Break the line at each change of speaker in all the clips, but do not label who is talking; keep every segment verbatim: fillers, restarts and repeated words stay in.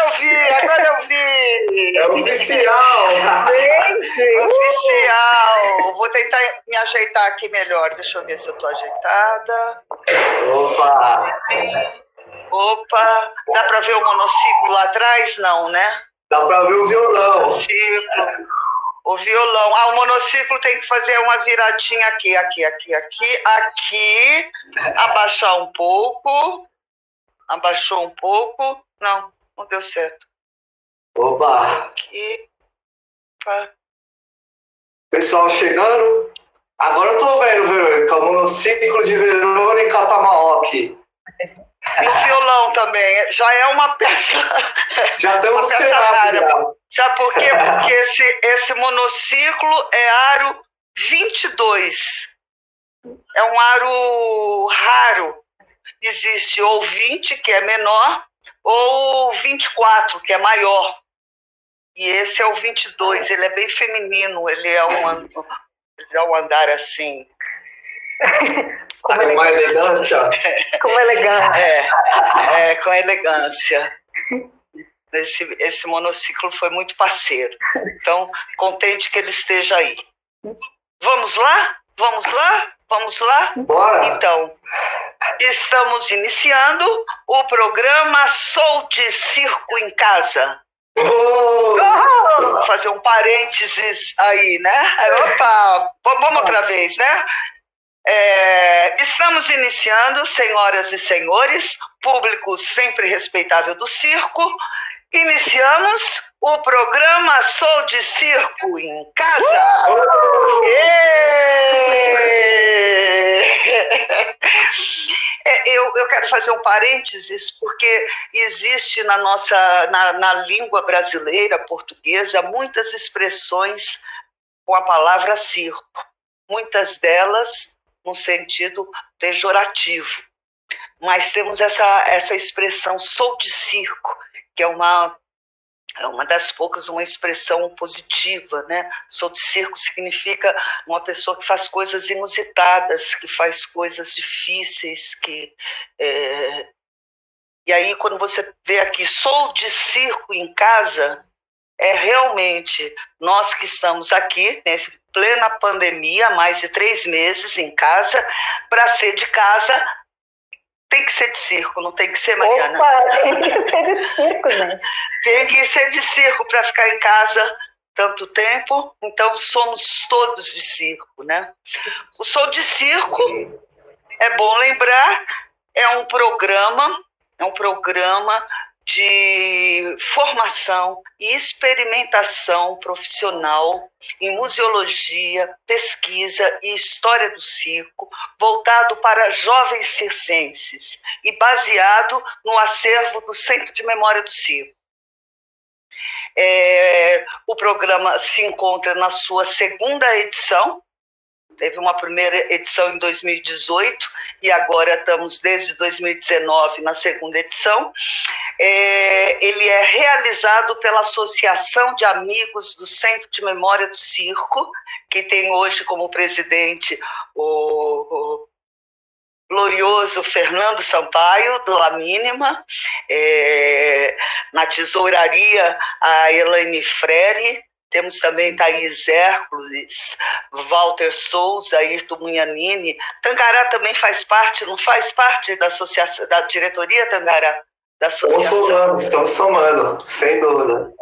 eu vi, agora eu vi.
É oficial.
Gente!
Oficial. Vou tentar me ajeitar aqui melhor. Deixa eu ver se eu tô ajeitada.
Opa!
Opa, dá pra ver o monociclo lá atrás? Não, né?
Dá pra ver o violão.
Monociclo. O violão. Ah, o monociclo tem que fazer uma viradinha aqui, aqui, aqui, aqui, aqui. Abaixar um pouco. Abaixou um pouco. Não, não deu certo.
Opa!
Aqui. Opa.
Pessoal chegando. Agora eu tô vendo, Verônica. O monociclo de Verônica Tamaoki.
E o violão também. Já é uma peça.
Já estamos
uma peça
cenário,
rara.
já.
Sabe por quê? Porque esse, esse monociclo é aro vinte e dois. É um aro raro. Existe ou vinte, que é menor, ou vinte e quatro, que é maior. E esse é o vinte e dois. Ele é bem feminino. Ele é um, ele é um andar assim.
Com
Com uma elegância.
Com elegância.
É, é, com elegância. Esse, esse monociclo foi muito parceiro. Então, contente que ele esteja aí. Vamos lá? Vamos lá? Vamos lá?
Bora!
Então, estamos iniciando o programa Sou de Circo em Casa.
Oh!
Vou fazer um parênteses aí, né? Opa! Vamos outra vez, né? É, estamos iniciando, senhoras e senhores, público sempre respeitável do circo. Iniciamos o programa Sou de Circo em Casa. É, eu, eu quero fazer um parênteses, porque existe na nossa, na, na língua brasileira, portuguesa, muitas expressões com a palavra circo. Muitas delas no sentido pejorativo. Mas temos essa, essa expressão sou de circo, que é uma, é uma das poucas, uma expressão positiva, né? Sou de circo significa uma pessoa que faz coisas inusitadas, que faz coisas difíceis, que... É... E aí, quando você vê aqui, sou de circo em casa, é realmente nós que estamos aqui, nessa plena pandemia, mais de três meses em casa, para ser de casa, tem que ser de circo, não tem que ser, Mariana?
Opa, tem que ser de circo, gente.
Tem que ser de circo para ficar em casa tanto tempo, então somos todos de circo, né? O Sou de Circo, é bom lembrar, é um programa, é um programa de formação e experimentação profissional em museologia, pesquisa e história do circo, voltado para jovens circenses e baseado no acervo do Centro de Memória do Circo. É, o programa se encontra na sua segunda edição. Teve uma primeira edição em dois mil e dezoito e agora estamos desde dois mil e dezenove na segunda edição. É, ele é realizado pela Associação de Amigos do Centro de Memória do Circo, que tem hoje como presidente o, o glorioso Fernando Sampaio, do La Mínima, é, na tesouraria a Elaine Freire. Temos também Thaís Hércules, Walter Souza, Ayrton Munhanini. Tangará também faz parte, não faz parte da, associação, da diretoria, Tangará? Da associação.
Estamos somando, estamos somando, sem dúvida.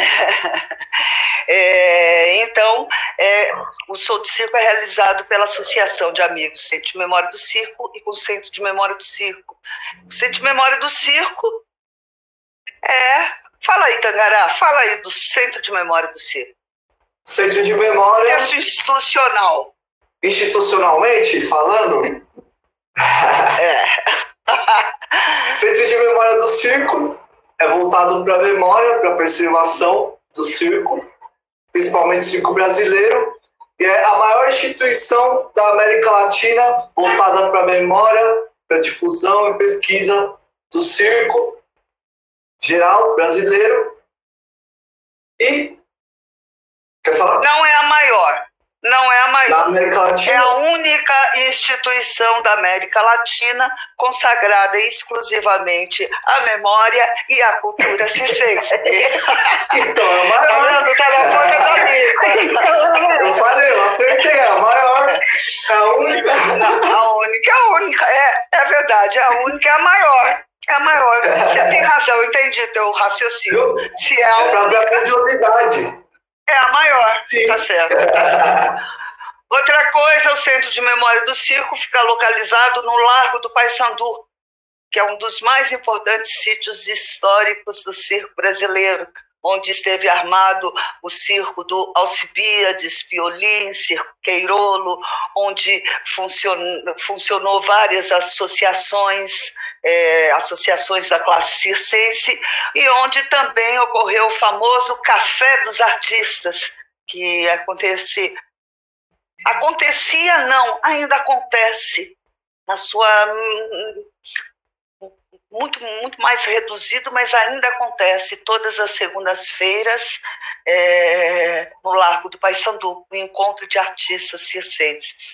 É, então, é, o Sou de Circo é realizado pela Associação de Amigos do Centro de Memória do Circo e com o Centro de Memória do Circo. O Centro de Memória do Circo é... Fala aí, Tangará, fala aí do Centro de Memória do Circo.
Centro de Memória...
Isso institucional.
Institucionalmente falando?
É.
Centro de Memória do Circo é voltado para a memória, para a preservação do circo, principalmente o circo brasileiro, e é a maior instituição da América Latina voltada para a memória, para a difusão e pesquisa do circo geral brasileiro. E quer falar?
Não é a maior, Não é a
Na
maior.
América
É a
Latina?
única instituição da América Latina consagrada exclusivamente à memória e à cultura circense.
Então, é a
Tá
maior.
vendo? Tá na ponta da língua.
Eu falei, eu acertei, é a maior. É a única.
Não, a única, a única. É, é verdade, a única é a maior. É a maior. Você tem razão, eu entendi teu raciocínio.
Viu?
Se é a
É pra ver a
única,
grandiosidade.
é a maior.
Sim.
Tá certo, tá certo. Outra coisa, o Centro de Memória do Circo fica localizado no Largo do Paissandu, que é um dos mais importantes sítios históricos do circo brasileiro, onde esteve armado o circo do Alcibiades, Piolim, Circo Queirolo, onde funcionou, funcionou várias associações, é, associações da classe circense, e onde também ocorreu o famoso Café dos Artistas, que acontece, acontecia não, ainda acontece, na sua muito, muito mais reduzido, mas ainda acontece todas as segundas-feiras é, no Largo do Paissandu, o encontro de artistas circenses.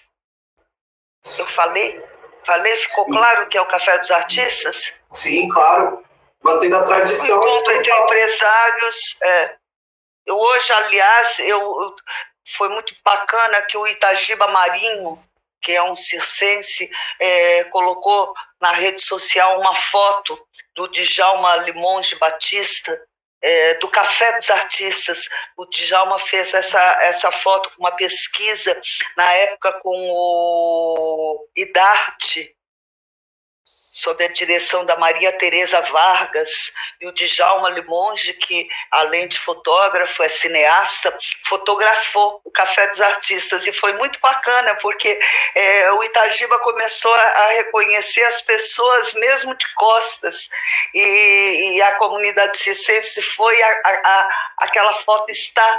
Eu falei? Falei? Ficou
Sim.
claro que é o Café dos Artistas?
Sim, claro. Mantendo a
Um
tradição.
encontro entre empresários. É. Eu, hoje, aliás, eu, eu, foi muito bacana que o Itagiba Marinho, que é um circense, é, colocou na rede social uma foto do Djalma Limonge Batista, é, do Café dos Artistas. O Djalma fez essa, essa foto com uma pesquisa, na época com o Idarte, sob a direção da Maria Tereza Vargas, e o Djalma Limonge, que além de fotógrafo, é cineasta, fotografou o Café dos Artistas, e foi muito bacana, porque é, o Itagiba começou a, a reconhecer as pessoas mesmo de costas, e, e a comunidade circense foi, a, a, a, aquela foto está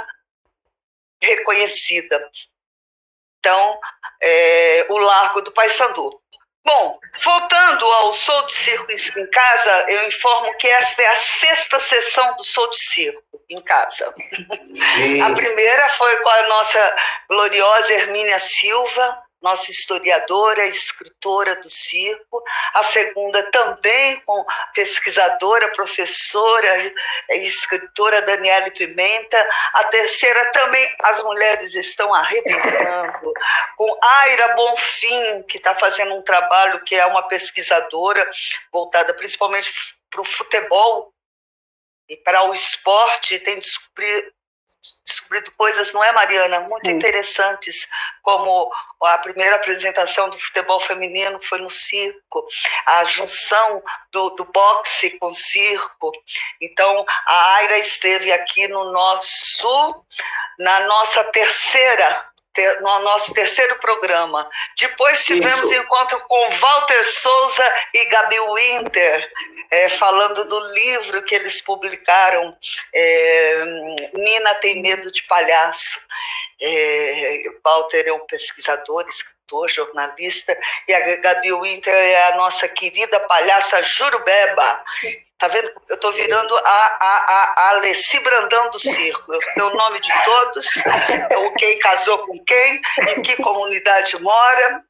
reconhecida. Então, é, o Largo do Paissandu. Bom, voltando ao Sou de Circo em Casa, eu informo que esta é a sexta sessão do Sou de Circo em Casa.
Sim.
A primeira foi com a nossa gloriosa Hermínia Silva, nossa historiadora e escritora do circo. A segunda também com pesquisadora, professora e escritora Daniele Pimenta. A terceira também, as mulheres estão arrebentando, com Aira Bonfim, que está fazendo um trabalho, que é uma pesquisadora voltada principalmente para o futebol e para o esporte, tem descobrido descobrido coisas, não é, Mariana? Muito Sim. interessantes, como a primeira apresentação do futebol feminino foi no circo, a junção do, do boxe com o circo. Então, a Aira esteve aqui no nosso, na nossa terceira, ter, no nosso terceiro programa. Depois tivemos Isso. encontro com Walter Souza e Gabi Winter, É, falando do livro que eles publicaram, é, Nina Tem Medo de Palhaço. É, Walter é um pesquisador, escritor, jornalista, e a Gabi Winter é a nossa querida palhaça Jurubeba. Tá vendo? Eu estou virando a, a, a, a Alessi Brandão do circo. Eu sei o nome de todos, quem casou com quem, em que comunidade mora.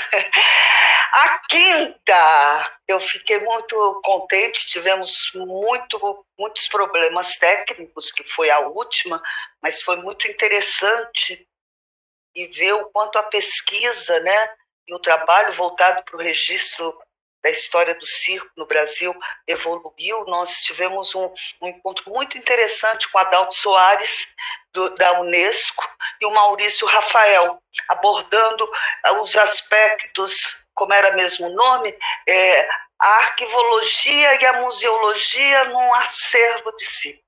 A quinta, eu fiquei muito contente, tivemos muito, muitos problemas técnicos, que foi a última, mas foi muito interessante e ver o quanto a pesquisa, né, e o trabalho voltado para o registro da história do circo no Brasil evoluiu. Nós tivemos um, um encontro muito interessante com Adalto Soares, do, da Unesco, e o Maurício Rafael, abordando os aspectos, como era mesmo o nome, é, a arquivologia e a museologia num acervo de si.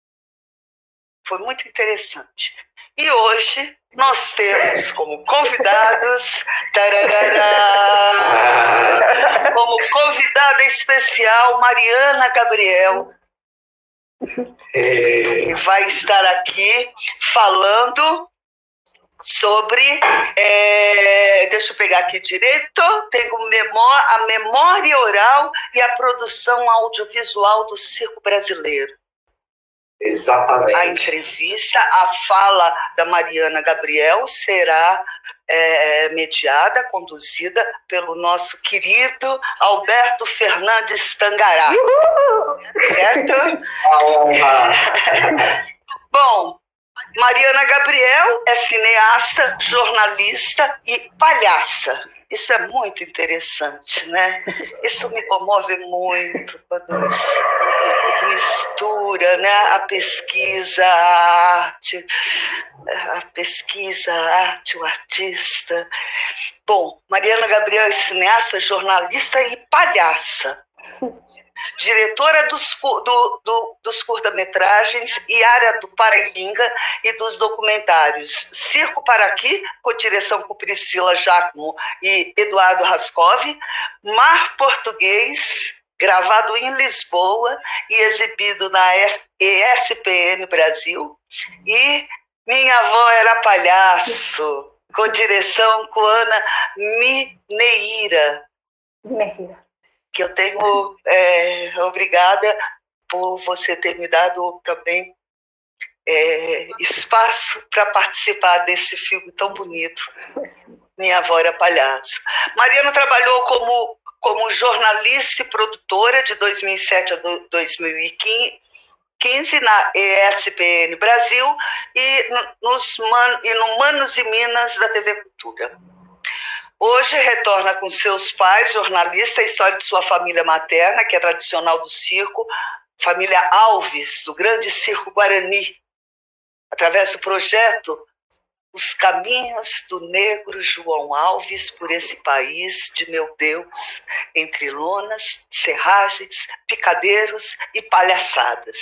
Foi muito interessante. E hoje nós temos como convidados, tararara, como convidada especial, Mariana Gabriel, que vai estar aqui falando sobre, é, deixa eu pegar aqui direito, tem como memória, a memória oral e a produção audiovisual do circo brasileiro.
Exatamente.
A entrevista, a fala da Mariana Gabriel será é, mediada, conduzida pelo nosso querido Alberto Fernandes Tangará. Certo?
A honra.
Bom, Mariana Gabriel é cineasta, jornalista e palhaça. Isso é muito interessante, né? Isso me comove muito quando mistura, né, a pesquisa, a arte, a pesquisa, a arte, o artista. Bom, Mariana Gabriel é cineasta, jornalista e palhaça. Diretora dos, do, do, dos curta-metragens e área do Paraninga e dos documentários Circo para Aqui, com direção com Priscila Giacomo e Eduardo Rascov, Mar Português, gravado em Lisboa e exibido na E S P N Brasil, e Minha Avó Era Palhaço, com direção com Ana Mineira.
Mineira.
Que eu tenho, é, obrigada por você ter me dado também é, espaço para participar desse filme tão bonito, Minha Avó Era Palhaço. Mariana trabalhou como, como jornalista e produtora de dois mil e sete a dois mil e quinze na E S P N Brasil e, nos, e no Manos e Minas da T V Cultura. Hoje retorna com seus pais, jornalista, a história de sua família materna, que é tradicional do circo, família Alves, do grande circo Guarani, através do projeto Os Caminhos do Negro João Alves por esse país de meu Deus, entre lonas, serragens, picadeiros e palhaçadas.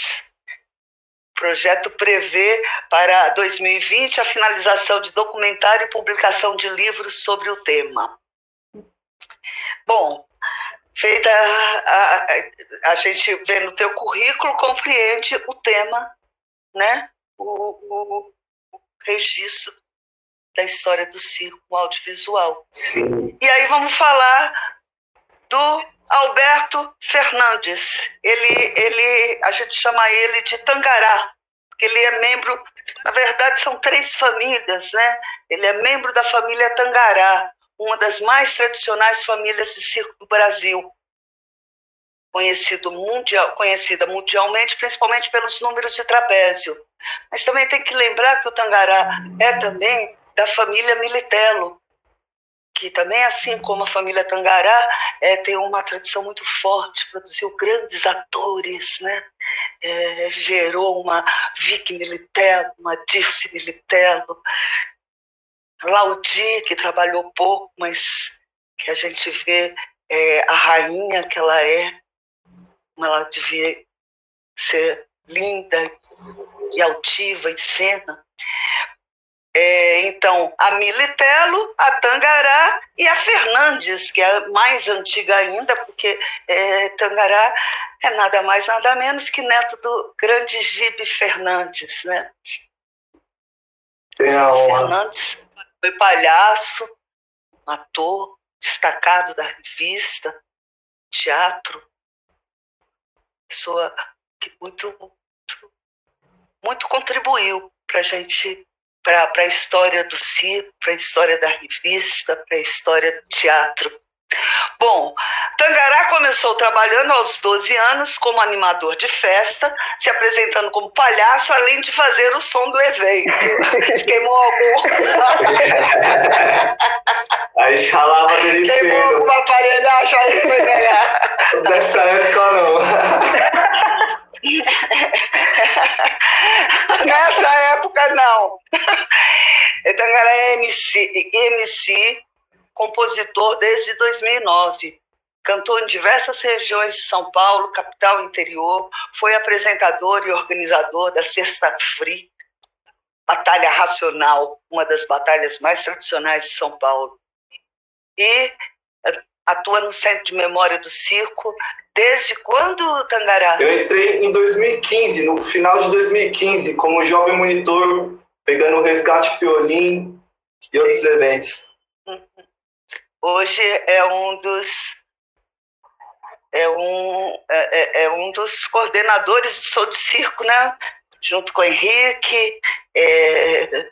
O projeto prevê para dois mil e vinte a finalização de documentário e publicação de livros sobre o tema. Bom, feita a, a, a gente vê no teu currículo, compreende o tema, né? O, o, o registro da história do circo audiovisual.
Sim.
E aí vamos falar do Alberto Fernandes. Ele, ele, a gente chama ele de Tangará, porque ele é membro, na verdade são três famílias, né? Ele é membro da família Tangará, uma das mais tradicionais famílias de circo do Brasil, conhecido mundial, conhecida mundialmente, principalmente pelos números de trapézio. Mas também tem que lembrar que o Tangará é também da família Militello, que também, assim como a família Tangará, é, tem uma tradição muito forte, produziu grandes atores, né? É, gerou uma Vicky Militello, uma Dirce Militello, Laudi, que trabalhou pouco, mas que a gente vê é, a rainha que ela é, como ela devia ser linda e altiva em cena. É, então, a Militello, a Tangará e a Fernandes, que é mais antiga ainda, porque é, Tangará é nada mais, nada menos que neto do grande Gibe Fernandes, né?
Tem a honra.
Fernandes foi palhaço, ator, destacado da revista, teatro, pessoa que muito, muito, muito contribuiu para a gente, para a história do circo, para a história da revista, para a história do teatro. Bom, Tangará começou trabalhando aos doze anos como animador de festa, se apresentando como palhaço, além de fazer o som do evento. Queimou algum...
Aí chalava dele
Queimou
cedo.
alguma aparelhagem aí para ganhar.
Dessa época não.
Nessa época, não. Tangará é M C, M C, compositor desde dois mil e nove. Cantou em diversas regiões de São Paulo, capital e interior. Foi apresentador e organizador da Sexta Free, Batalha Racional, uma das batalhas mais tradicionais de São Paulo. E atua no Centro de Memória do Circo. Desde quando, Tangará?
Eu entrei em dois mil e quinze, no final de dois mil e quinze, como jovem monitor, pegando o Resgate Piolim e outros eventos.
Hoje é um dos é um é, é um dos coordenadores do Show de Circo, né? junto com o Henrique. É...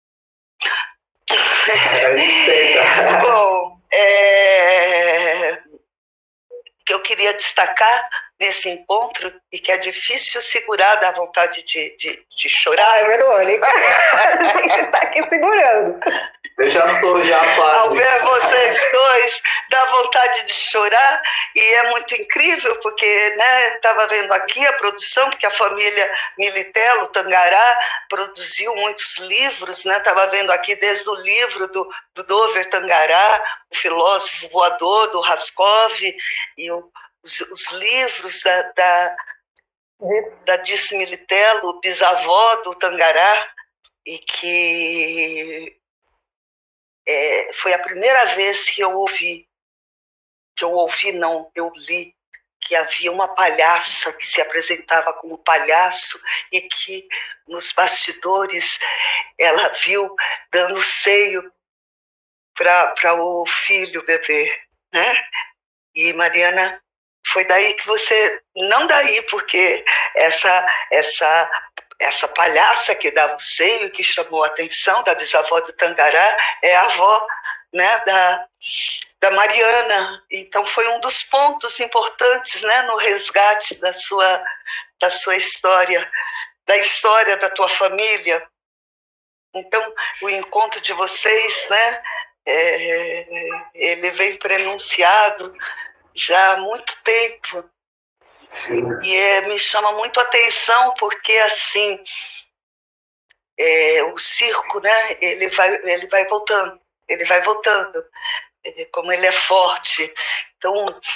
Bom, é... o que eu queria destacar nesse encontro, e que é difícil segurar da vontade de, de, de chorar.
Ai, Verônica, você está aqui segurando.
Eu já estou já quase.
Ao ver vocês dois, dá vontade de chorar, e é muito incrível, porque né, estava vendo aqui a produção, porque a família Militello Tangará produziu muitos livros, né? Estava vendo aqui desde o livro do, do Dover Tangará, o filósofo voador, do Raskov, e o Os, os livros da, da, da Dirce Militello, bisavó do Tangará, e que é, foi a primeira vez que eu ouvi, que eu ouvi não, eu li, que havia uma palhaça que se apresentava como palhaço e que nos bastidores ela viu dando seio para o filho bebê, né? E Mariana, foi daí que você, não daí, porque essa, essa, essa palhaça que dava o seio, que chamou a atenção da bisavó do Tangará, é a avó, né, da, da Mariana. Então foi um dos pontos importantes, né, no resgate da sua, da sua história, da história da tua família. Então o encontro de vocês, né, é, ele vem prenunciado já há muito tempo.
Sim.
E é, me chama muito a atenção porque assim é, o circo, né, ele vai, ele vai voltando, ele vai voltando, é, como ele é forte. Então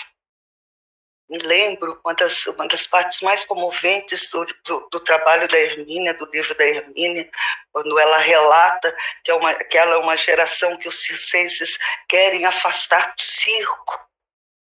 me lembro uma das, uma das partes mais comoventes do, do, do trabalho da Hermínia, do livro da Hermínia, quando ela relata que, é uma, que ela é uma geração que os circenses querem afastar do circo,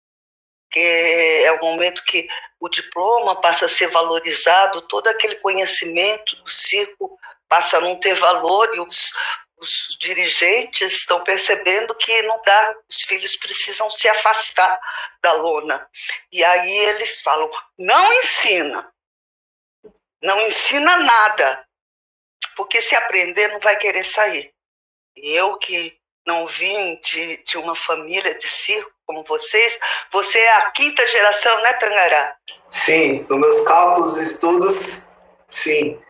que é o momento que o diploma passa a ser valorizado, todo aquele conhecimento do circo passa a não ter valor, e os, os dirigentes estão percebendo que não dá, os filhos precisam se afastar da lona. E aí eles falam, não ensina, não ensina nada, porque se aprender não vai querer sair. E eu que não vim de, de uma família de circo como vocês, você é a quinta geração, né, Tangará?
Sim, nos meus cálculos e estudos, sim.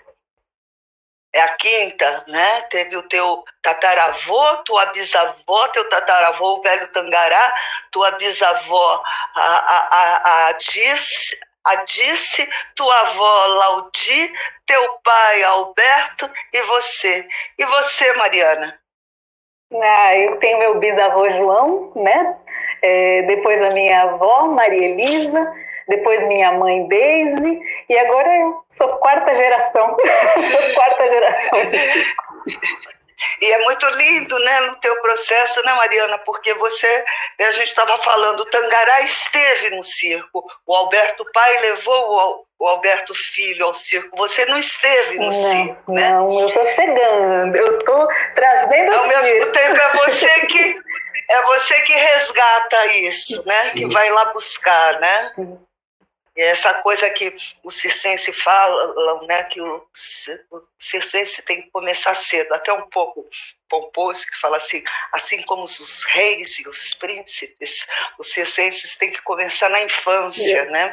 É a quinta, né? Teve o teu tataravô, tua bisavó, teu tataravô, o velho Tangará, tua bisavó, a, a, a, a Dirce, a Dirce, tua avó Laudi, teu pai Alberto e você. E você, Mariana?
Ah, eu tenho meu bisavô João, né? É, depois a minha avó, Maria Elisa, depois minha mãe Deise, e agora eu sou quarta geração. Sou quarta geração de circo.
E é muito lindo, né, no teu processo, né, Mariana? Porque você, a gente estava falando, o Tangará esteve no circo, o Alberto pai levou o Alberto filho ao circo, você não esteve no
não,
circo, né?
Não, eu estou chegando, eu estou trazendo
Ao
o
mesmo
circo.
tempo é você que é você que resgata isso, né?
Sim.
Que vai lá buscar, né?
Sim.
E essa coisa que o circense fala, né, que o, o circense tem que começar cedo, até um pouco pomposo, que fala assim, assim como os reis e os príncipes, os circenses têm que começar na infância, né?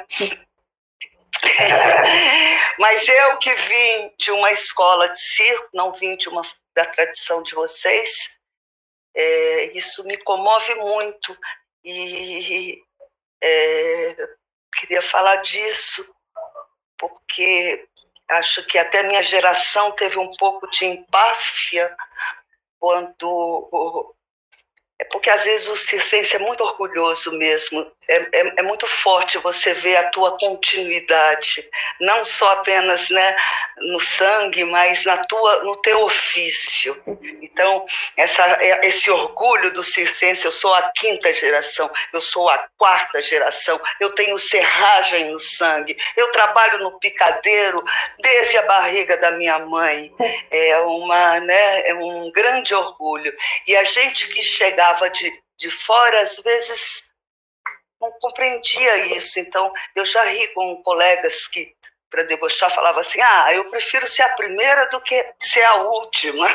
Mas eu que vim de uma escola de circo, não vim de uma, da tradição de vocês, é, isso me comove muito, e é, queria falar disso, porque acho que até minha geração teve um pouco de empáfia quando... É porque às vezes o circense é muito orgulhoso mesmo, é, é, é muito forte você ver a tua continuidade, não só apenas, né, no sangue, mas na tua, no teu ofício. Então, essa, esse orgulho do circense, eu sou a quinta geração, eu sou a quarta geração, eu tenho serragem no sangue, eu trabalho no picadeiro desde a barriga da minha mãe. É, uma, né, é um grande orgulho. E a gente que chegava de, de fora, às vezes não compreendia isso. Então, eu já ri com colegas que para debochar, falava assim, ah, eu prefiro ser a primeira do que ser a última.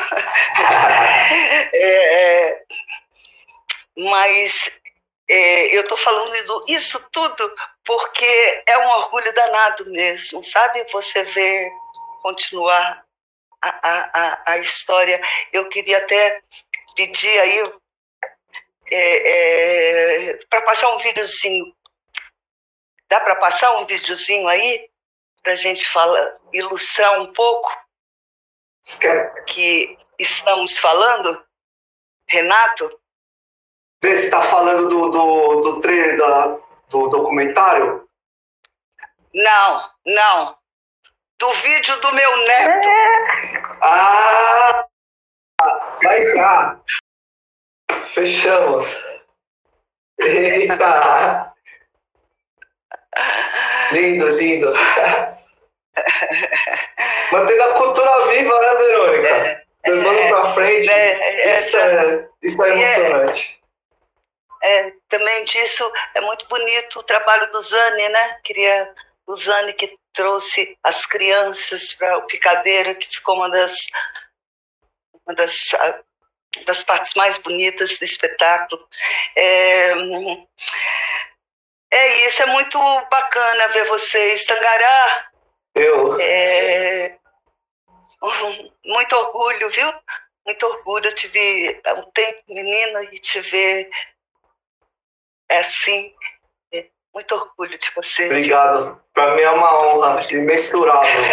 é, é, mas é, eu estou falando isso tudo porque é um orgulho danado mesmo, sabe? Você vê continuar a, a, a história. Eu queria até pedir aí é, é, para passar um videozinho. Dá para passar um videozinho aí para a gente falar, ilustrar um pouco que estamos falando, Renato?
Você está falando do, do, do trailer da, do documentário?
Não, não. Do vídeo do meu neto.
Ah! Vai cá. Fechamos. Eita! Lindo, lindo. Mantendo a cultura viva, né, Verônica? Levando pra frente.
É,
isso, é, isso é emocionante.
É, é, também disso é muito bonito o trabalho do Zane, né? Queria o Zane que trouxe as crianças para o Picadeiro, que ficou uma das, uma das, das partes mais bonitas do espetáculo. É, é isso, é muito bacana ver vocês. Tangará,
eu.
É, muito orgulho, viu? Muito orgulho. Eu te vi há um tempo, menina, e te ver é assim. É, muito orgulho de você.
Obrigado. Para mim é uma honra imensurável.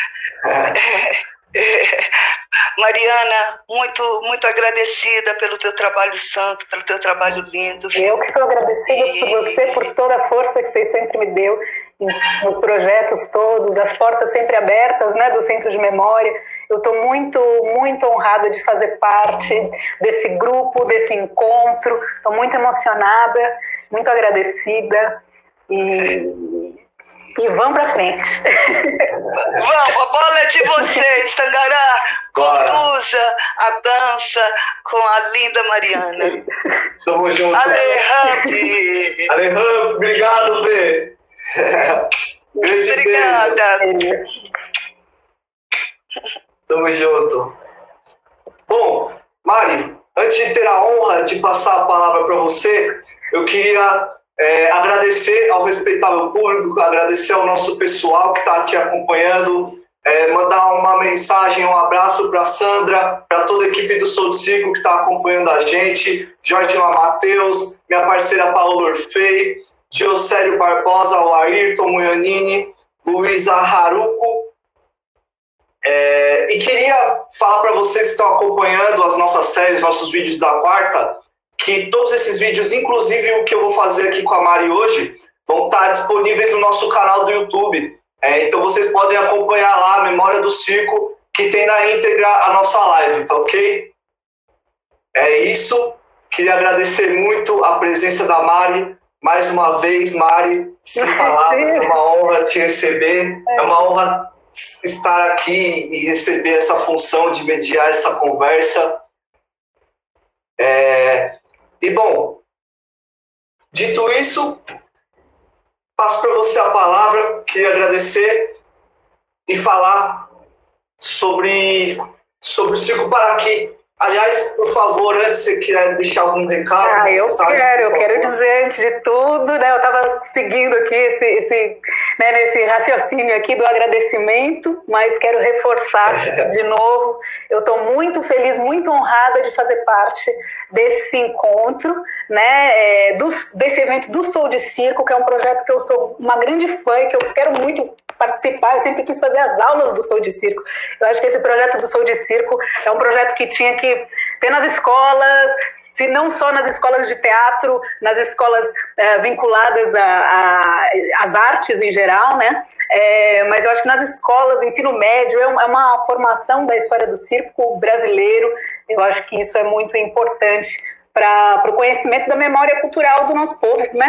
É. Mariana, muito, muito agradecida pelo teu trabalho santo, pelo teu trabalho lindo.
Eu que sou agradecida e... por você, por toda a força que você sempre me deu nos projetos todos, as portas sempre abertas, né, do Centro de Memória. Eu estou muito, muito honrada de fazer parte desse grupo, desse encontro. Estou muito emocionada, muito agradecida e... E vamos pra frente.
Vamos, a bola é de vocês, Tangará. Conduza a dança com a linda Mariana.
Tamo junto.
Ale Ramp.
Ale Ramp, obrigado, Vê.
Obrigada.
Beijo. Tamo junto. Bom, Mari, antes de ter a honra de passar a palavra para você, eu queria... É, agradecer ao respeitável público, agradecer ao nosso pessoal que está aqui acompanhando, é, mandar uma mensagem, um abraço para a Sandra, para toda a equipe do Sou de Circo que está acompanhando a gente, Jorge Matheus, minha parceira Paola Orfei, Giocélio Barbosa, o Ayrton Muionini, Luísa Haruko. É, e queria falar para vocês que estão acompanhando as nossas séries, nossos vídeos da quarta, que todos esses vídeos, inclusive o que eu vou fazer aqui com a Mari hoje, vão estar disponíveis no nosso canal do YouTube. É, então vocês podem acompanhar lá a Memória do Circo, que tem na íntegra a nossa live, tá ok? É isso. Queria agradecer muito a presença da Mari. Mais uma vez, Mari, sem palavras, é uma honra te receber. É uma honra estar aqui e receber essa função de mediar essa conversa. É... E, bom, dito isso, passo para você a palavra, queria agradecer e falar sobre, sobre o Circo Paraquí. Aliás, por favor, antes você quer deixar algum recado?
Ah, eu mensagem, quero, eu quero dizer, antes de tudo, né, eu estava seguindo aqui esse, esse, né, nesse raciocínio aqui do agradecimento, mas quero reforçar de novo, eu estou muito feliz, muito honrada de fazer parte desse encontro, né, é, do, desse evento do Sou de Circo, que é um projeto que eu sou uma grande fã, que eu quero muito participar, eu sempre quis fazer as aulas do Sou de Circo. Eu acho que esse projeto do Sou de Circo é um projeto que tinha que ter nas escolas, se não só nas escolas de teatro, nas escolas é, vinculadas às artes em geral, né? É, mas eu acho que nas escolas, ensino médio, é uma, é uma formação da história do circo brasileiro. Eu acho que isso é muito importante para o conhecimento da memória cultural do nosso povo, né?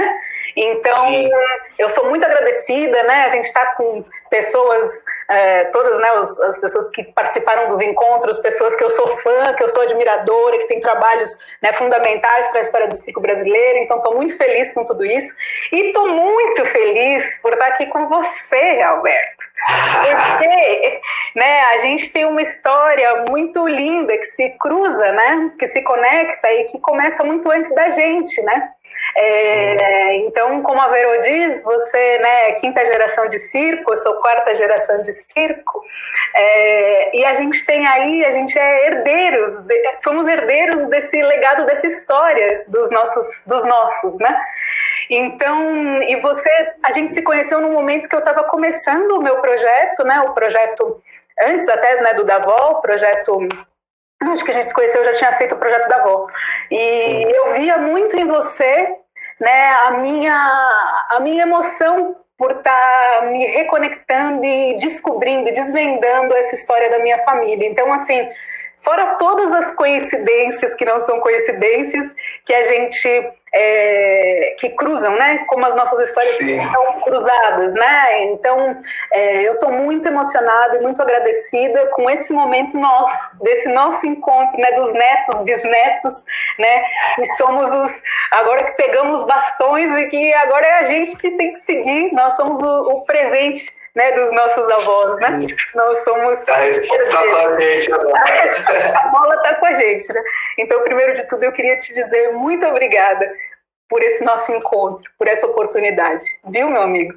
Então, sim, eu sou muito agradecida, né? A gente está com pessoas, é, todas, né, os, as pessoas que participaram dos encontros, pessoas que eu sou fã, que eu sou admiradora, que têm trabalhos, né, fundamentais para a história do circo brasileiro. Então, estou muito feliz com tudo isso. E estou muito feliz por estar aqui com você, Alberto. Porque, né, a gente tem uma história muito linda que se cruza, né, que se conecta e que começa muito antes da gente, né? É, então, como a Verô diz, você, né, é quinta geração de circo, eu sou quarta geração de circo, é, e a gente tem aí, a gente é herdeiros, de, somos herdeiros desse legado, dessa história dos nossos, dos nossos, né? Então, e você, a gente se conheceu num momento que eu estava começando o meu projeto, né, o projeto, antes até, né, do Davó, o projeto... Acho que a gente se conheceu, eu já tinha feito o projeto da avó. E eu via muito em você, né, a minha, a minha emoção por estar tá me reconectando e descobrindo, desvendando essa história da minha família. Então, assim, fora todas as coincidências que não são coincidências, que a gente... É, que cruzam, né? Como as nossas histórias estão cruzadas, né? Então, é, eu estou muito emocionada e muito agradecida com esse momento nosso, desse nosso encontro, né? Dos netos, bisnetos, né? E somos os, agora que pegamos bastões e que agora é a gente que tem que seguir, nós somos o, o presente, né, dos nossos avós, né? Nós somos...
A resposta tá com a gente agora.
A bola tá com a gente, né? Então, primeiro de tudo, eu queria te dizer muito obrigada por esse nosso encontro, por essa oportunidade. Viu, meu amigo?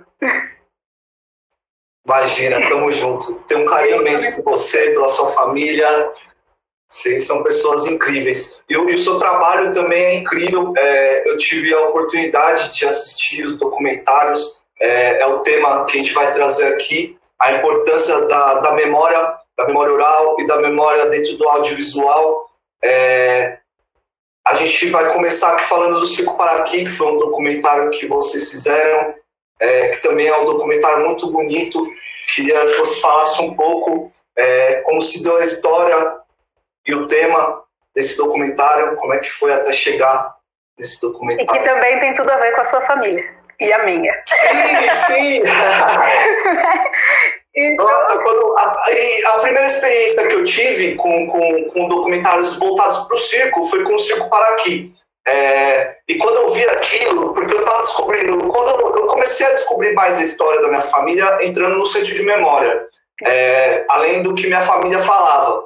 Imagina, tamo junto. Tenho um carinho imenso por você, pela sua família. Vocês são pessoas incríveis. E o, e o seu trabalho também é incrível. É, eu tive a oportunidade de assistir os documentários. É, é o tema que a gente vai trazer aqui, a importância da, da memória, da memória oral e da memória dentro do audiovisual. É, a gente vai começar aqui falando do Circo Paraquí, que foi um documentário que vocês fizeram, é, que também é um documentário muito bonito. Queria que você falasse um pouco é, como se deu a história e o tema desse documentário, como é que foi até chegar nesse documentário.
E que também tem tudo a ver com a sua família. E a minha.
Sim, sim. Então... Nossa, quando a, a primeira experiência que eu tive com, com, com documentários voltados para o circo foi com o Circo Paraquí. É, e quando eu vi aquilo, porque eu estava descobrindo, quando eu, eu comecei a descobrir mais a história da minha família entrando no centro de memória, é, além do que minha família falava.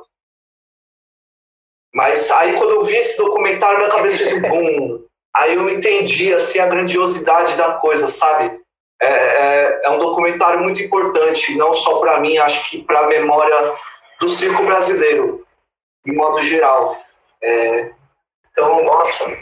Mas aí quando eu vi esse documentário, minha cabeça fez um boom. Aí eu entendi assim, a grandiosidade da coisa, sabe? É, é, é um documentário muito importante, não só para mim, acho que para a memória do circo brasileiro, de modo geral. É, então, nossa,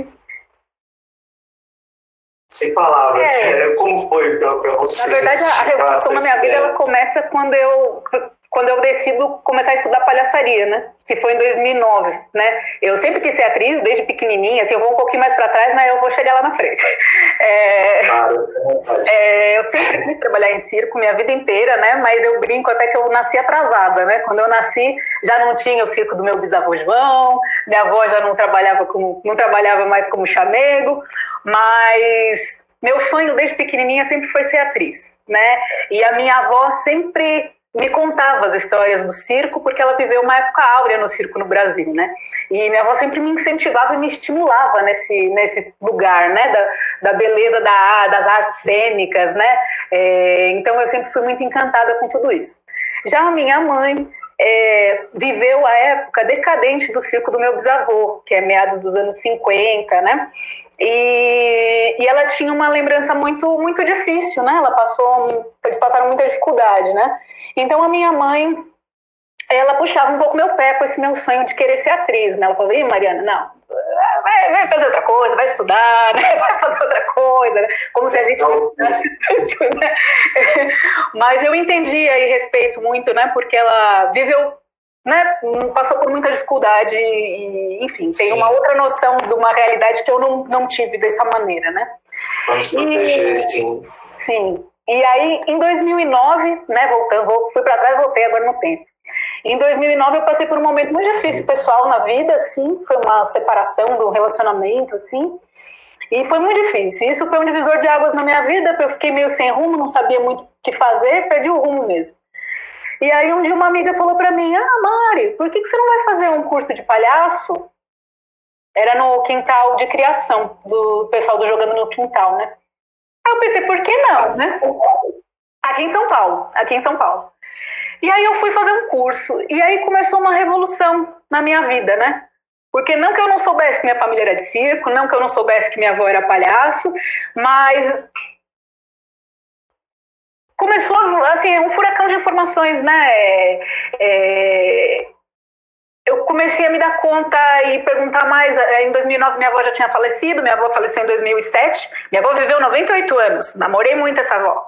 sem palavras.
É.
É, como foi para você?
Na verdade, a revolução na minha vida ela começa quando eu... quando eu decido começar a estudar palhaçaria, né? Que foi em dois mil e nove, né? Eu sempre quis ser atriz, desde pequenininha, assim, eu vou um pouquinho mais para trás, mas eu vou chegar lá na frente. É,
claro,
é, eu sempre quis trabalhar em circo minha vida inteira, né? Mas eu brinco até que eu nasci atrasada, né? Quando eu nasci, já não tinha o circo do meu bisavô João, minha avó já não trabalhava, como, não trabalhava mais como chamego, mas meu sonho desde pequenininha sempre foi ser atriz, né? E a minha avó sempre... me contava as histórias do circo, porque ela viveu uma época áurea no circo no Brasil, né? E minha avó sempre me incentivava e me estimulava nesse, nesse lugar, né? Da, da beleza da, das artes cênicas, né? É, então eu sempre fui muito encantada com tudo isso. Já a minha mãe é, viveu a época decadente do circo do meu bisavô, que é meados dos anos cinquenta, né? E, e ela tinha uma lembrança muito, muito difícil, né? Ela passou, eles passaram muita dificuldade, né? Então a minha mãe, ela puxava um pouco meu pé com esse meu sonho de querer ser atriz, né? Ela falou: "Ih, Mariana, não, vai, vai fazer outra coisa, vai estudar, né? Vai fazer outra coisa", né? Como se a gente não estudasse tanto, né? Mas eu entendia e respeito muito, né? Porque ela viveu, né, passou por muita dificuldade e, enfim, tem uma outra noção de uma realidade que eu não, não tive dessa maneira, né?
Vamos proteger, e, sim.
Sim. E aí, em dois mil e nove, né, voltando, vou, fui para trás, voltei agora no tempo. Em dois mil e nove eu passei por um momento muito difícil pessoal na vida, assim, foi uma separação do relacionamento, assim, E foi muito difícil. Isso foi um divisor de águas na minha vida, porque eu fiquei meio sem rumo, não sabia muito o que fazer, perdi o rumo mesmo. E aí um dia uma amiga falou pra mim, ah, Mari, por que, que você não vai fazer um curso de palhaço? Era no quintal de criação, do pessoal do Jogando no Quintal, né? Aí eu pensei, por que não, né? Aqui em São Paulo, aqui em São Paulo. E aí eu fui fazer um curso, e aí começou uma revolução na minha vida, né? Porque não que eu não soubesse que minha família era de circo, não que eu não soubesse que minha avó era palhaço, mas começou, assim, um furacão de informações, né? É, é... Eu comecei a me dar conta e perguntar mais. Em dois mil e nove minha avó já tinha falecido, minha avó faleceu em dois mil e sete, minha avó viveu noventa e oito anos, namorei muito essa avó.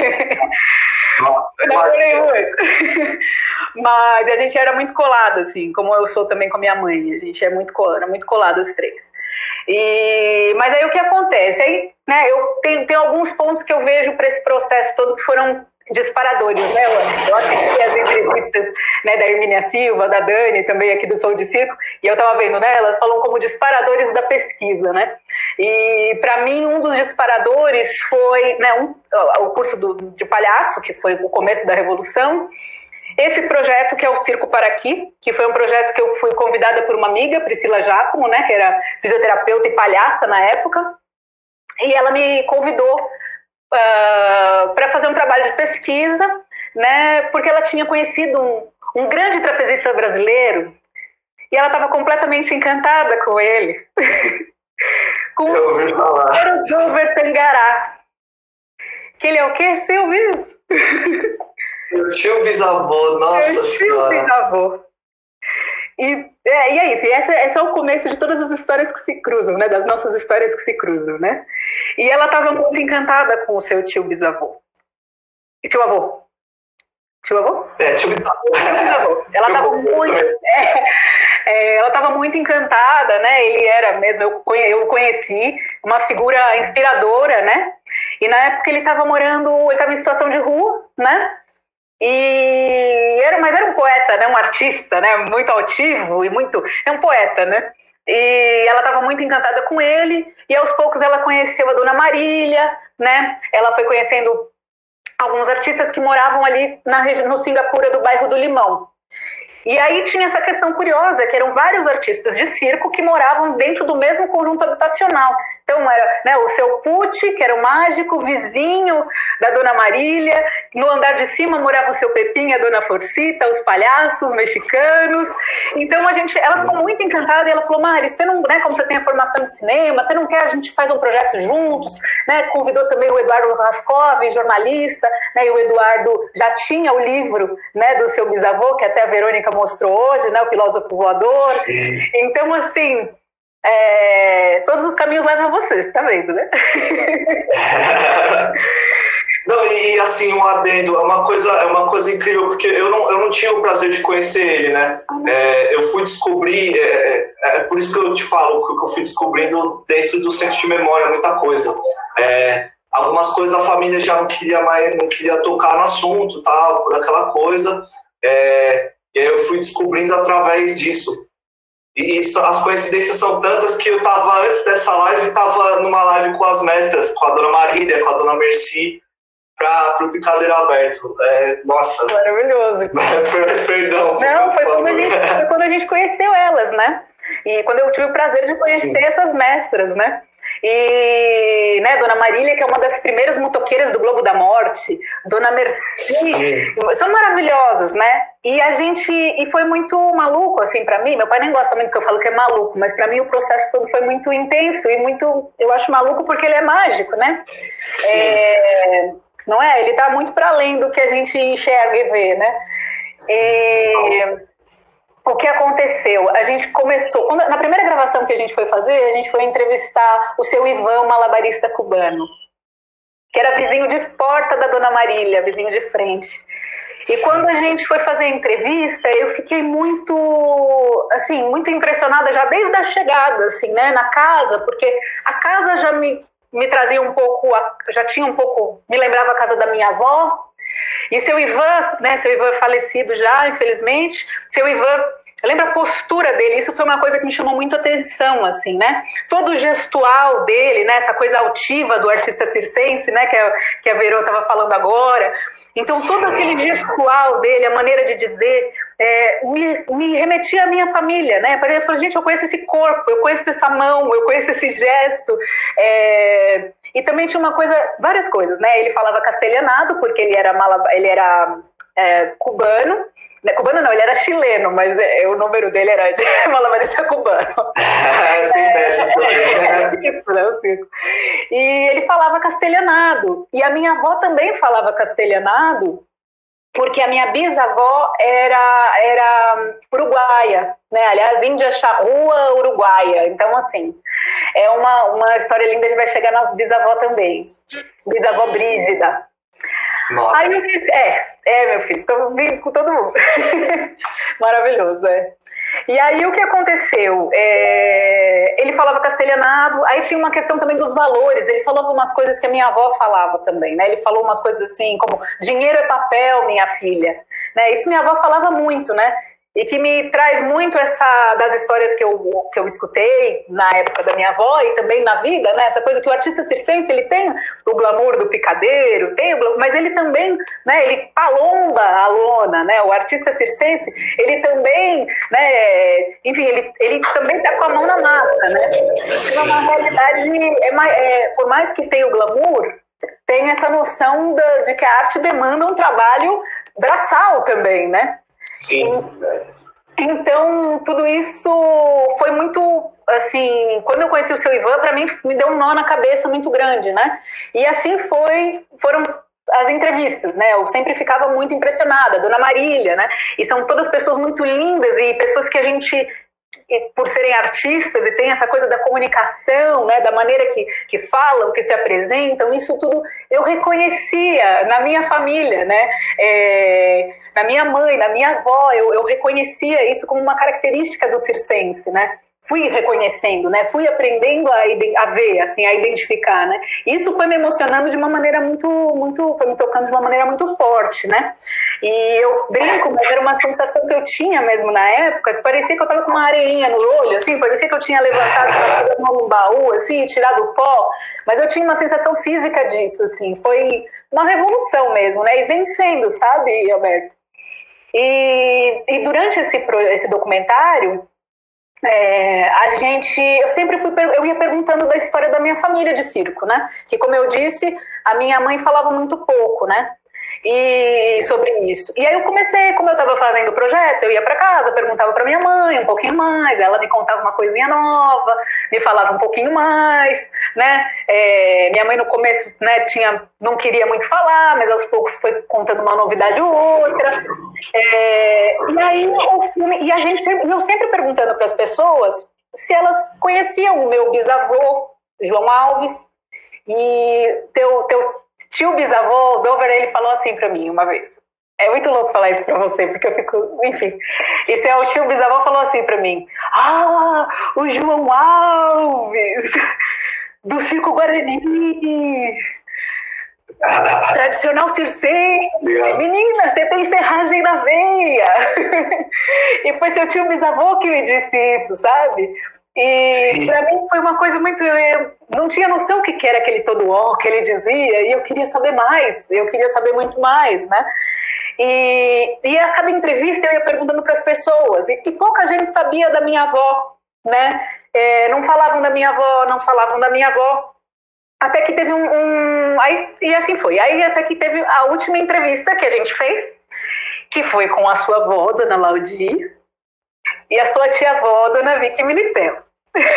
Nossa,
namorei muito. Mas a gente era muito colado, assim, como eu sou também com a minha mãe, a gente é muito colado, era muito colado os três. E, mas aí o que acontece? Aí, né, eu tenho, tenho alguns pontos que eu vejo para esse processo todo que foram disparadores, né? Eu, eu assisti as entrevistas, né, da Hermínia Silva, da Dani, também aqui do Soul de Circo, e eu estava vendo, né, elas falam como disparadores da pesquisa, né? E para mim um dos disparadores foi, né, um, o curso do, de palhaço, que foi o começo da revolução. Esse projeto que é o Circo para Aqui, que foi um projeto que eu fui convidada por uma amiga, Priscila Giacomo, né, que era fisioterapeuta e palhaça na época, e ela me convidou uh, para fazer um trabalho de pesquisa, né, porque ela tinha conhecido um, um grande trapezista brasileiro e ela estava completamente encantada com ele. com
eu ouvi falar.
Era o Gilbert Tangará. Que ele é o quê? Você ouviu isso?
Meu tio bisavô, nossa
Meu tio bisavô. E é, e é isso, e essa é só o começo de todas as histórias que se cruzam, né? Das nossas histórias que se cruzam, né? E ela estava muito encantada com o seu tio bisavô. E tio avô? Tio avô?
É, tio bisavô.
Tio bisavô. Ela estava muito... É, é, ela estava muito encantada, né? Ele era mesmo, eu, conhe, eu conheci, uma figura inspiradora, né? E na época ele estava morando, ele estava em situação de rua, né? E era, mas era um poeta, né? Um artista, né? Muito altivo e muito... É um poeta, né? E ela estava muito encantada com ele, e aos poucos ela conheceu a Dona Marília, né? Ela foi conhecendo alguns artistas que moravam ali na, no Singapura do bairro do Limão. E aí tinha essa questão curiosa, que eram vários artistas de circo que moravam dentro do mesmo conjunto habitacional. Então era, né, o seu Pucci, que era o mágico, vizinho da Dona Marília. No andar de cima morava o seu Pepinho, a Dona Florcita, os palhaços mexicanos. Então a gente, ela ficou muito encantada e ela falou, Mari, você não, né, como você tem a formação de cinema, você não quer, a gente faz um projeto juntos, né? Convidou também o Eduardo Raskov, jornalista, né? E o Eduardo já tinha o livro, né, do seu bisavô, que até a Verônica mostrou hoje, né, o filósofo voador. Sim. Então, assim, é, todos os caminhos levam a você, tá vendo, né?
Não, e assim, um adendo, é uma coisa, é uma coisa incrível, porque eu não, eu não tinha o prazer de conhecer ele, né? É, eu fui descobrir, é, é por isso que eu te falo, que eu fui descobrindo dentro do Centro de Memória muita coisa. É, algumas coisas a família já não queria mais, não queria tocar no assunto, tal, por aquela coisa. É, e aí eu fui descobrindo através disso. E isso, as coincidências são tantas que eu estava, antes dessa live, estava numa live com as mestras, com a Dona Marília, com a Dona Mercy, para o Picadeiro Aberto. É, nossa.
Maravilhoso.
Perdão.
Não, foi quando, a gente, foi quando a gente conheceu elas, né? E quando eu tive o prazer de conhecer Sim. essas mestras, né? E, né, Dona Marília, que é uma das primeiras motoqueiras do Globo da Morte, Dona Mercy, Sim. são maravilhosas, né? E a gente, e foi muito maluco, assim, pra mim, meu pai nem gosta muito que eu falo que é maluco, mas pra mim o processo todo foi muito intenso e muito, eu acho maluco porque ele é mágico, né? É, não é? Ele tá muito para além do que a gente enxerga e vê, né? E o que aconteceu? A gente começou, quando, na primeira gravação que a gente foi fazer, a gente foi entrevistar o seu Ivan, um malabarista cubano, que era vizinho de porta da Dona Marília, vizinho de frente. E quando a gente foi fazer a entrevista, eu fiquei muito, assim, muito impressionada já desde a chegada, assim, né, na casa, porque a casa já me, me trazia um pouco, já tinha um pouco, me lembrava a casa da minha avó. E seu Ivan, né, seu Ivan falecido já, infelizmente, seu Ivan eu lembro a postura dele, isso foi uma coisa que me chamou muito a atenção, assim, né? Todo o gestual dele, né? Essa coisa altiva do artista circense, né? Que a, que a Verô estava falando agora. Então, todo aquele gestual dele, a maneira de dizer, é, me, me remetia à minha família, né? Eu falei, gente, eu conheço esse corpo, eu conheço essa mão, eu conheço esse gesto. É, e também tinha uma coisa, várias coisas, né? Ele falava castelhanado, porque ele era, malab... ele era é, cubano. Cubano não, ele era chileno, mas é, o número dele era de malabarista cubano. É, isso, né, o circo. E ele falava castelhanado. E a minha avó também falava castelhanado, porque a minha bisavó era, era uruguaia, né? Aliás, Índia Charrua uruguaia. Então, assim, é uma, uma história linda, ele vai chegar na bisavó também. Bisavó Brígida.
Nossa.
Aí eu disse, é, é, meu filho, tô vindo com todo mundo. Maravilhoso, é. E aí o que aconteceu? É, ele falava castelhanado, aí tinha uma questão também dos valores, ele falava umas coisas que a minha avó falava também, né? Ele falou umas coisas assim, como dinheiro é papel, minha filha. Né? Isso minha avó falava muito, né? E que me traz muito essa das histórias que eu, que eu escutei na época da minha avó e também na vida, né? Essa coisa que o artista circense, ele tem o glamour do picadeiro, tem o glamour, mas ele também, né, ele palomba a lona, né? O artista circense, ele também, né, enfim, ele, ele também tá com a mão na massa, né? Então, na realidade, é mais, é, por mais que tenha o glamour, tem essa noção da, de que a arte demanda um trabalho braçal também, né?
Sim.
Então, tudo isso foi muito, assim, quando eu conheci o seu Ivan, para mim me deu um nó na cabeça muito grande, né? E assim foi, foram as entrevistas, né? Eu sempre ficava muito impressionada, Dona Marília, né? E são todas pessoas muito lindas e pessoas que a gente, por serem artistas e tem essa coisa da comunicação, né, da maneira que, que falam, que se apresentam, isso tudo eu reconhecia na minha família, né, é, na minha mãe, na minha avó, eu, eu reconhecia isso como uma característica do circense, né, fui reconhecendo, né, fui aprendendo a, a ver, assim, a identificar, né, isso foi me emocionando de uma maneira muito, muito, foi me tocando de uma maneira muito forte, né, e eu brinco, mas era uma sensação que eu tinha mesmo na época, que parecia que eu estava com uma areinha no olho, assim, parecia que eu tinha levantado um baú, assim, tirado o pó, mas eu tinha uma sensação física disso, assim, foi uma revolução mesmo, né, e vencendo, sabe, Alberto? E, e durante esse, esse documentário, É, a gente, eu sempre fui, eu ia perguntando da história da minha família de circo, né? Que, como eu disse, a minha mãe falava muito pouco, né? E sobre isso. E aí eu comecei, como eu estava fazendo o projeto, eu ia para casa, perguntava para minha mãe um pouquinho mais, ela me contava uma coisinha nova, me falava um pouquinho mais, né? É, minha mãe no começo, né, tinha, não queria muito falar, mas aos poucos foi contando uma novidade ou outra. É, e aí o filme, e a gente, eu sempre perguntando para as pessoas se elas conheciam o meu bisavô, João Alves, e teu, teu tio bisavô, Dover, ele falou assim pra mim uma vez. É muito louco falar isso pra você, porque eu fico, enfim. E seu tio bisavô falou assim pra mim: ah, o João Alves, do Circo Guarani, tradicional circense, menina, você tem serragem na veia. E foi seu tio bisavô que me disse isso, sabe? E para mim foi uma coisa muito... Eu não tinha noção o que era aquele todo ó que ele dizia, e eu queria saber mais, eu queria saber muito mais, né? E, e a cada entrevista eu ia perguntando para as pessoas, e, e pouca gente sabia da minha avó, né? É, não falavam da minha avó, não falavam da minha avó, até que teve um... um aí, e assim foi, aí até que teve a última entrevista que a gente fez, que foi com a sua avó, Dona Laudi, e a sua tia-avó, Dona Vicky Militello.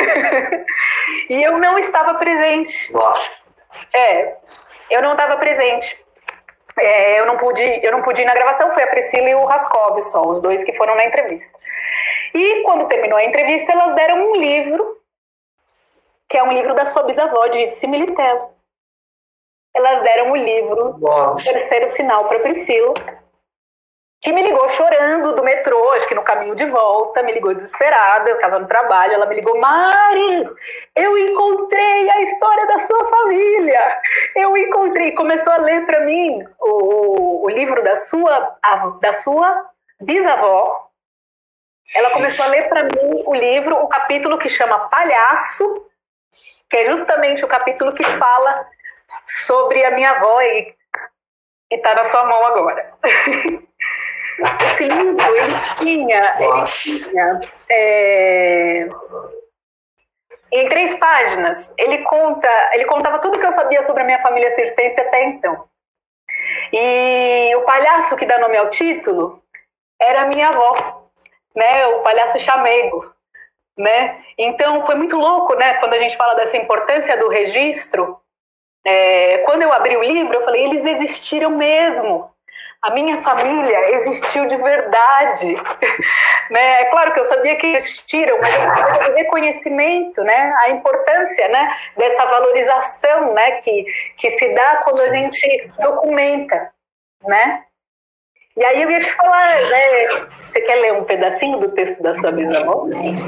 E eu não estava presente.
Nossa.
É, eu não estava presente. É, eu, não pude, eu não pude ir na gravação, foi a Priscila e o Rascov só, os dois que foram na entrevista. E quando terminou a entrevista, elas deram um livro, que é um livro da sua bisavó, de Vicky Militello. Elas deram o livro,
Nossa.
Terceiro Sinal, para Priscila, que me ligou chorando do metrô, acho que no caminho de volta, me ligou desesperada, eu estava no trabalho, ela me ligou: Mari, eu encontrei a história da sua família, eu encontrei, começou a ler para mim o, o, o livro da sua, a, da sua bisavó, ela começou a ler para mim o livro, o capítulo que chama Palhaço, que é justamente o capítulo que fala sobre a minha avó e está na sua mão agora. Esse livro, ele tinha, ele tinha é, em três páginas, ele, conta, ele contava tudo que eu sabia sobre a minha família circense até então. E o palhaço que dá nome ao título era a minha avó, né, o palhaço chamego, né? Então foi muito louco, né, quando a gente fala dessa importância do registro. É, quando eu abri o livro, eu falei, eles existiram mesmo. A minha família existiu de verdade. Né? É claro que eu sabia que existiram, mas o reconhecimento, né? A importância, né? Dessa valorização, né? que, que se dá quando a gente documenta. Né? E aí eu ia te falar, né? Você quer ler um pedacinho do texto da sua bisavó?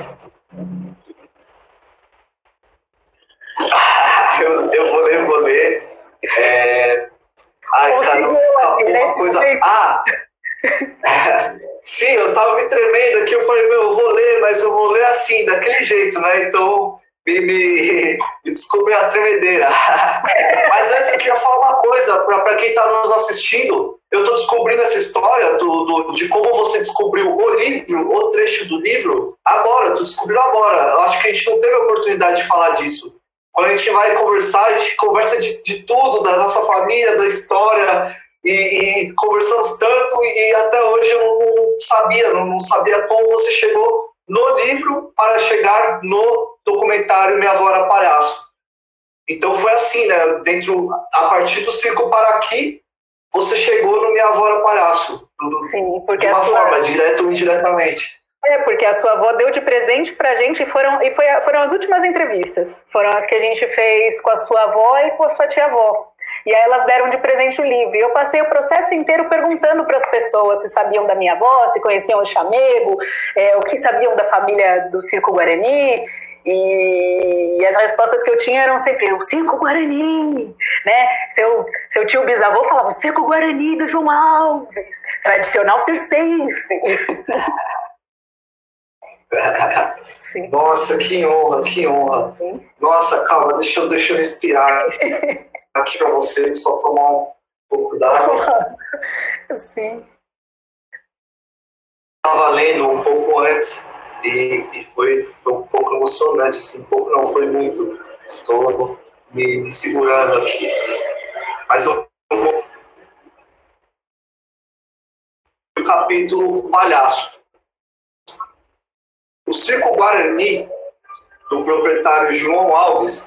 Eu, eu vou ler, vou ler. É... Ai, cara, uma coisa. Ah! Sim, eu tava me tremendo aqui. Eu falei, meu, eu vou ler, mas eu vou ler assim, daquele jeito, né? Então, me, me, me desculpe a tremedeira. Mas antes, eu queria falar uma coisa para quem tá nos assistindo. Eu tô descobrindo essa história do, do, de como você descobriu o livro, o trecho do livro, agora. Tu descobriu agora. Eu acho que a gente não teve a oportunidade de falar disso. Quando a gente vai conversar, a gente conversa de, de tudo, da nossa família, da história, e, e conversamos tanto, e até hoje eu não sabia, não, não sabia como você chegou no livro para chegar no documentário Minha Avó Era Palhaço. Então foi assim, né? Dentro, a partir do Circo para aqui, você chegou no Minha Avó Era Palhaço.
Sim, porque
de uma
sua...
forma, direto ou indiretamente.
É, porque a sua avó deu de presente pra gente e foram, e foi, foram as últimas entrevistas. Foram as que a gente fez com a sua avó e com a sua tia-avó. E aí elas deram de presente o livro. E eu passei o processo inteiro perguntando para as pessoas se sabiam da minha avó, se conheciam o chamego, é, o que sabiam da família do Circo Guarani. E, e as respostas que eu tinha eram sempre o Circo Guarani, né? Seu, seu tio bisavô falava o Circo Guarani do João Alves, tradicional circense. Sim.
Nossa, que honra, que honra. Sim. Nossa, calma, deixa eu, deixa eu respirar aqui para você, só tomar um pouco d'água.
Sim.
Estava lendo um pouco antes e, e foi, foi um pouco emocionante, assim, um pouco não, foi muito. Estou me, me segurando aqui. Mas eu vou... O capítulo Palhaço. O Circo Guarani, do proprietário João Alves,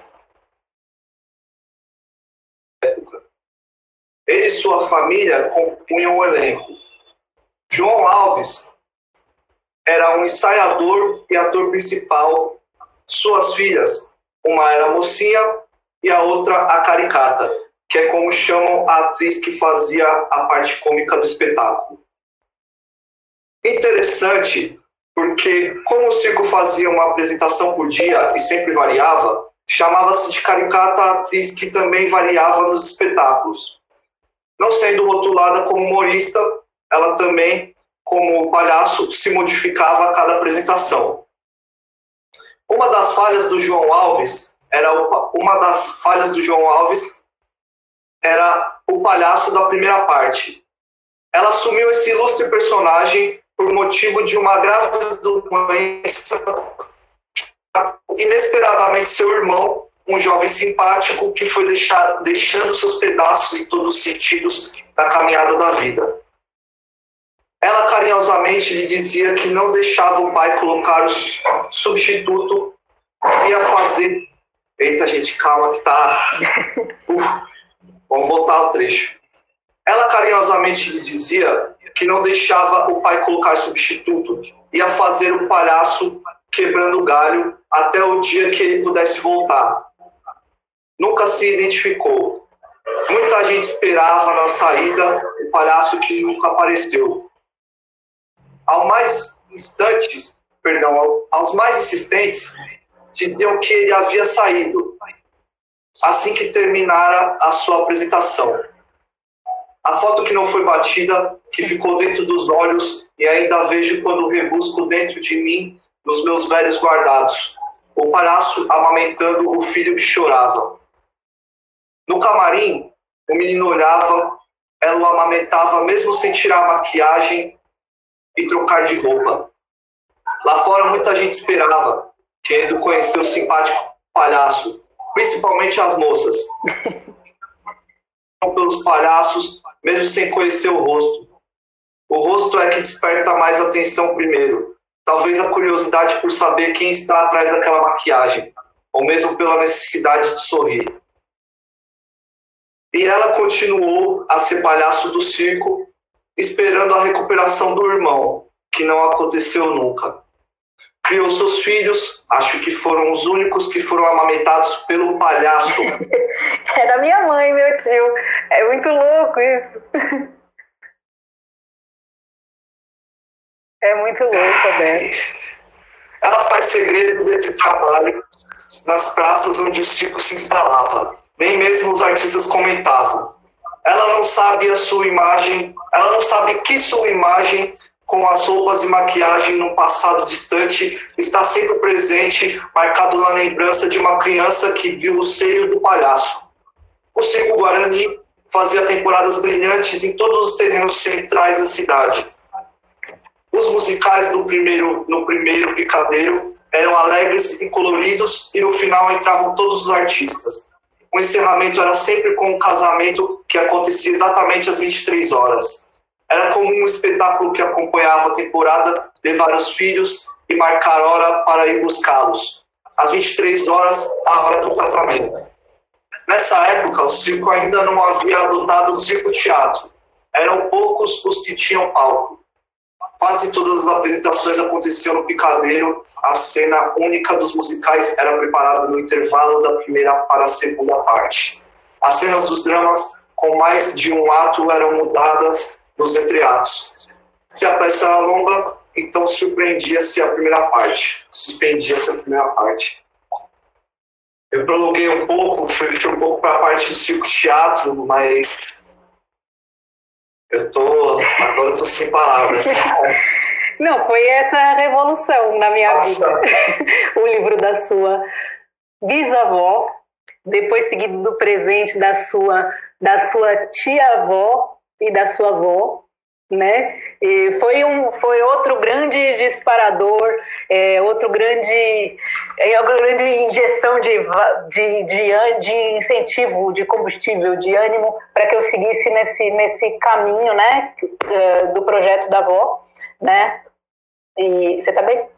ele e sua família compunham o elenco. João Alves era um ensaiador e ator principal. Suas filhas, uma era a mocinha e a outra a caricata, que é como chamam a atriz que fazia a parte cômica do espetáculo. Interessante, porque como o circo fazia uma apresentação por dia e sempre variava, chamava-se de caricata a atriz que também variava nos espetáculos. Não sendo rotulada como humorista, ela também, como palhaço, se modificava a cada apresentação. Uma das falhas do João Alves era o, uma das falhas do João Alves era o palhaço da primeira parte. Ela assumiu esse ilustre personagem por motivo de uma grave doença. Inesperadamente, seu irmão, um jovem simpático que foi deixar, deixando seus pedaços em todos os sentidos na caminhada da vida. Ela carinhosamente lhe dizia que não deixava o pai colocar o substituto, ia fazer... Eita, gente, calma que tá... Uf, vamos voltar ao trecho. Ela carinhosamente lhe dizia que não deixava o pai colocar substituto, ia fazer o palhaço quebrando o galho até o dia que ele pudesse voltar. Nunca se identificou. Muita gente esperava na saída o palhaço que nunca apareceu. Ao mais instantes, perdão, aos mais insistentes, diziam que ele havia saído, assim que terminara a sua apresentação. A foto que não foi batida, que ficou dentro dos olhos e ainda vejo quando rebusco dentro de mim, nos meus velhos guardados, o palhaço amamentando o filho que chorava. No camarim, o menino olhava, ela o amamentava mesmo sem tirar a maquiagem e trocar de roupa. Lá fora muita gente esperava, querendo conhecer o simpático palhaço, principalmente as moças. Pelos palhaços, mesmo sem conhecer o rosto. O rosto é que desperta mais atenção primeiro. Talvez a curiosidade por saber quem está atrás daquela maquiagem, ou mesmo pela necessidade de sorrir. E ela continuou a ser palhaço do circo, esperando a recuperação do irmão, que não aconteceu nunca. Criou seus filhos, acho que foram os únicos que foram amamentados pelo palhaço.
Era minha mãe, meu tio. É muito louco isso. É muito louco, Adé.
Ela faz segredo desse trabalho nas praças onde o circo se instalava. Nem mesmo os artistas comentavam. Ela não sabe a sua imagem, ela não sabe que sua imagem, com as roupas e maquiagem no passado distante, está sempre presente, marcado na lembrança de uma criança que viu o seio do palhaço. O Circo Guarani fazia temporadas brilhantes em todos os terrenos centrais da cidade. Os musicais do primeiro, no primeiro picadeiro eram alegres e coloridos, e no final entravam todos os artistas. O encerramento era sempre com um casamento que acontecia exatamente às vinte e três horas. Era comum um espetáculo que acompanhava a temporada levar os filhos e marcar hora para ir buscá-los. Às vinte e três horas, a hora do casamento. Nessa época, o circo ainda não havia adotado o circo-teatro. Eram poucos os que tinham palco. Quase todas as apresentações aconteciam no picadeiro. A cena única dos musicais era preparada no intervalo da primeira para a segunda parte. As cenas dos dramas, com mais de um ato, eram mudadas nos entreatos. Se a peça era longa, então surpreendia-se a primeira parte. Suspendia-se a primeira parte. Eu prolonguei um pouco, fui, fui um pouco para a parte do circo-teatro, mas eu tô, agora eu tô sem palavras.
Não, foi essa revolução na minha
Nossa.
vida. O livro da sua bisavó, depois seguido do presente da sua, da sua tia-avó e da sua avó, né? E foi, um, foi outro grande disparador, é, outro grande, é, uma grande injeção de, de, de, de incentivo, de combustível, de ânimo para que eu seguisse nesse, nesse caminho, né, do projeto da avó, né? E você tá bem?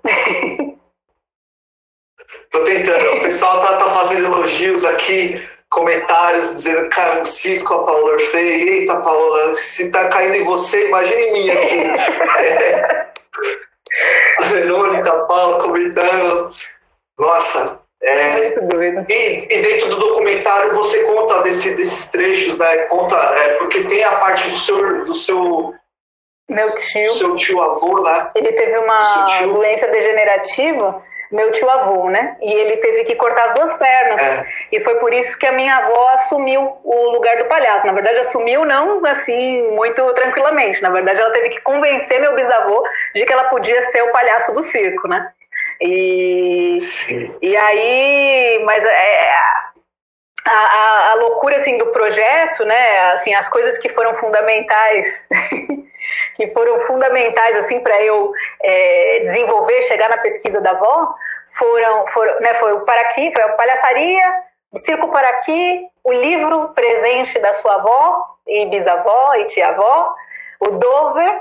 Tô tentando. O pessoal tá, tá fazendo elogios aqui, comentários, dizendo, cara, o Cisco, a Paola Orfei. Eita, Paola, se tá caindo em você, imagina em mim aqui. É. A Verônica, a Paula comentando. Nossa. É.
Muito doido.
E, e dentro do documentário você conta desse, desses trechos, né? Conta, é, porque tem a parte do seu... Do seu
Meu tio.
Seu tio-avô, né?
Ele teve uma doença degenerativa, meu tio-avô, né? E ele teve que cortar as duas pernas.
É.
E foi por isso que a minha avó assumiu o lugar do palhaço. Na verdade, assumiu não assim, muito tranquilamente. Na verdade, ela teve que convencer meu bisavô de que ela podia ser o palhaço do circo, né? E, e aí... Mas é... A, a, a loucura assim, do projeto, né? Assim, as coisas que foram fundamentais... que foram fundamentais assim para eu é, desenvolver, chegar na pesquisa da avó, foram, foram, né, foi o Paraqui, foi a palhaçaria, o Circo Paraqui, o livro presente da sua avó, e bisavó, e tia-avó, o Dover,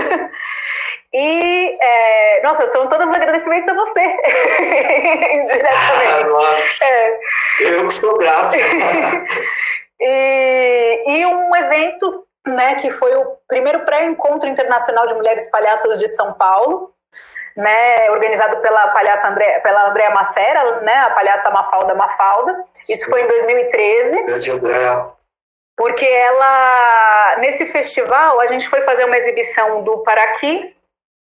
e, é, nossa, são todos os agradecimentos a você, indiretamente.
Ah,
é.
Eu sou grato.
e, e um evento, né, que foi o primeiro pré-encontro internacional de mulheres palhaças de São Paulo, né, organizado pela palhaça André, pela Andréa Macera, né, a palhaça Mafalda Mafalda. Isso foi em dois mil e treze.
Grande Andréa.
Porque ela, nesse festival, a gente foi fazer uma exibição do Paraqui,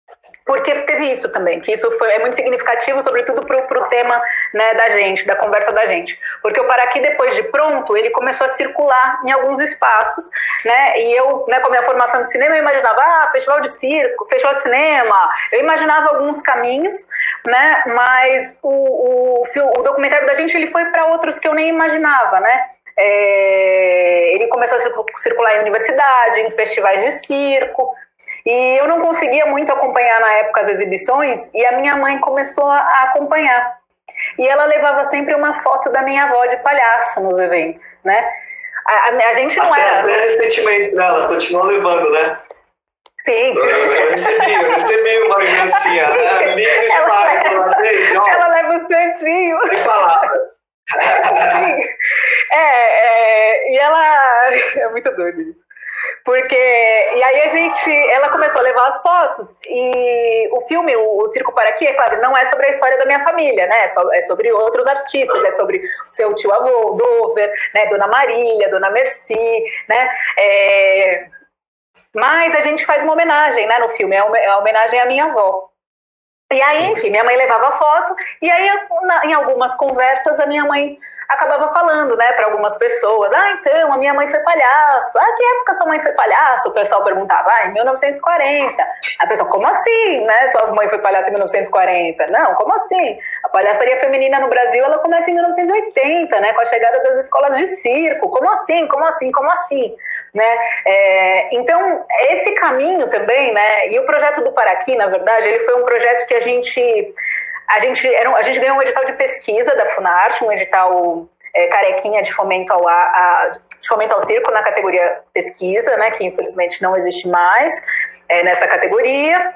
porque teve isso também, que isso foi, é muito significativo, sobretudo para o tema, né, da gente, da conversa da gente. Porque o Paraquí, depois de pronto, ele começou a circular em alguns espaços, né, e eu, né, com a minha formação de cinema, eu imaginava, ah, festival de circo, festival de cinema, eu imaginava alguns caminhos, né, mas o, o, o documentário da gente, ele foi para outros que eu nem imaginava, né. É, ele começou a circular em universidade, em festivais de circo, e eu não conseguia muito acompanhar na época as exibições, e a minha mãe começou a acompanhar. E ela levava sempre uma foto da minha avó de palhaço nos eventos, né? A, a, a gente não
até,
era...
Até recentemente, né? Ela continua levando, né?
Sim.
Eu, eu recebi, eu recebi uma lembrancinha. Né? Linda demais, ela, vez,
ela leva o santinho.
Sem palavras.
Sim. É, é, e ela... É muito doido isso. Porque, e aí a gente, ela começou a levar as fotos, e o filme, o, o Circo Paraquí, é claro, não é sobre a história da minha família, né, é sobre outros artistas, é sobre o seu tio-avô, Dover, né, Dona Marília, Dona Merci, né, é... mas a gente faz uma homenagem, né, no filme, é uma homenagem à minha avó. E aí, enfim, minha mãe levava foto, e aí em algumas conversas a minha mãe acabava falando, né, para algumas pessoas, ah, então, a minha mãe foi palhaço, ah, que época sua mãe foi palhaço? O pessoal perguntava, ah, em mil novecentos e quarenta. A pessoa, como assim, né, sua mãe foi palhaço em mil novecentos e quarenta? Não, como assim? A palhaçaria feminina no Brasil, ela começa em mil novecentos e oitenta, né, com a chegada das escolas de circo, como assim, como assim, como assim? Né? É, então, esse caminho também, né, e o projeto do Paraquí, na verdade, ele foi um projeto que a gente... A gente, era um, a gente ganhou um edital de pesquisa da Funarte, um edital é, carequinha de fomento, ao, a, de fomento ao circo na categoria pesquisa, né, que infelizmente não existe mais é, nessa categoria.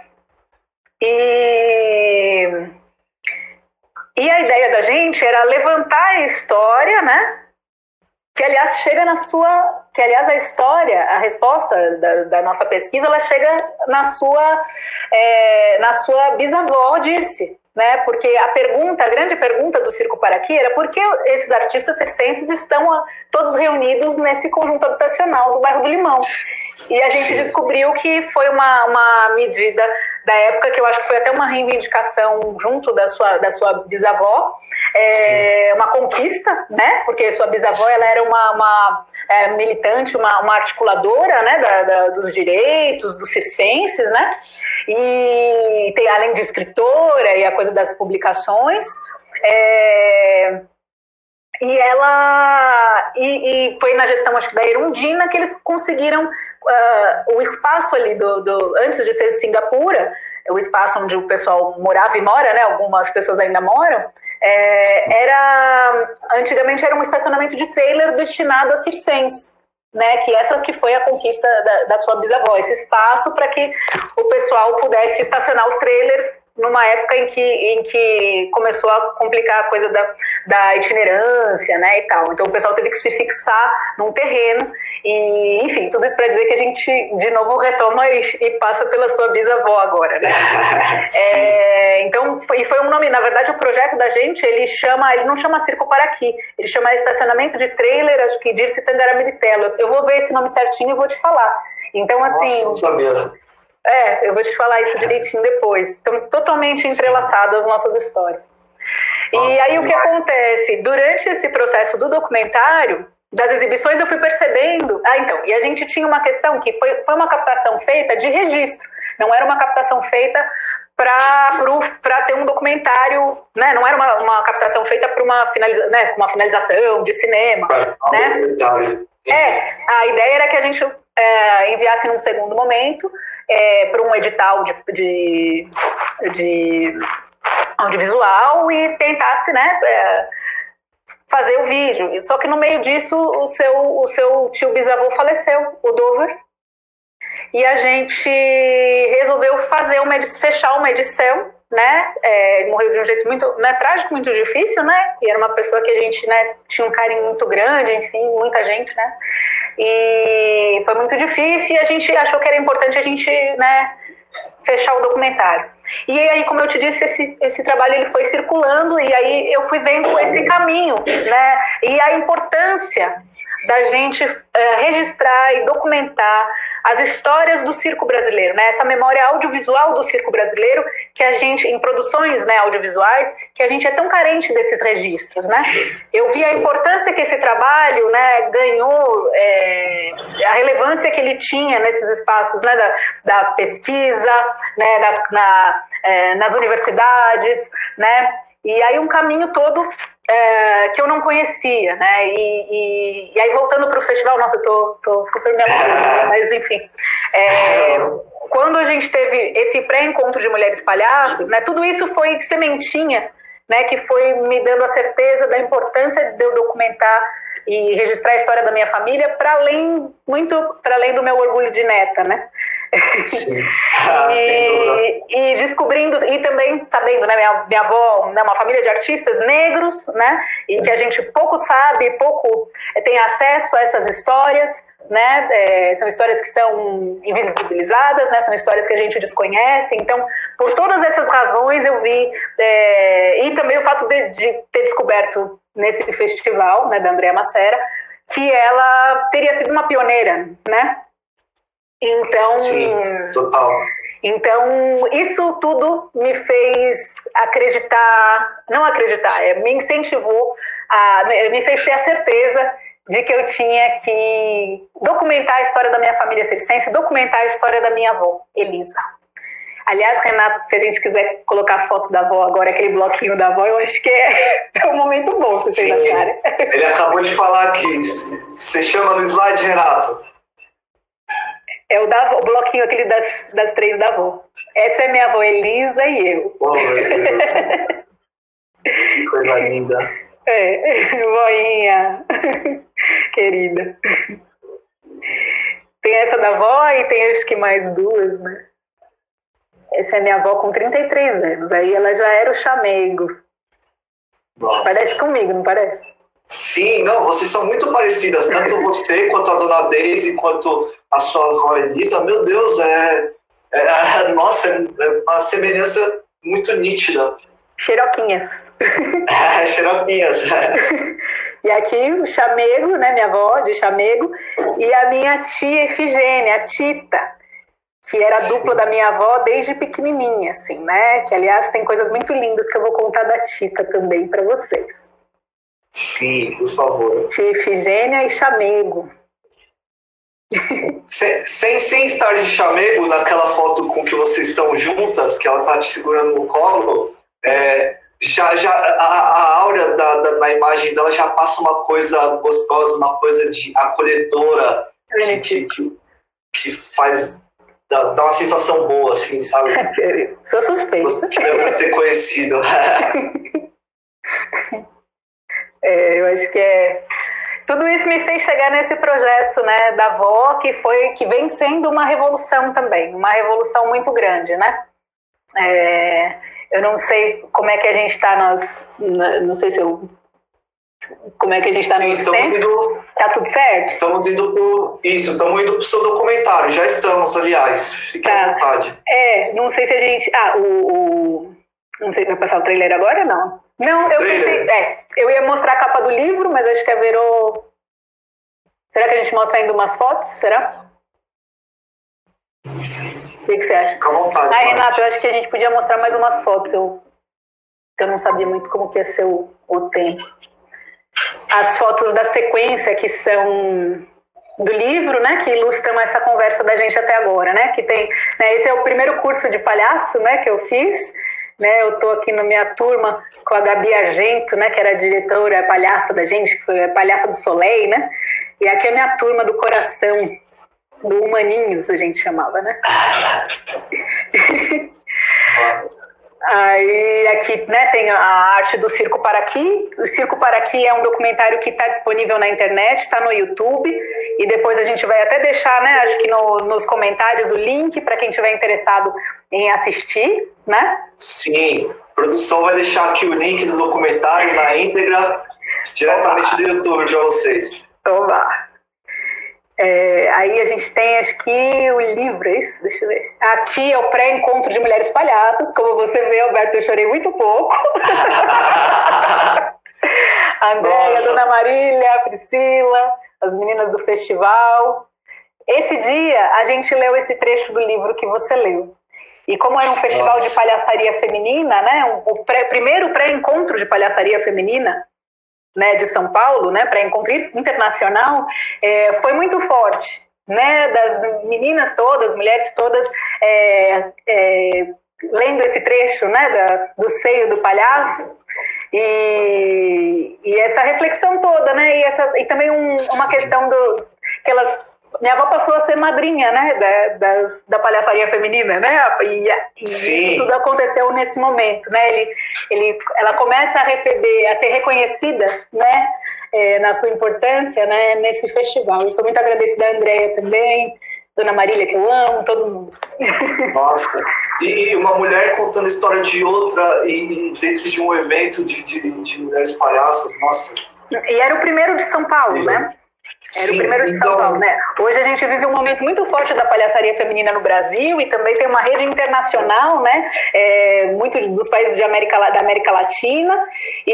E, e a ideia da gente era levantar a história, né, que aliás chega na sua, que aliás a história, a resposta da, da nossa pesquisa, ela chega na sua, é, na sua bisavó Dirce, né? Porque a pergunta, a grande pergunta do Circo Paraquí era por que esses artistas circenses estão todos reunidos nesse conjunto habitacional do bairro do Limão. E a gente descobriu que foi uma, uma medida da época, que eu acho que foi até uma reivindicação junto da sua, da sua bisavó, é, uma conquista, né? Porque sua bisavó ela era uma, uma é, militante, uma, uma articuladora, né? da, da, dos direitos dos circenses, né? E tem, além de escritora e a coisa das publicações, é, e ela e, e foi na gestão, acho que da Erundina, que eles conseguiram uh, o espaço ali do, do antes de ser Singapura, o espaço onde o pessoal morava e mora, né, algumas pessoas ainda moram, é, era antigamente era um estacionamento de trailer destinado a circenses, né, que essa que foi a conquista da, da sua bisavó, esse espaço para que o pessoal pudesse estacionar os trailers numa época em que, em que começou a complicar a coisa da, da itinerância, né, e tal. Então o pessoal teve que se fixar num terreno e, enfim, tudo isso para dizer que a gente, de novo, retoma e, e passa pela sua bisavó agora, né. É, então, foi, e foi um nome, na verdade, o projeto da gente, ele chama, ele não chama Circo Paraquí, ele chama Estacionamento de Trailer, acho que Dirce Tangará-Militello. Eu vou ver esse nome certinho e vou te falar. Então, assim...
Nossa, não sabia.
É, eu vou te falar isso direitinho depois. Estão totalmente entrelaçadas as nossas histórias. E aí o que acontece? Durante esse processo do documentário, das exibições, eu fui percebendo... Ah, então, e a gente tinha uma questão que foi, foi uma captação feita de registro. Não era uma captação feita para ter um documentário, né? Não era uma, uma captação feita para uma, finaliza, né? uma finalização de cinema, né? É, a ideia era que a gente é, enviasse num segundo momento é, para um edital de, de, de audiovisual e tentasse, né, é, fazer o vídeo. Só que no meio disso o seu, o seu tio bisavô faleceu, o Dover, e a gente resolveu fazer uma edição, fechar uma edição, né? É, ele morreu de um jeito muito, né, trágico, muito difícil, né? E era uma pessoa que a gente, né, tinha um carinho muito grande, enfim, muita gente, né? E foi muito difícil e a gente achou que era importante a gente, né, fechar o documentário. E aí, como eu te disse, esse, esse trabalho ele foi circulando e aí eu fui vendo esse caminho, né? E a importância da gente uh, registrar e documentar as histórias do circo brasileiro, né? Essa memória audiovisual do circo brasileiro, que a gente, em produções, né, audiovisuais, que a gente é tão carente desses registros, né? Eu vi a importância que esse trabalho, né, ganhou, é, a relevância que ele tinha nesses espaços, né, da, da pesquisa, né, da, na, é, nas universidades, né? E aí um caminho todo é, que eu não conhecia, né? E, e, e aí voltando para o festival, nossa, eu tô, tô super me emocionando, mas enfim. É, quando a gente teve esse pré-encontro de mulheres palhaças, né? Tudo isso foi sementinha, né? Que foi me dando a certeza da importância de eu documentar e registrar a história da minha família, para além, muito para além do meu orgulho de neta, né?
Ah,
e, e descobrindo, e também sabendo, né, minha, minha avó, né, uma família de artistas negros, né, e que a gente pouco sabe, pouco tem acesso a essas histórias, né, é, são histórias que são invisibilizadas, né, são histórias que a gente desconhece. Então, por todas essas razões eu vi, é, e também o fato de, de ter descoberto nesse festival, né, da Andréa Macera, que ela teria sido uma pioneira, né. Então,
sim, total.
Então, isso tudo me fez acreditar, não acreditar, é, me incentivou, a, me fez ter a certeza de que eu tinha que documentar a história da minha família circense, documentar a história da minha avó, Elisa. Aliás, Renato, se a gente quiser colocar a foto da avó agora, aquele bloquinho da avó, eu acho que é, é um momento bom, se vocês acharem.
Ele acabou de falar aqui. Você chama no slide, Renato?
É o, da, o bloquinho aquele das, das três da avó. Essa é minha avó Elisa e eu.
Oh, meu Deus. Que coisa linda.
É, voinha. Querida. Tem essa da avó e tem acho que mais duas, né? Essa é minha avó com trinta e três anos. Aí ela já era o chamego.
Nossa.
Parece comigo, não parece?
Sim, não, vocês são muito parecidas. Tanto você, quanto a dona Daisy, quanto a sua avó Elisa. Meu Deus, é, é, nossa, é uma semelhança muito nítida.
Xeroquinhas.
É, xeroquinhas.
E aqui o chamego, né, minha avó de chamego, e a minha tia Efigênia, a Tita, que era a dupla da minha avó desde pequenininha, assim, né? Que, aliás, tem coisas muito lindas que eu vou contar da Tita também para vocês.
Sim, por favor.
Tia Efigênia e chamego.
Sem, sem, sem estar de chamego, naquela foto com que vocês estão juntas, que ela tá te segurando no colo, é, já, já, a, a aura da, da, na imagem dela já passa uma coisa gostosa, uma coisa de acolhedora, que, que, que, que faz, dá, dá uma sensação boa, assim, sabe?
Sou suspeita.
Você deve ter conhecido.
É, eu acho que é... Tudo isso me fez chegar nesse projeto, né, da avó, que, foi, que vem sendo uma revolução também, uma revolução muito grande, né? É, eu não sei como é que a gente está nas... Na, não sei se eu... Como é que a gente está no
indo,
Tá tudo certo?
Estamos indo pro... Isso, estamos indo pro seu documentário. Já estamos, aliás. Fique tá. à vontade.
É, não sei se a gente... Ah, o... o... Não sei, vai passar o trailer agora, não? Não, eu pensei, é, eu ia mostrar a capa do livro, mas acho que a Verô... Será que a gente mostra ainda umas fotos? Será? O que, que você acha?
Fica à vontade.
Ah, Renato, eu acho que a gente podia mostrar mais umas fotos. Eu, eu não sabia muito como que ia ser o, o tempo. As fotos da sequência que são do livro, né, que ilustram essa conversa da gente até agora, né? Que tem, né, esse é o primeiro curso de palhaço, né, que eu fiz. Né, eu tô aqui na minha turma com a Gabi Argento, né, que era a diretora a palhaça da gente, que foi a palhaça do Soleil, né? E aqui é a minha turma do coração, do Humaninhos, a gente chamava, né? Aí aqui, né, tem a arte do Circo Paraquí. O Circo Paraquí é um documentário que está disponível na internet, está no YouTube, e depois a gente vai até deixar, né, acho que no, nos comentários o link para quem estiver interessado em assistir, né?
Sim, a produção vai deixar aqui o link do documentário na íntegra, diretamente do YouTube para vocês.
Oba! É, aí a gente tem, acho que o livro, é isso? Deixa eu ver. Aqui é o pré-encontro de mulheres palhaças. Como você vê, Alberto, eu chorei muito pouco. A Andréia, a Dona Marília, a Priscila, as meninas do festival. Esse dia, a gente leu esse trecho do livro que você leu. E como era um festival Nossa. de palhaçaria feminina, né, o pré, primeiro pré-encontro de palhaçaria feminina, né, de São Paulo, né, pré-encontro internacional, é, foi muito forte, né, das meninas todas, mulheres todas, é, é, lendo esse trecho, né, da, do seio do palhaço, e, e essa reflexão toda, né, e, essa, e também um, uma questão do, que elas... Minha avó passou a ser madrinha, né, da, da, da palhaçaria feminina, né, e, e tudo aconteceu nesse momento, né, ele, ele, ela começa a receber, a ser reconhecida, né, é, na sua importância, né, nesse festival. Eu sou muito agradecida à Andréia também, Dona Marília, que eu amo, todo mundo.
Nossa, e uma mulher contando a história de outra e, e dentro de um evento de, de, de mulheres palhaças, nossa.
E era o primeiro de São Paulo, Sim. né? Era Sim, o primeiro de São então... Paulo, né? Hoje a gente vive um momento muito forte da palhaçaria feminina no Brasil e também tem uma rede internacional, né? É, muitos dos países de América, da América Latina.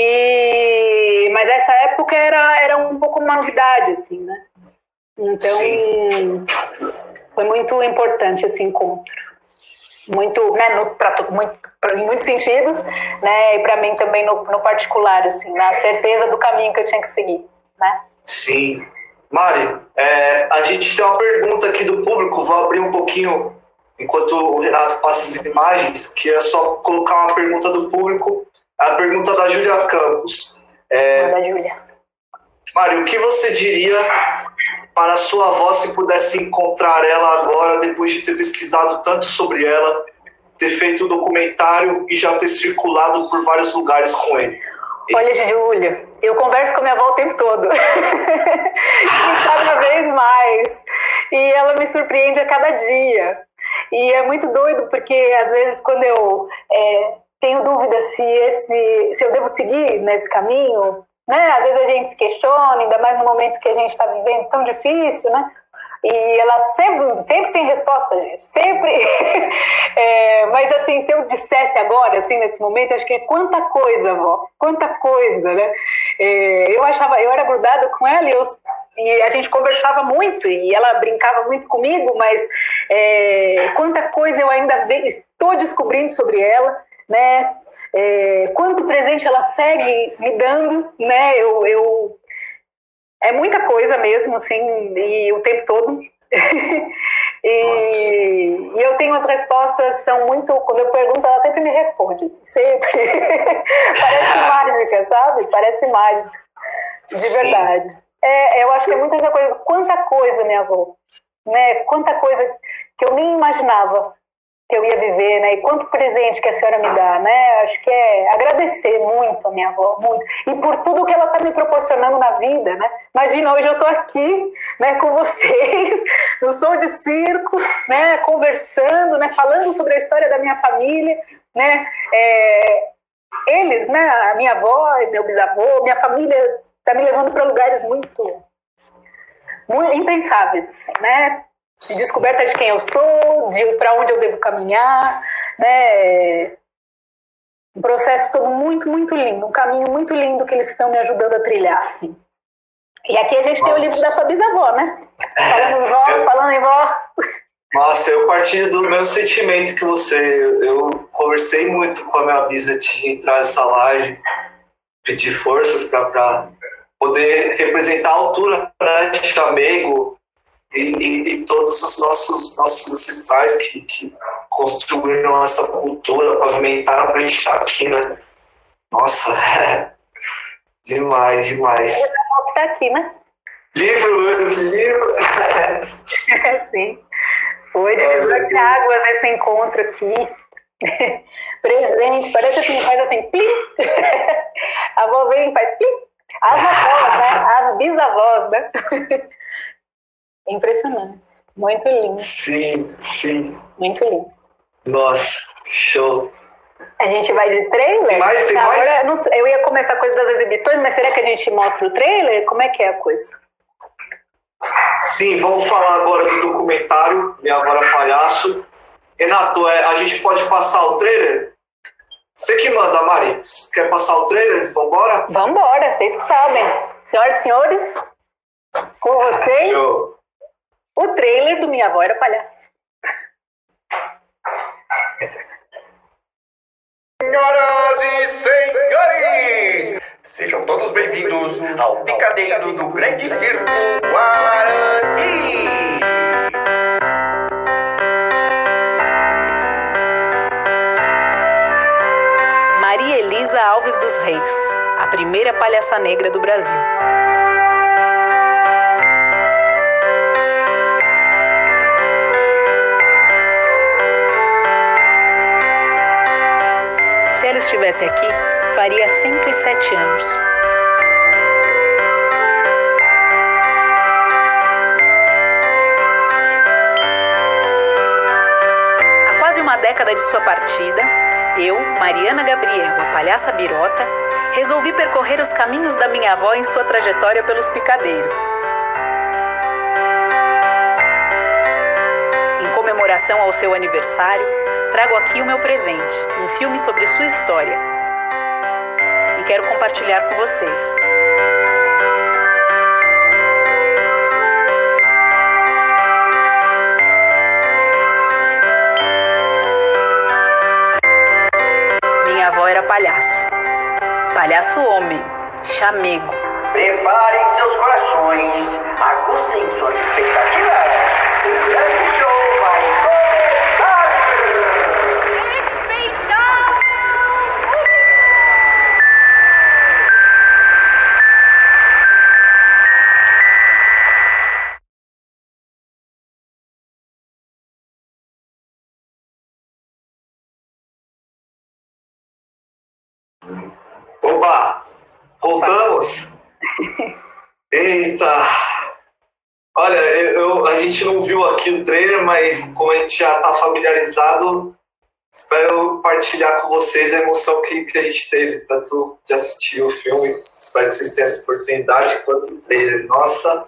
E... Mas essa época era, era um pouco uma novidade, assim, né? Então, Sim. foi muito importante esse encontro. Muito, né? No, pra, muito, pra, em muitos sentidos, né? E para mim também no, no particular, assim, na certeza do caminho que eu tinha que seguir, né?
Sim. Mari, é, a gente tem uma pergunta aqui do público, vou abrir um pouquinho enquanto o Renato passa as imagens, que é só colocar uma pergunta do público, a pergunta da Júlia Campos. É,
da Júlia.
Mari, o que você diria para a sua avó se pudesse encontrar ela agora, depois de ter pesquisado tanto sobre ela, ter feito um documentário e já ter circulado por vários lugares com ele?
Olha, Júlia, eu converso com a minha avó o tempo todo. E cada vez mais. E ela me surpreende a cada dia. E é muito doido, porque às vezes quando eu é, tenho dúvida se, esse, se eu devo seguir nesse caminho, né? Às vezes a gente se questiona, ainda mais no momento que a gente está vivendo tão difícil, né? E ela sempre, sempre tem resposta, gente. Sempre. É, mas assim, se eu dissesse agora, assim, nesse momento, acho que é quanta coisa, vó. Quanta coisa, né? É, eu achava, eu era grudada com ela e, eu, e a gente conversava muito e ela brincava muito comigo, mas é, quanta coisa eu ainda estou descobrindo sobre ela, né? É, quanto presente ela segue me dando, né? Eu... eu É muita coisa mesmo, assim, e o tempo todo. e, e eu tenho as respostas, são muito... Quando eu pergunto, ela sempre me responde. Sempre. Parece mágica, sabe? Parece mágica. De verdade. É, eu acho que é muita essa coisa. Quanta coisa, minha avó. Né? Quanta coisa que eu nem imaginava que eu ia viver, né? E quanto presente que a senhora me dá, né? Acho que é agradecer muito a minha avó, muito. E por tudo que ela está me proporcionando na vida, né? Imagina, hoje eu estou aqui, né, com vocês, no som de circo, né, conversando, né, falando sobre a história da minha família, né? É, eles, né, a minha avó, meu bisavô, minha família está me levando para lugares muito, muito impensáveis, assim, né? De descoberta de quem eu sou, de para onde eu devo caminhar, né? Um processo todo muito, muito lindo, um caminho muito lindo que eles estão me ajudando a trilhar, assim. E aqui a gente Nossa. tem o livro da sua bisavó, né? Falando em vó, eu... falando em vó.
Nossa, eu partilho do mesmo sentimento que você. Eu conversei muito com a minha bisa de entrar nessa live, pedir forças para poder representar a altura, né, de chamego. E, e, e todos os nossos, nossos ancestrais que, que construíram essa cultura, pavimentaram para a gente estar aqui, né? Nossa, é demais, demais.
O avô que está aqui, né?
Livro, livro.
Sim, foi de de águas esse encontro aqui. Presente, parece assim, faz assim, plim. A avó vem e faz plim. As avós, né? As bisavós, né? Impressionante. Muito lindo.
Sim, sim.
Muito lindo.
Nossa, show.
A gente vai de trailer?
Tem mais, tem
Agora,
mais?
não sei, eu ia começar a coisa das exibições, mas será que a gente mostra o trailer? Como é que é a coisa?
Sim, vamos falar agora do documentário Minha Avó Era Palhaço. Renato, é, a gente pode passar o trailer? Você que manda, Mari. Quer passar o trailer? Vambora?
Vambora, vocês que sabem. Senhoras e senhores... Com vocês,
Show.
o trailer do Minha Avó Era Palhaço.
Senhoras e senhores, sejam todos bem-vindos ao picadeiro do Grande Circo Guarani.
Maria Elisa Alves dos Reis, a primeira palhaça negra do Brasil. Se ela estivesse aqui, faria cento e sete anos. Há quase uma década de sua partida, eu, Mariana Gabriel, a palhaça birota, resolvi percorrer os caminhos da minha avó em sua trajetória pelos picadeiros. Em comemoração ao seu aniversário, trago aqui o meu presente, um filme sobre sua história. E quero compartilhar com vocês. Minha avó era palhaço. Palhaço homem, chamego.
Preparem seus corações, aguçem suas expectativas. O grande show vai começar!
Opa! Voltamos? Eita! Olha, eu, eu- a gente não viu aqui o trailer, mas como a gente já está familiarizado, espero partilhar com vocês a emoção que, que a gente teve, tanto de assistir o filme, espero que vocês tenham essa oportunidade, quanto o trailer. Nossa!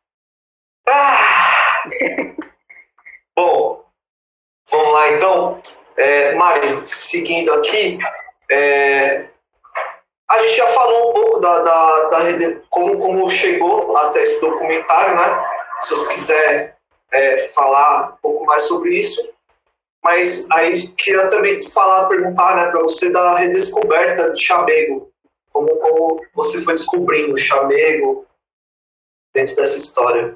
Ah! Bom, vamos lá então. É, Mário, seguindo aqui, é, a gente já falou um pouco da, da, da rede- como, como chegou até esse documentário, né? Se você quiser é, falar um pouco mais sobre isso. Mas aí queria também falar, perguntar, né, para você da redescoberta de chamego. Como, como você foi descobrindo o chamego dentro dessa história.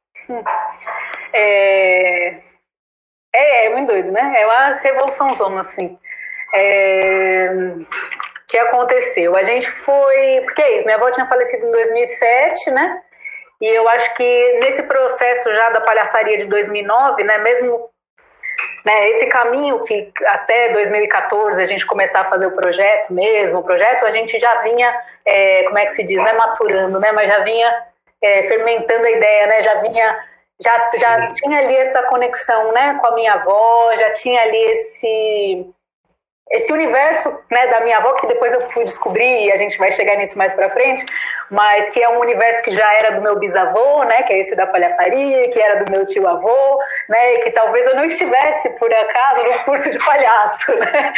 É... É, é muito doido, né? É uma revoluçãozona, assim. É... O que aconteceu? A gente foi... Porque é isso, minha avó tinha falecido em dois mil e sete, né? E eu acho que nesse processo já da palhaçaria de dois mil e nove, né? Mesmo né, esse caminho que até dois mil e quatorze a gente começar a fazer o projeto mesmo, o projeto a gente já vinha, é, como é que se diz, não é maturando, né? Mas já vinha é, fermentando a ideia, né? Já vinha... Já, já tinha ali essa conexão, né, com a minha avó, já tinha ali esse, esse universo, né, da minha avó, que depois eu fui descobrir, e a gente vai chegar nisso mais pra frente, mas que é um universo que já era do meu bisavô, né, que é esse da palhaçaria, que era do meu tio-avô, né, e que talvez eu não estivesse, por acaso, no curso de palhaço, né.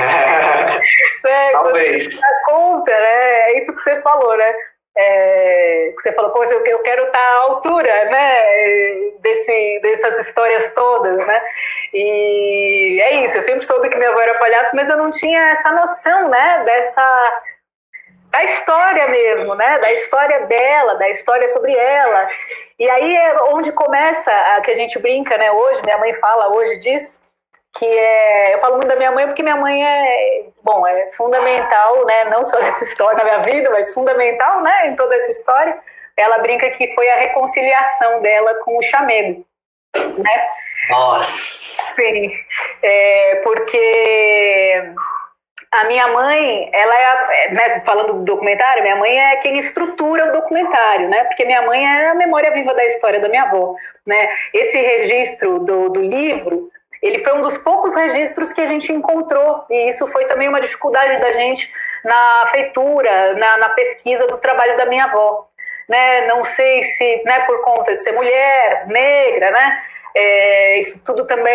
é,
Talvez.
Quando você dá conta, né, é isso que você falou, né. É, que você falou, poxa, eu quero estar à altura, né, desse, dessas histórias todas, né, e é isso, eu sempre soube que minha avó era palhaço, mas eu não tinha essa noção, né, dessa, da história mesmo, né, da história dela, da história sobre ela, e aí é onde começa a que a gente brinca, né, hoje, minha mãe fala hoje disso, que é, eu falo muito da minha mãe porque minha mãe é, bom, é fundamental, né, não só nessa história, na minha vida, mas fundamental, né, em toda essa história. Ela brinca que foi a reconciliação dela com o chamego, né?
Nossa!
Sim, é, porque a minha mãe, ela é, a, né, falando do documentário, minha mãe é quem estrutura o documentário, né? Porque minha mãe é a memória viva da história da minha avó, né? Esse registro do, do livro, ele foi um dos poucos registros que a gente encontrou, e isso foi também uma dificuldade da gente na feitura, na, na pesquisa do trabalho da minha avó, né? Não sei se, né, por conta de ser mulher, negra, né? É, isso tudo também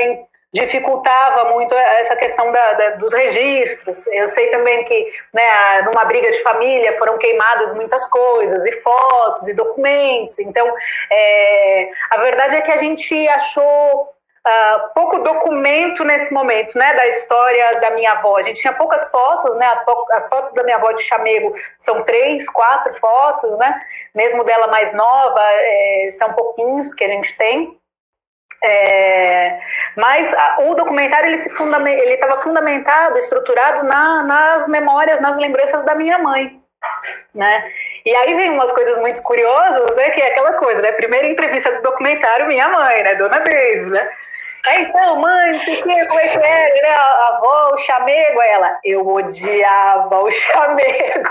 dificultava muito essa questão da, da, dos registros. Eu sei também que, né, numa briga de família foram queimadas muitas coisas, e fotos, e documentos. Então, é, a verdade é que a gente achou uh, pouco documento nesse momento, né, da história da minha avó. A gente tinha poucas fotos, né, as, as fotos da minha avó de chamego são três, quatro fotos, né, mesmo dela mais nova, é, são pouquinhos que a gente tem. É, mas a, o documentário ele se fundament, ele estava fundamentado, estruturado na, nas memórias, nas lembranças da minha mãe, né? E aí vem umas coisas muito curiosas, né? Que é aquela coisa, né? Primeira entrevista do documentário, minha mãe, né? Dona Deise, né? É, então, mãe, não sei o que, como é que é, né? A, a avó, o chamego, ela, eu odiava o chamego.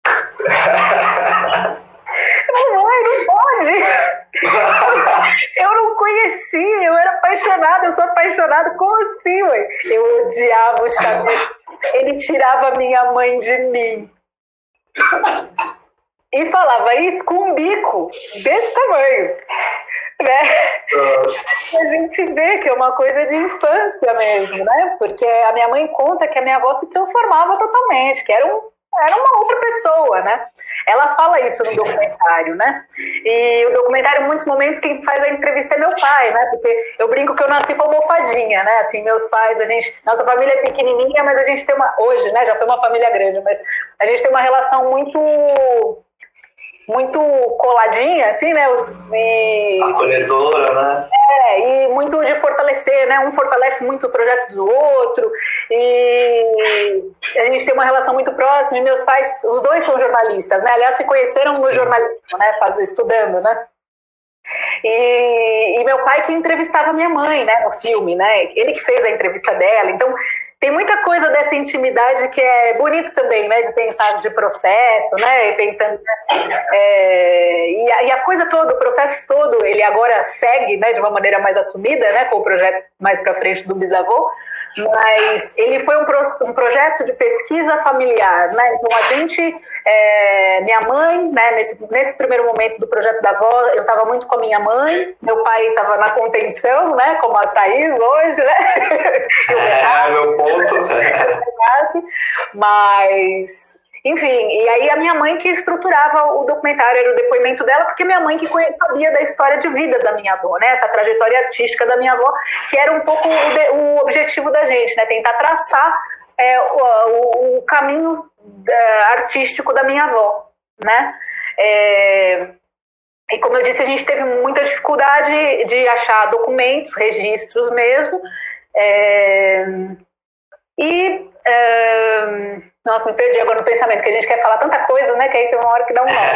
Mãe, não pode. Eu não conhecia, eu era apaixonada, eu sou apaixonada. Como assim, mãe? Eu odiava o chamego. Ele tirava minha mãe de mim. E falava isso com um bico desse tamanho, né? A gente vê que é uma coisa de infância mesmo, né? Porque a minha mãe conta que a minha avó se transformava totalmente, que era, um, era uma outra pessoa, né? Ela fala isso no documentário, né? E o documentário, em muitos momentos, quem faz a entrevista é meu pai, né? Porque eu brinco que eu nasci com almofadinha, né? Assim, meus pais, a gente... Nossa família é pequenininha, mas a gente tem uma... Hoje, né? Já foi uma família grande, mas a gente tem uma relação muito... muito coladinha, assim, né? E...
acolhedora, né?
É, e muito de fortalecer, né? Um fortalece muito o projeto do outro, e a gente tem uma relação muito próxima, e meus pais, os dois são jornalistas, né? Aliás, se conheceram no jornalismo, né? Faz, estudando, né? E, e meu pai que entrevistava minha mãe, né? No filme, né? Ele que fez a entrevista dela, então... Tem muita coisa dessa intimidade que é bonito também, né? De pensar de processo, né? Pensando, é, e, a, e a coisa toda, o processo todo, ele agora segue, né? De uma maneira mais assumida, né? Com o projeto mais para frente do bisavô, mas ele foi um, pro, um projeto de pesquisa familiar, né? Então a gente, é, minha mãe, né? Nesse, nesse primeiro momento do projeto da avó, eu estava muito com a minha mãe, meu pai estava na contenção, né? Como a Thaís hoje, né?
É, meu ponto.
Mas, enfim, e aí a minha mãe que estruturava o documentário, era o depoimento dela, porque minha mãe que sabia da história de vida da minha avó, né? Essa trajetória artística da minha avó, que era um pouco o, de, o objetivo da gente, né? Tentar traçar é, o, o, o caminho é, artístico da minha avó, né? É, e como eu disse, a gente teve muita dificuldade de achar documentos, registros mesmo. É, e, uh, nossa, me perdi agora no pensamento, que a gente quer falar tanta coisa, né, que aí tem uma hora que dá um nó.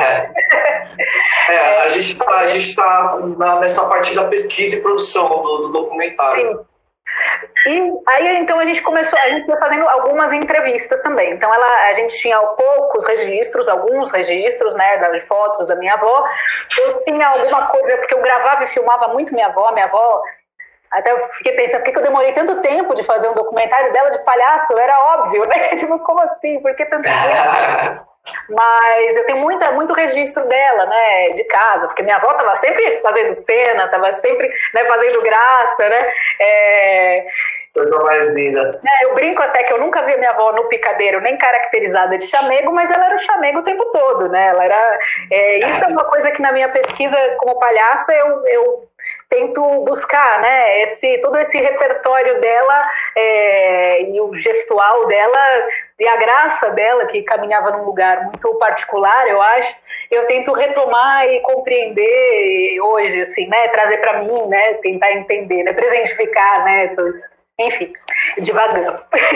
É, a gente está a gente tá nessa parte da pesquisa e produção do, do documentário.
Sim. E aí, então, a gente começou, a gente foi fazendo algumas entrevistas também. Então, ela, a gente tinha poucos registros, alguns registros, né, das fotos da minha avó. Eu tinha alguma coisa, porque eu gravava e filmava muito minha avó, minha avó... Até eu fiquei pensando, por que eu demorei tanto tempo de fazer um documentário dela de palhaço? Era óbvio, né? Tipo, como assim? Por que tanto tempo? Mas eu tenho muita, muito registro dela, né? De casa, porque minha avó estava sempre fazendo cena, estava sempre, né, fazendo graça, né? É...
Coisa mais linda.
É, eu brinco até que eu nunca vi minha avó no picadeiro, nem caracterizada de chamego, mas ela era o chamego o tempo todo, né? Ela era... É, isso é uma coisa que na minha pesquisa como palhaça eu... eu tento buscar, né, esse, todo esse repertório dela é, e o gestual dela e a graça dela, que caminhava num lugar muito particular, eu acho, eu tento retomar e compreender hoje, assim, né, trazer para mim, né, tentar entender, né, presentificar, né, essas, enfim, devagando.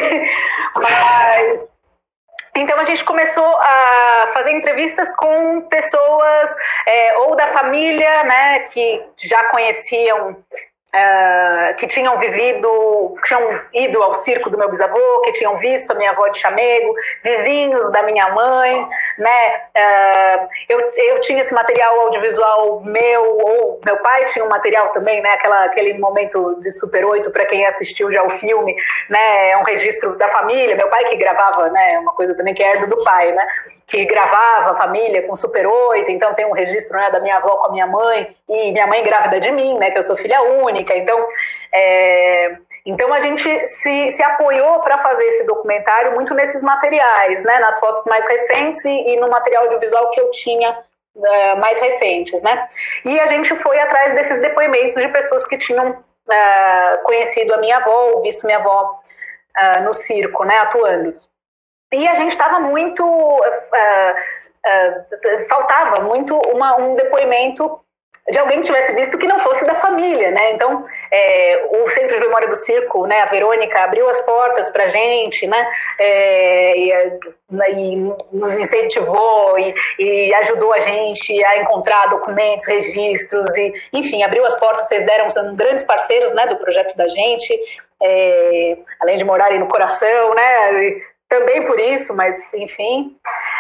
Mas... Então a gente começou a fazer entrevistas com pessoas é, ou da família, né, que já conheciam, uh, que tinham vivido, que tinham ido ao circo do meu bisavô, que tinham visto a minha avó de chamego, vizinhos da minha mãe, né, uh, eu, eu tinha esse material audiovisual meu, ou meu pai tinha um material também, né, aquela, aquele momento de Super oito, para quem assistiu já o filme, né, é um registro da família, meu pai que gravava, né, uma coisa também que é herdo do pai, né, que gravava a família com Super oito, então tem um registro, né, da minha avó com a minha mãe, e minha mãe grávida de mim, né, que eu sou filha única, então, é, Então a gente se, se apoiou para fazer esse documentário muito nesses materiais, né, nas fotos mais recentes e, e no material audiovisual que eu tinha uh, mais recentes, né? E a gente foi atrás desses depoimentos de pessoas que tinham uh, conhecido a minha avó, ou visto minha avó uh, no circo, né, atuando. E a gente estava muito... Uh, uh, faltava muito uma, um depoimento de alguém que tivesse visto que não fosse da família, né? Então, é, o Centro de Memória do Circo, né, a Verônica, abriu as portas para a gente, né, é, e, e nos incentivou e, e ajudou a gente a encontrar documentos, registros, e, enfim, abriu as portas, vocês deram, são grandes parceiros, né, do projeto da gente, é, além de morarem no coração, né, e, também por isso, mas, enfim,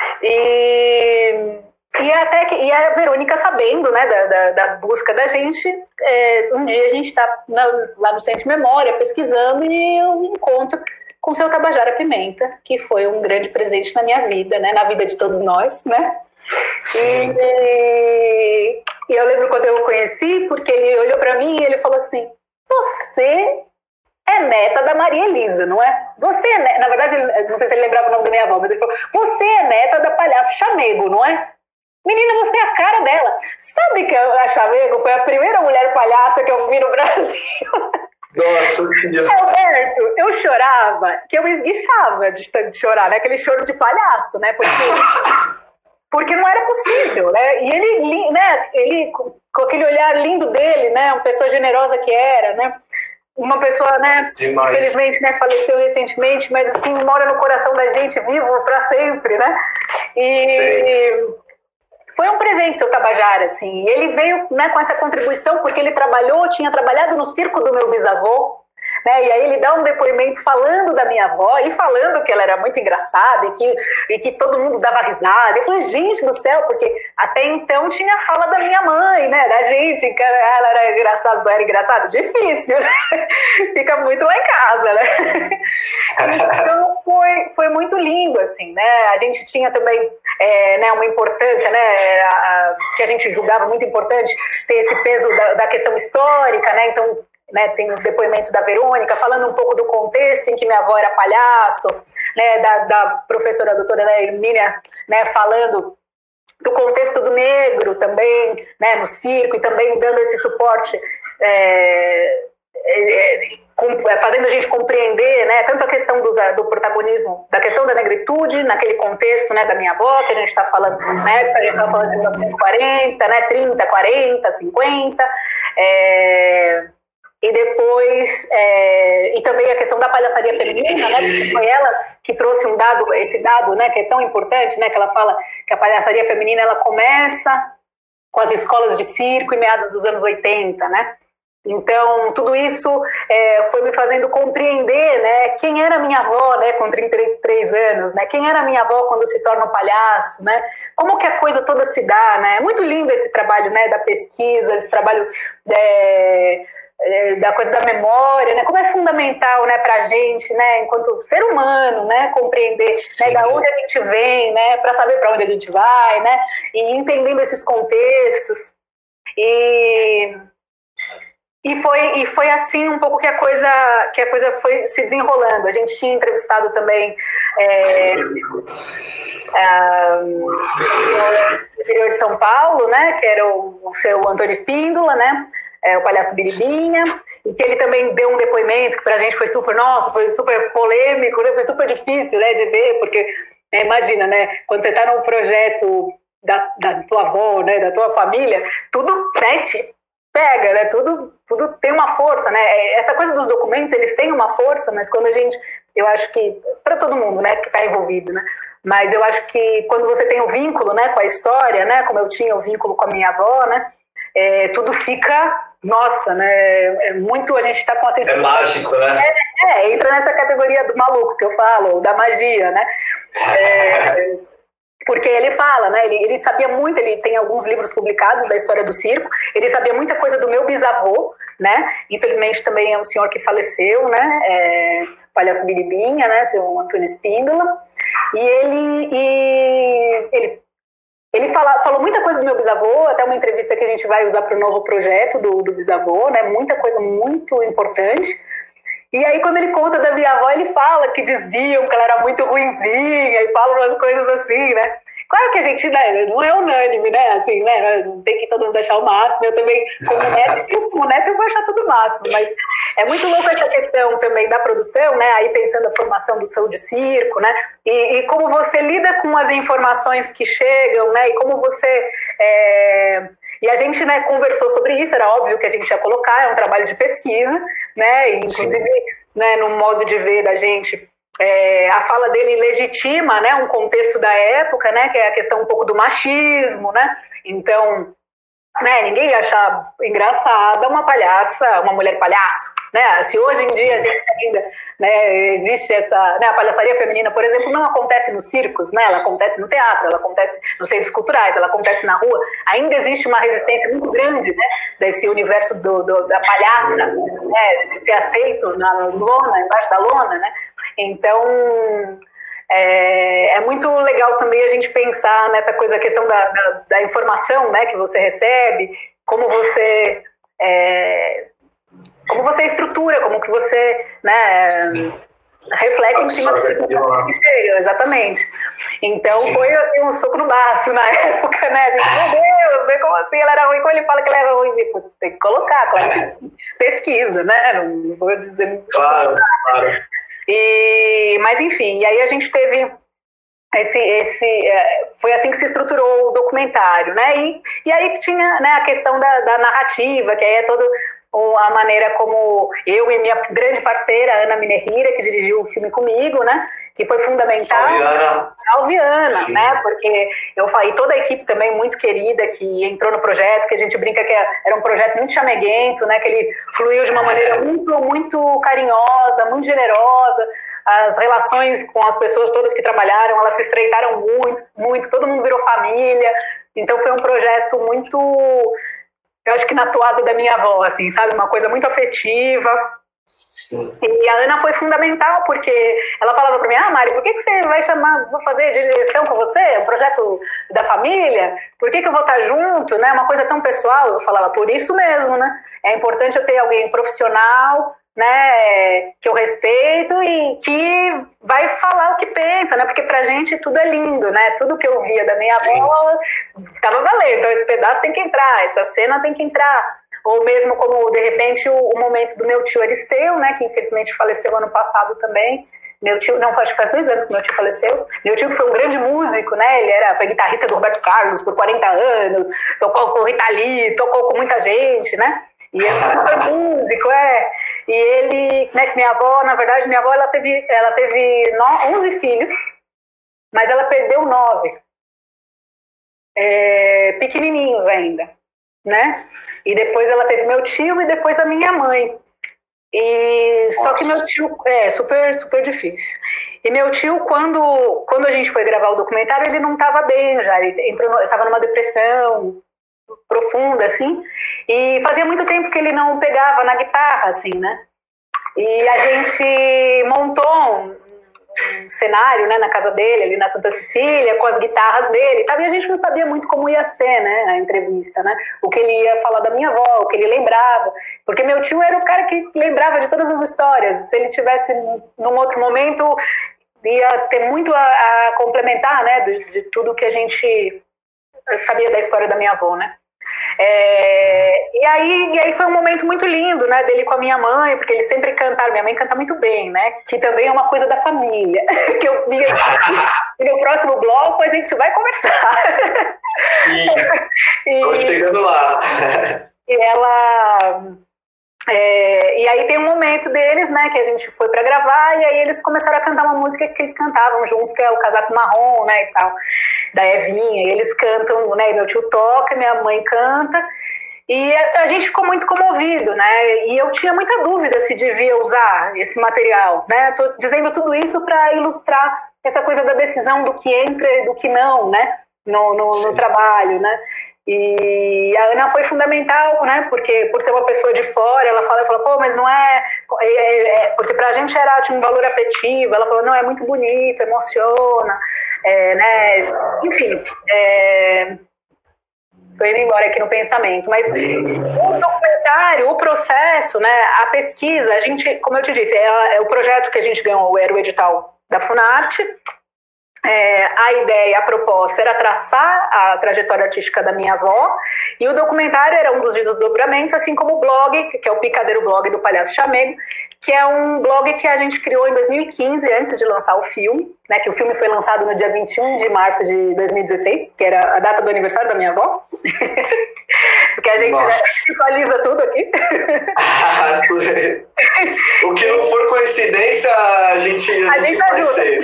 e... E, até que, e a Verônica, sabendo, né, da, da, da busca da gente, é, um dia a gente está lá no Centro de Memória pesquisando e eu encontro com o seu Tabajara Pimenta, que foi um grande presente na minha vida, né, na vida de todos nós, né? E, e, e eu lembro quando eu o conheci, porque ele olhou para mim e ele falou assim: você é neta da Maria Elisa, não é? Você é neta, na verdade, não sei se ele lembrava o nome da minha avó, mas ele falou: você é neta da Palhaço Chamego, não é? Menina, você é a cara dela. Sabe que a Chamego foi a primeira mulher palhaça que eu vi no Brasil?
Nossa, que
Alberto, eu chorava, que eu esguichava de tanto chorar, né? Aquele choro de palhaço, né? Porque, porque não era possível, né? E ele, né? Ele, com aquele olhar lindo dele, né? Uma pessoa generosa que era, né? Uma pessoa, né?
Demais.
Infelizmente, né? Faleceu recentemente, mas assim, mora no coração da gente, vivo para sempre, né? E... Sim. Foi um presente, seu Tabajara, assim. E ele veio, né, com essa contribuição porque ele trabalhou, tinha trabalhado no circo do meu bisavô, né? E aí ele dá um depoimento falando da minha avó e falando que ela era muito engraçada e que, e que todo mundo dava risada. Eu falei, gente do céu, porque até então tinha a fala da minha mãe, né? Da gente, que ela era engraçada, era engraçado? Difícil, né? Fica muito lá em casa, né? Então foi, foi muito lindo, assim, né? A gente tinha também é, né, uma importância, né? A, a, que a gente julgava muito importante ter esse peso da, da questão histórica, né? Então, né, tem o depoimento da Verônica, falando um pouco do contexto em que minha avó era palhaço, né, da, da professora doutora né, Hermínia, né, falando do contexto do negro também, né, no circo, e também dando esse suporte, é, é, com, fazendo a gente compreender, né, tanto a questão do, do protagonismo, da questão da negritude, naquele contexto, né, da minha avó, que a gente está falando, né, a gente está falando de mil novecentos e quarenta, né, trinta, quarenta, cinquenta, é... E depois, é, e também a questão da palhaçaria feminina, né, porque foi ela que trouxe um dado, esse dado, né, que é tão importante, né, que ela fala que a palhaçaria feminina, ela começa com as escolas de circo em meados dos anos oitenta, né. Então, tudo isso é, foi me fazendo compreender, né, quem era minha avó, né, com trinta e três anos, né, quem era minha avó quando se torna um palhaço, né, como que a coisa toda se dá, né. É muito lindo esse trabalho, né, da pesquisa, esse trabalho... É, da coisa da memória, né? Como é fundamental, né, para a gente, né, enquanto ser humano, né, compreender, né, da onde a gente vem, né, para saber para onde a gente vai, né, e entendendo esses contextos. E, e, foi, e foi assim um pouco que a coisa, que a coisa foi se desenrolando. A gente tinha entrevistado também é, a, o interior de São Paulo, né, que era o, o seu Antônio Espíndola, né, É, o Palhaço Biribinha, e que ele também deu um depoimento que pra gente foi super, nossa, foi super polêmico, né? Foi super difícil, né, de ver, porque, né, imagina, né, quando você tá num projeto da, da tua avó, né, da tua família, tudo, né, te pega, né, tudo, tudo tem uma força, né, essa coisa dos documentos, eles têm uma força, mas quando a gente, eu acho que, para todo mundo, né, que tá envolvido, né, mas eu acho que quando você tem o vínculo, né, com a história, né, como eu tinha o vínculo com a minha avó, né, é, tudo fica, nossa, né, é muito, a gente está com a sensação...
É mágico, né?
É, é, entra nessa categoria do maluco que eu falo, da magia, né, é, porque ele fala, né, ele, ele sabia muito, ele tem alguns livros publicados da história do circo, ele sabia muita coisa do meu bisavô, né, infelizmente também é um senhor que faleceu, né, é, Palhaço Biribinha, né, seu Antônio Espíndola, e ele, e ele Ele fala, falou muita coisa do meu bisavô, até uma entrevista que a gente vai usar para o novo projeto do, do bisavô, né? Muita coisa muito importante. E aí, quando ele conta da minha avó, ele fala que diziam que ela era muito ruinzinha e fala umas coisas assim, né? Claro que a gente, né, não é unânime, né? Assim, né? Não tem que todo mundo achar o máximo. Eu também, como neto, como neto, eu vou achar tudo o máximo. Mas é muito louco essa questão também da produção, né? Aí pensando a formação do show de circo, né? E, e como você lida com as informações que chegam, né? E como você... É... E a gente, né, conversou sobre isso, era óbvio que a gente ia colocar, é um trabalho de pesquisa, né? E, inclusive, né, no modo de ver da gente... É, a fala dele legitima, né, um contexto da época, né, que é a questão um pouco do machismo, né, então, né, ninguém ia achar engraçada uma palhaça, uma mulher palhaço, né, se hoje em dia a gente ainda, né, existe essa, né, a palhaçaria feminina, por exemplo, não acontece nos circos, né, ela acontece no teatro, ela acontece nos centros culturais, ela acontece na rua, ainda existe uma resistência muito grande, né, desse universo do, do, da palhaça, né, de ser aceito na lona, embaixo da lona, né. Então, é, é muito legal também a gente pensar nessa coisa, a questão da, da, da informação, né, que você recebe, como você, é, como você estrutura, como que você, né, reflete em cima das coisas que chegam, exatamente. Então, Sim. foi assim, um soco no baço na época, né, a gente, meu Deus, vê como assim ela era ruim, como ele fala que ela era ruim, putz, tem que colocar, claro, que pesquisa, né, não vou dizer muito.
Claro, claro.
E, mas enfim, e aí a gente teve esse, esse foi assim que se estruturou o documentário, né? E, e aí tinha, né, a questão da, da narrativa, que aí é toda a maneira como eu e minha grande parceira Ana Minerrira, que dirigiu o filme comigo, né? Que foi fundamental.
Salve, Ana.
Salve, Ana, né? Porque eu falei, toda a equipe também muito querida que entrou no projeto, que a gente brinca que era um projeto muito chameguento, né? Que ele fluiu de uma maneira muito, muito carinhosa, muito generosa. As relações com as pessoas todas que trabalharam, elas se estreitaram muito, muito. Todo mundo virou família. Então foi um projeto muito, eu acho que na toada da minha avó, assim, sabe? Uma coisa muito afetiva. E a Ana foi fundamental, porque ela falava para mim, ah, Mari, por que, que você vai chamar, vou fazer direção com você, um projeto da família, por que, que eu vou estar junto, né, uma coisa tão pessoal? Eu falava, por isso mesmo, né, é importante eu ter alguém profissional, né, que eu respeito e que vai falar o que pensa, né, porque pra gente tudo é lindo, né, tudo que eu via da minha avó estava valendo, então esse pedaço tem que entrar, essa cena tem que entrar. Ou mesmo como, de repente, o, o momento do meu tio Aristeu, né, que infelizmente faleceu ano passado também. Meu tio, não, acho que faz dois anos que meu tio faleceu. Meu tio foi um grande músico, né, ele era, foi guitarrista do Roberto Carlos por quarenta anos, tocou com o Rita Lee, tocou com muita gente, né, e ele foi músico, é. E ele, né, minha avó, na verdade, minha avó, ela teve, ela teve onze filhos, mas ela perdeu nove, é, pequenininhos ainda, né. E depois ela teve meu tio e depois a minha mãe. E só que meu tio é super super difícil. E meu tio, quando quando a gente foi gravar o documentário, ele não estava bem já, ele entrou, estava numa depressão profunda assim. E fazia muito tempo que ele não pegava na guitarra assim, né? E a gente montou um, um cenário, né, na casa dele, ali na Santa Cecília, com as guitarras dele, tá? E a gente não sabia muito como ia ser, né, a entrevista, né, o que ele ia falar da minha avó, o que ele lembrava, porque meu tio era o cara que lembrava de todas as histórias, se ele tivesse num outro momento, ia ter muito a, a complementar, né, de, de tudo que a gente sabia da história da minha avó, né. É, e, aí, e aí foi um momento muito lindo, né, dele com a minha mãe, porque eles sempre cantaram, minha mãe canta muito bem, né, que também é uma coisa da família, que eu vi no próximo bloco a gente vai conversar.
Estou chegando lá.
E ela... É, e aí tem um momento deles, né, que a gente foi pra gravar, e aí eles começaram a cantar uma música que eles cantavam juntos, que é o Casaco Marrom, né, e tal, da Evinha, e eles cantam, né, meu tio toca, minha mãe canta, e a, a gente ficou muito comovido, né, e eu tinha muita dúvida se devia usar esse material, né, tô dizendo tudo isso para ilustrar essa coisa da decisão do que entra e do que não, né, no, no, no trabalho, né. E a Ana foi fundamental, né, porque por ser uma pessoa de fora, ela fala, fala pô, mas não é, é, é porque pra gente era, tinha um valor afetivo, ela falou, não, é muito bonito, emociona, é, né, enfim, é, tô indo embora aqui no pensamento, mas o documentário, o processo, né, a pesquisa, a gente, como eu te disse, é, é o projeto que a gente ganhou, era o edital da Funarte. É, a ideia, a proposta era traçar a trajetória artística da minha avó, e o documentário era um dos desdobramentos, assim como o blog, que é o Picadeiro Blog do Palhaço Chamego, que é um blog que a gente criou em dois mil e quinze, antes de lançar o filme, né, que o filme foi lançado no dia vinte e um de março de dois mil e dezesseis, que era a data do aniversário da minha avó. Porque a gente atualiza tudo aqui.
O que não for coincidência, a gente, a
a gente
vai
ajuda.
ser.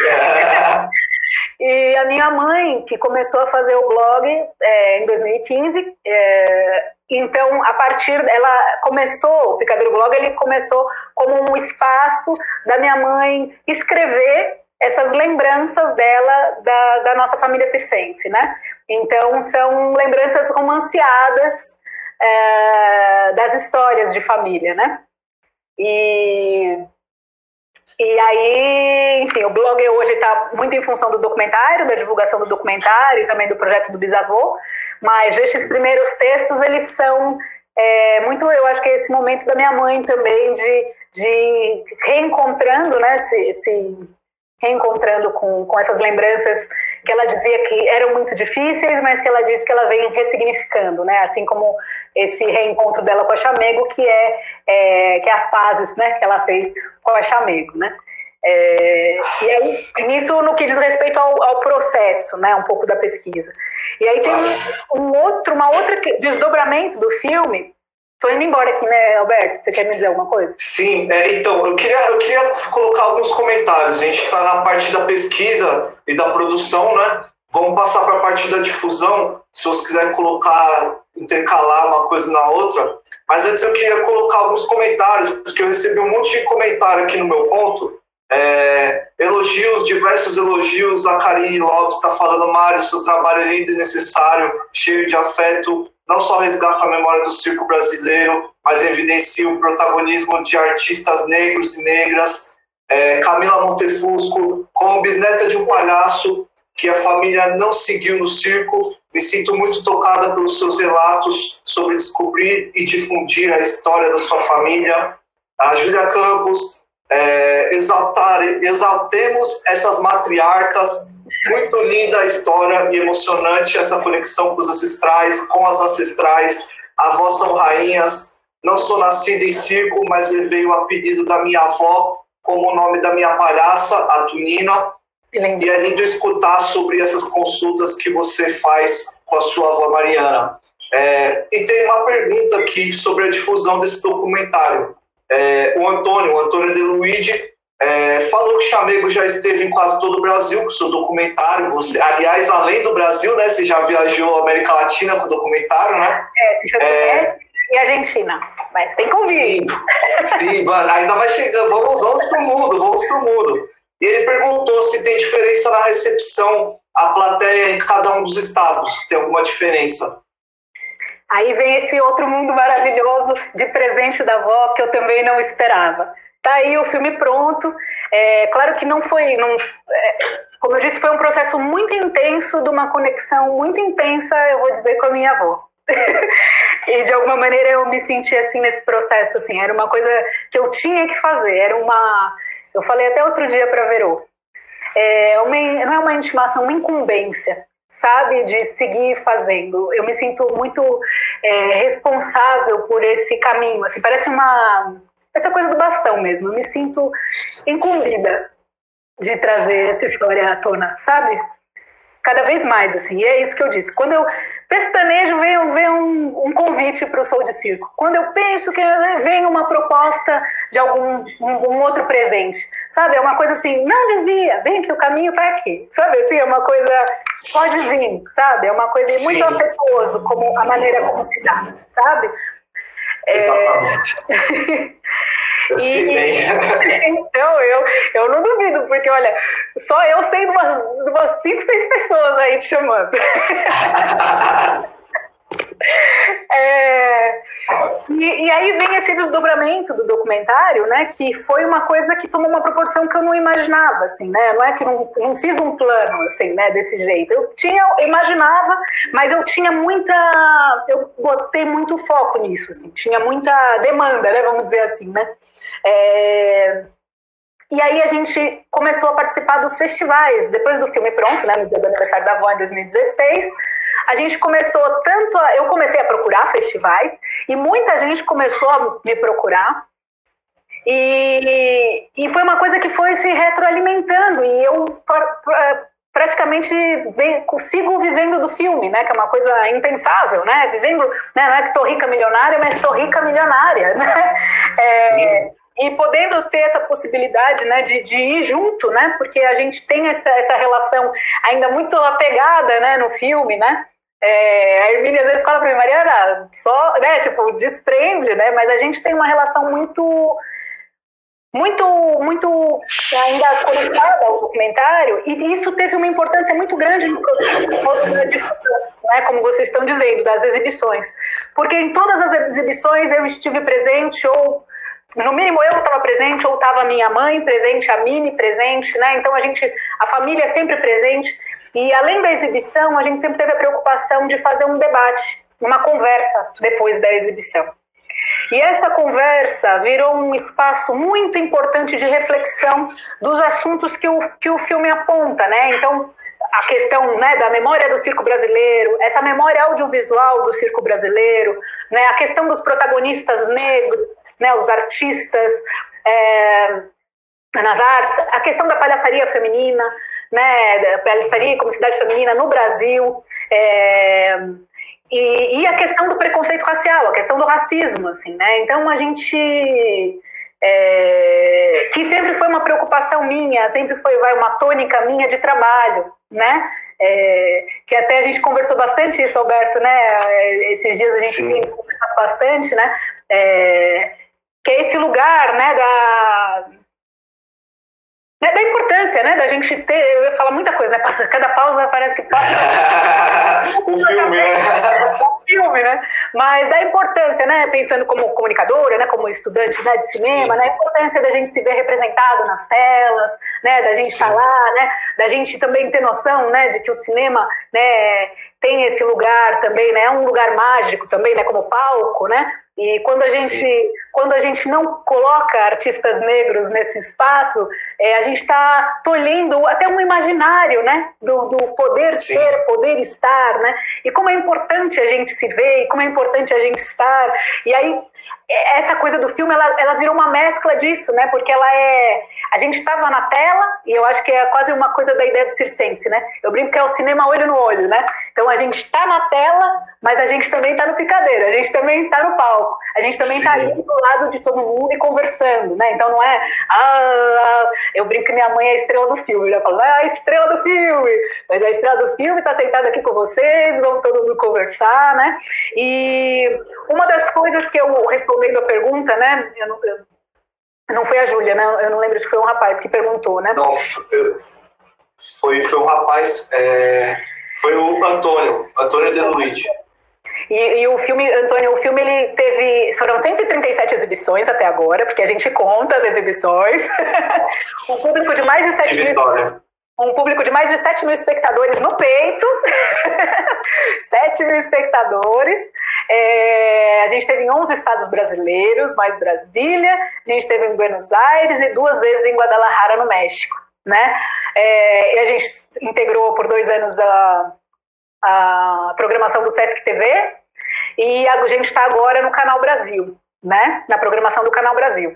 E a minha mãe, que começou a fazer o blog é, em dois mil e quinze, é, então, a partir, ela começou, o Picadeiro Blog, ele começou como um espaço da minha mãe escrever essas lembranças dela, da, da nossa família circense, né? Então, são lembranças romanceadas é, das histórias de família, né? E... E aí, enfim, o blog hoje está muito em função do documentário, da divulgação do documentário e também do projeto do bisavô, mas esses primeiros textos, eles são é, muito, eu acho que é esse momento da minha mãe também, de, de reencontrando, né, se, se reencontrando com, com essas lembranças que ela dizia que eram muito difíceis, mas que ela diz que ela vem ressignificando, né, assim como esse reencontro dela com a Chamego, que é, é, que é as pazes, né, que ela fez com a Chamego, né. É, e aí, nisso no que diz respeito ao, ao processo, né, um pouco da pesquisa. E aí tem um, um outro, uma outra desdobramento do filme. Tô indo embora aqui, né, Alberto? Você quer me dizer alguma coisa?
Sim, é, então, eu queria, eu queria colocar alguns comentários. A gente está na parte da pesquisa e da produção, né? Vamos passar para a parte da difusão, se vocês quiserem colocar, intercalar uma coisa na outra. Mas antes eu queria colocar alguns comentários, porque eu recebi um monte de comentário aqui no meu ponto. É, elogios, diversos elogios. A Karine Lopes está falando: Mário, seu trabalho é lindo e necessário, cheio de afeto. Não só resgata a memória do circo brasileiro, mas evidencia o protagonismo de artistas negros e negras. É, Camila Montefusco, como bisneta de um palhaço que a família não seguiu no circo, me sinto muito tocada pelos seus relatos sobre descobrir e difundir a história da sua família. A Júlia Campos, é, exaltar, exaltemos essas matriarcas. Muito linda a história e emocionante essa conexão com os ancestrais, com as ancestrais. Avós são rainhas. Não sou nascida em circo, mas levei o apelido da minha avó como o nome da minha palhaça, a Tunina. E é lindo escutar sobre essas consultas que você faz com a sua avó Mariana. É, e tem uma pergunta aqui sobre a difusão desse documentário. É, o Antônio, o Antônio De Luigi, É, falou que Chamego já esteve em quase todo o Brasil com o seu documentário. Você, aliás, além do Brasil, né, você já viajou a América Latina com o documentário, né?
É, já é, e Argentina, mas tem convite.
Sim, sim, ainda vai chegando. Vamos, vamos para o mundo, vamos para o mundo. E ele perguntou se tem diferença na recepção, a plateia em cada um dos estados. Tem alguma diferença?
Aí vem esse outro mundo maravilhoso de presente da avó que eu também não esperava. Tá aí o filme pronto. É, claro que não foi, não, é, como eu disse, foi um processo muito intenso, de uma conexão muito intensa, eu vou dizer, com a minha avó. E de alguma maneira eu me senti assim nesse processo, assim, era uma coisa que eu tinha que fazer, era uma, eu falei até outro dia para a Verô, é uma, não é uma intimação, uma incumbência, sabe, de seguir fazendo. Eu me sinto muito é, responsável por esse caminho, assim, parece uma... essa coisa do bastão mesmo, eu me sinto incumbida de trazer essa história à tona, sabe? Cada vez mais, assim, e é isso que eu disse. Quando eu pestanejo, vem, vem um, um convite para o Sou de Circo. Quando eu penso que vem uma proposta de algum um, um outro presente, sabe? É uma coisa assim, não desvia, vem que o caminho está aqui, sabe? Assim, é uma coisa, pode vir, sabe? É uma coisa muito afetuoso, como a maneira como se dá, sabe?
Exatamente.
É...
Eu sei bem.
Então, eu, eu não duvido, porque, olha, só eu sei de umas, de umas cinco, seis pessoas aí te chamando. É, e, e aí vem esse desdobramento do documentário, né, que foi uma coisa que tomou uma proporção que eu não imaginava, assim, né, não é que não, não fiz um plano, assim, né, desse jeito, eu tinha, eu imaginava, mas eu tinha muita, eu botei muito foco nisso, assim, tinha muita demanda, né, vamos dizer assim, né, é, e aí a gente começou a participar dos festivais, depois do filme pronto, né, no dia do aniversário da avó em dois mil e dezesseis, a gente começou tanto, a, eu comecei a procurar festivais e muita gente começou a me procurar e, e foi uma coisa que foi se retroalimentando e eu pra, pra, praticamente vem, sigo vivendo do filme, né, que é uma coisa impensável, né, vivendo, né, não é que estou rica milionária, mas estou rica milionária, né, é, e podendo ter essa possibilidade, né, de, de ir junto, né, porque a gente tem essa, essa relação ainda muito apegada, né, no filme, né. É, a Hermínia às vezes fala pra mim, Mariana, só, né, tipo, desprende, né, mas a gente tem uma relação muito, muito, muito ainda conectada ao documentário e isso teve uma importância muito grande no processo, né, como vocês estão dizendo, das exibições, porque em todas as exibições eu estive presente ou no mínimo eu estava presente ou estava minha mãe presente, a Mini presente, né, então a gente, a família é sempre presente. E além da exibição, a gente sempre teve a preocupação de fazer um debate, uma conversa depois da exibição. E essa conversa virou um espaço muito importante de reflexão dos assuntos que o, que o filme aponta, né? Então, a questão, né, da memória do circo brasileiro, essa memória audiovisual do circo brasileiro, né, a questão dos protagonistas negros, né, os artistas é, nas artes, a questão da palhaçaria feminina, né, da palhaçaria como cidade feminina no Brasil, é, e, e a questão do preconceito racial, a questão do racismo, assim, né? Então a gente, é, que sempre foi uma preocupação minha, sempre foi vai, uma tônica minha de trabalho, né? É, que até a gente conversou bastante isso, Alberto, né? Esses dias a gente Sim. tem conversado bastante, né? É, que é esse lugar, né, da da importância, né, da gente ter, eu ia falar muita coisa, né, passa, cada pausa parece que passa
um filme, né?
um filme, né, mas da importância, né, pensando como comunicadora, né, como estudante, né, de cinema, né, a importância da gente se ver representado nas telas, né, da gente falar, né, da gente também ter noção, né, de que o cinema, né, tem esse lugar também, né, é um lugar mágico também, né, como palco, né, e quando a gente, quando a gente não coloca artistas negros nesse espaço, é, a gente está tolhendo até um imaginário, né, do, do poder Sim. ser, poder estar, né, e como é importante a gente se ver, e como é importante a gente estar, e aí essa coisa do filme, ela, ela virou uma mescla disso, né, porque ela é, a gente estava na tela, e eu acho que é quase uma coisa da ideia do circense, né, eu brinco que é o cinema olho no olho, né, então a gente está na tela, mas a gente também está no picadeiro, a gente também está no palco, a gente também está ali do lado de todo mundo e conversando, né, então não é, ah, eu brinco que minha mãe é a estrela do filme, eu já falo, ah, a estrela do filme, mas a estrela do filme está sentada aqui com vocês, vamos todo mundo conversar, né, e uma das coisas que eu, respondendo a pergunta, né, eu não, eu, não foi a Júlia, né, eu não lembro se foi um rapaz que perguntou, né.
Não, eu, foi, foi um rapaz, é, foi o Antônio, Antônio De Luigi.
E, e o filme, Antônio, o filme ele teve, foram cento e trinta e sete exibições até agora, porque a gente conta as exibições. um público de mais de sete mil, um público de mais de sete mil espectadores no peito. sete mil espectadores. É, a gente teve em onze estados brasileiros, mais Brasília. A gente teve em Buenos Aires e duas vezes em Guadalajara, no México, né? É, e a gente integrou por dois anos a a programação do Sesc T V e a gente está agora no Canal Brasil, né? Na programação do Canal Brasil.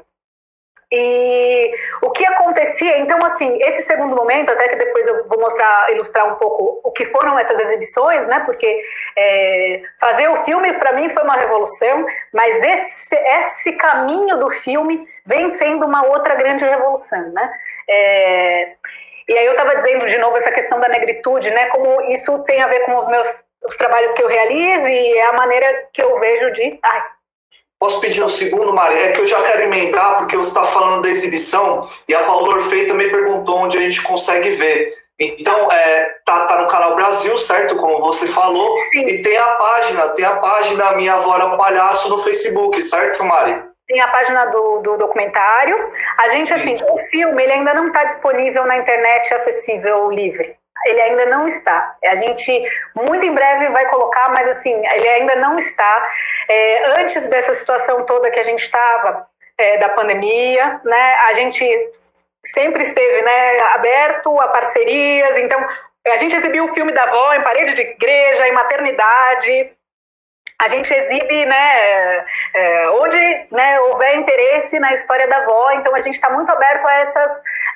E o que acontecia, então assim, esse segundo momento, até que depois eu vou mostrar, ilustrar um pouco o que foram essas exibições, né? Porque é, fazer o filme para mim foi uma revolução, mas esse, esse caminho do filme vem sendo uma outra grande revolução, né? É, E aí eu estava dizendo de novo essa questão da negritude, né? Como isso tem a ver com os meus os trabalhos que eu realizo e é a maneira que eu vejo de... Ai.
Posso pedir um segundo, Mari? É que eu já quero emendar, porque você está falando da exibição e a Paula Orfei também perguntou onde a gente consegue ver. Então, é, tá, tá no Canal Brasil. Brasil, certo? Como você falou.
Sim.
E tem a página, tem a página Minha Avó Era Palhaço no Facebook, certo, Mari?
Tem a página do, do documentário. A gente, assim, o filme, ele ainda não está disponível na internet acessível livre. Ele ainda não está. A gente, muito em breve, vai colocar, mas, assim, ele ainda não está. É, antes dessa situação toda que a gente estava, é, da pandemia, né, a gente sempre esteve, né, aberto a parcerias. Então, a gente exibiu o filme da avó em parede de igreja, em maternidade. A gente exibe, né, é, onde, né, houver interesse na história da avó. Então a gente está muito aberto a essas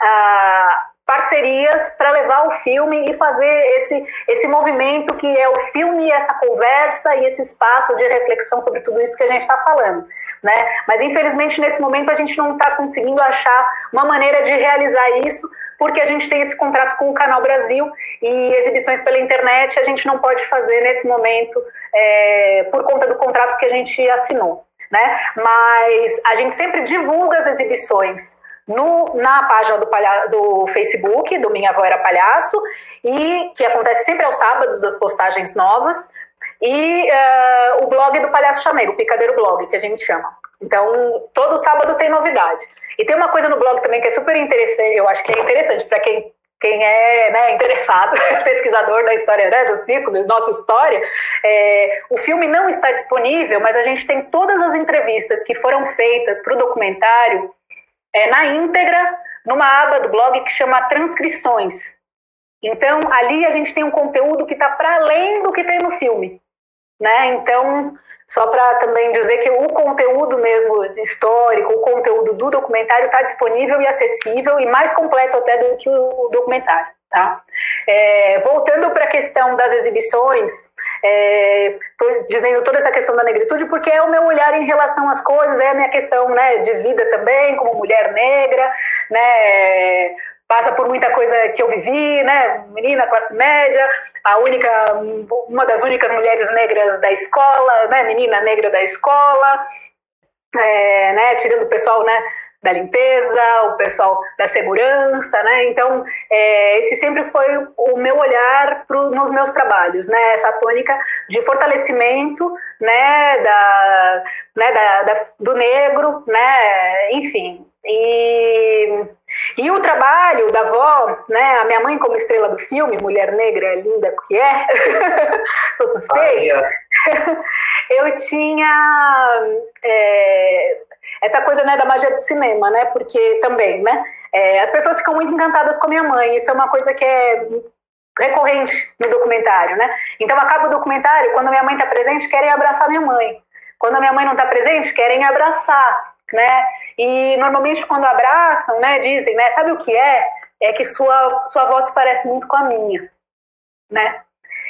a, parcerias para levar o filme e fazer esse, esse movimento que é o filme, essa conversa e esse espaço de reflexão sobre tudo isso que a gente está falando, né? Mas infelizmente nesse momento a gente não está conseguindo achar uma maneira de realizar isso, porque a gente tem esse contrato com o Canal Brasil e exibições pela internet a gente não pode fazer nesse momento, é, por conta do contrato que a gente assinou, né? Mas a gente sempre divulga as exibições no, na página do, palha, do Facebook, do Minha Avó Era Palhaço, e que acontece sempre aos sábados, as postagens novas, e uh, o blog do Palhaço Chameiro, o Picadeiro Blog, que a gente chama. Então, todo sábado tem novidade. E tem uma coisa no blog também que é super interessante, eu acho que é interessante para quem, quem é, né, interessado, pesquisador da história, né, do circo, da nossa história. É, o filme não está disponível, mas a gente tem todas as entrevistas que foram feitas para o documentário é, na íntegra, numa aba do blog que chama Transcrições. Então, ali a gente tem um conteúdo que está para além do que tem no filme, né? Então, só para também dizer que o conteúdo mesmo histórico, o conteúdo do documentário está disponível e acessível e mais completo até do que o documentário, tá? É, voltando para a questão das exibições, estou é, dizendo toda essa questão da negritude porque é o meu olhar em relação às coisas, é a minha questão, né, de vida também, como mulher negra, né, passa por muita coisa que eu vivi, né, menina, classe média, a única, uma das únicas mulheres negras da escola, né, menina negra da escola, é, né, tirando o pessoal, né, da limpeza, o pessoal da segurança, né, então é, esse sempre foi o meu olhar pro, nos meus trabalhos, né, essa tônica de fortalecimento, né, da, né, da, da, do negro, né, enfim, e, e o trabalho da avó, né, a minha mãe como estrela do filme, mulher negra linda que é, sou suspeita, eu tinha é, essa coisa, né, da magia do cinema, né, porque também, né, é, as pessoas ficam muito encantadas com a minha mãe, isso é uma coisa que é recorrente no documentário, né, então acaba o documentário, quando minha mãe está presente, querem abraçar minha mãe, quando a minha mãe não está presente, querem abraçar, né, e normalmente quando abraçam, né, dizem, né, sabe o que é? É que sua, sua voz parece muito com a minha, né.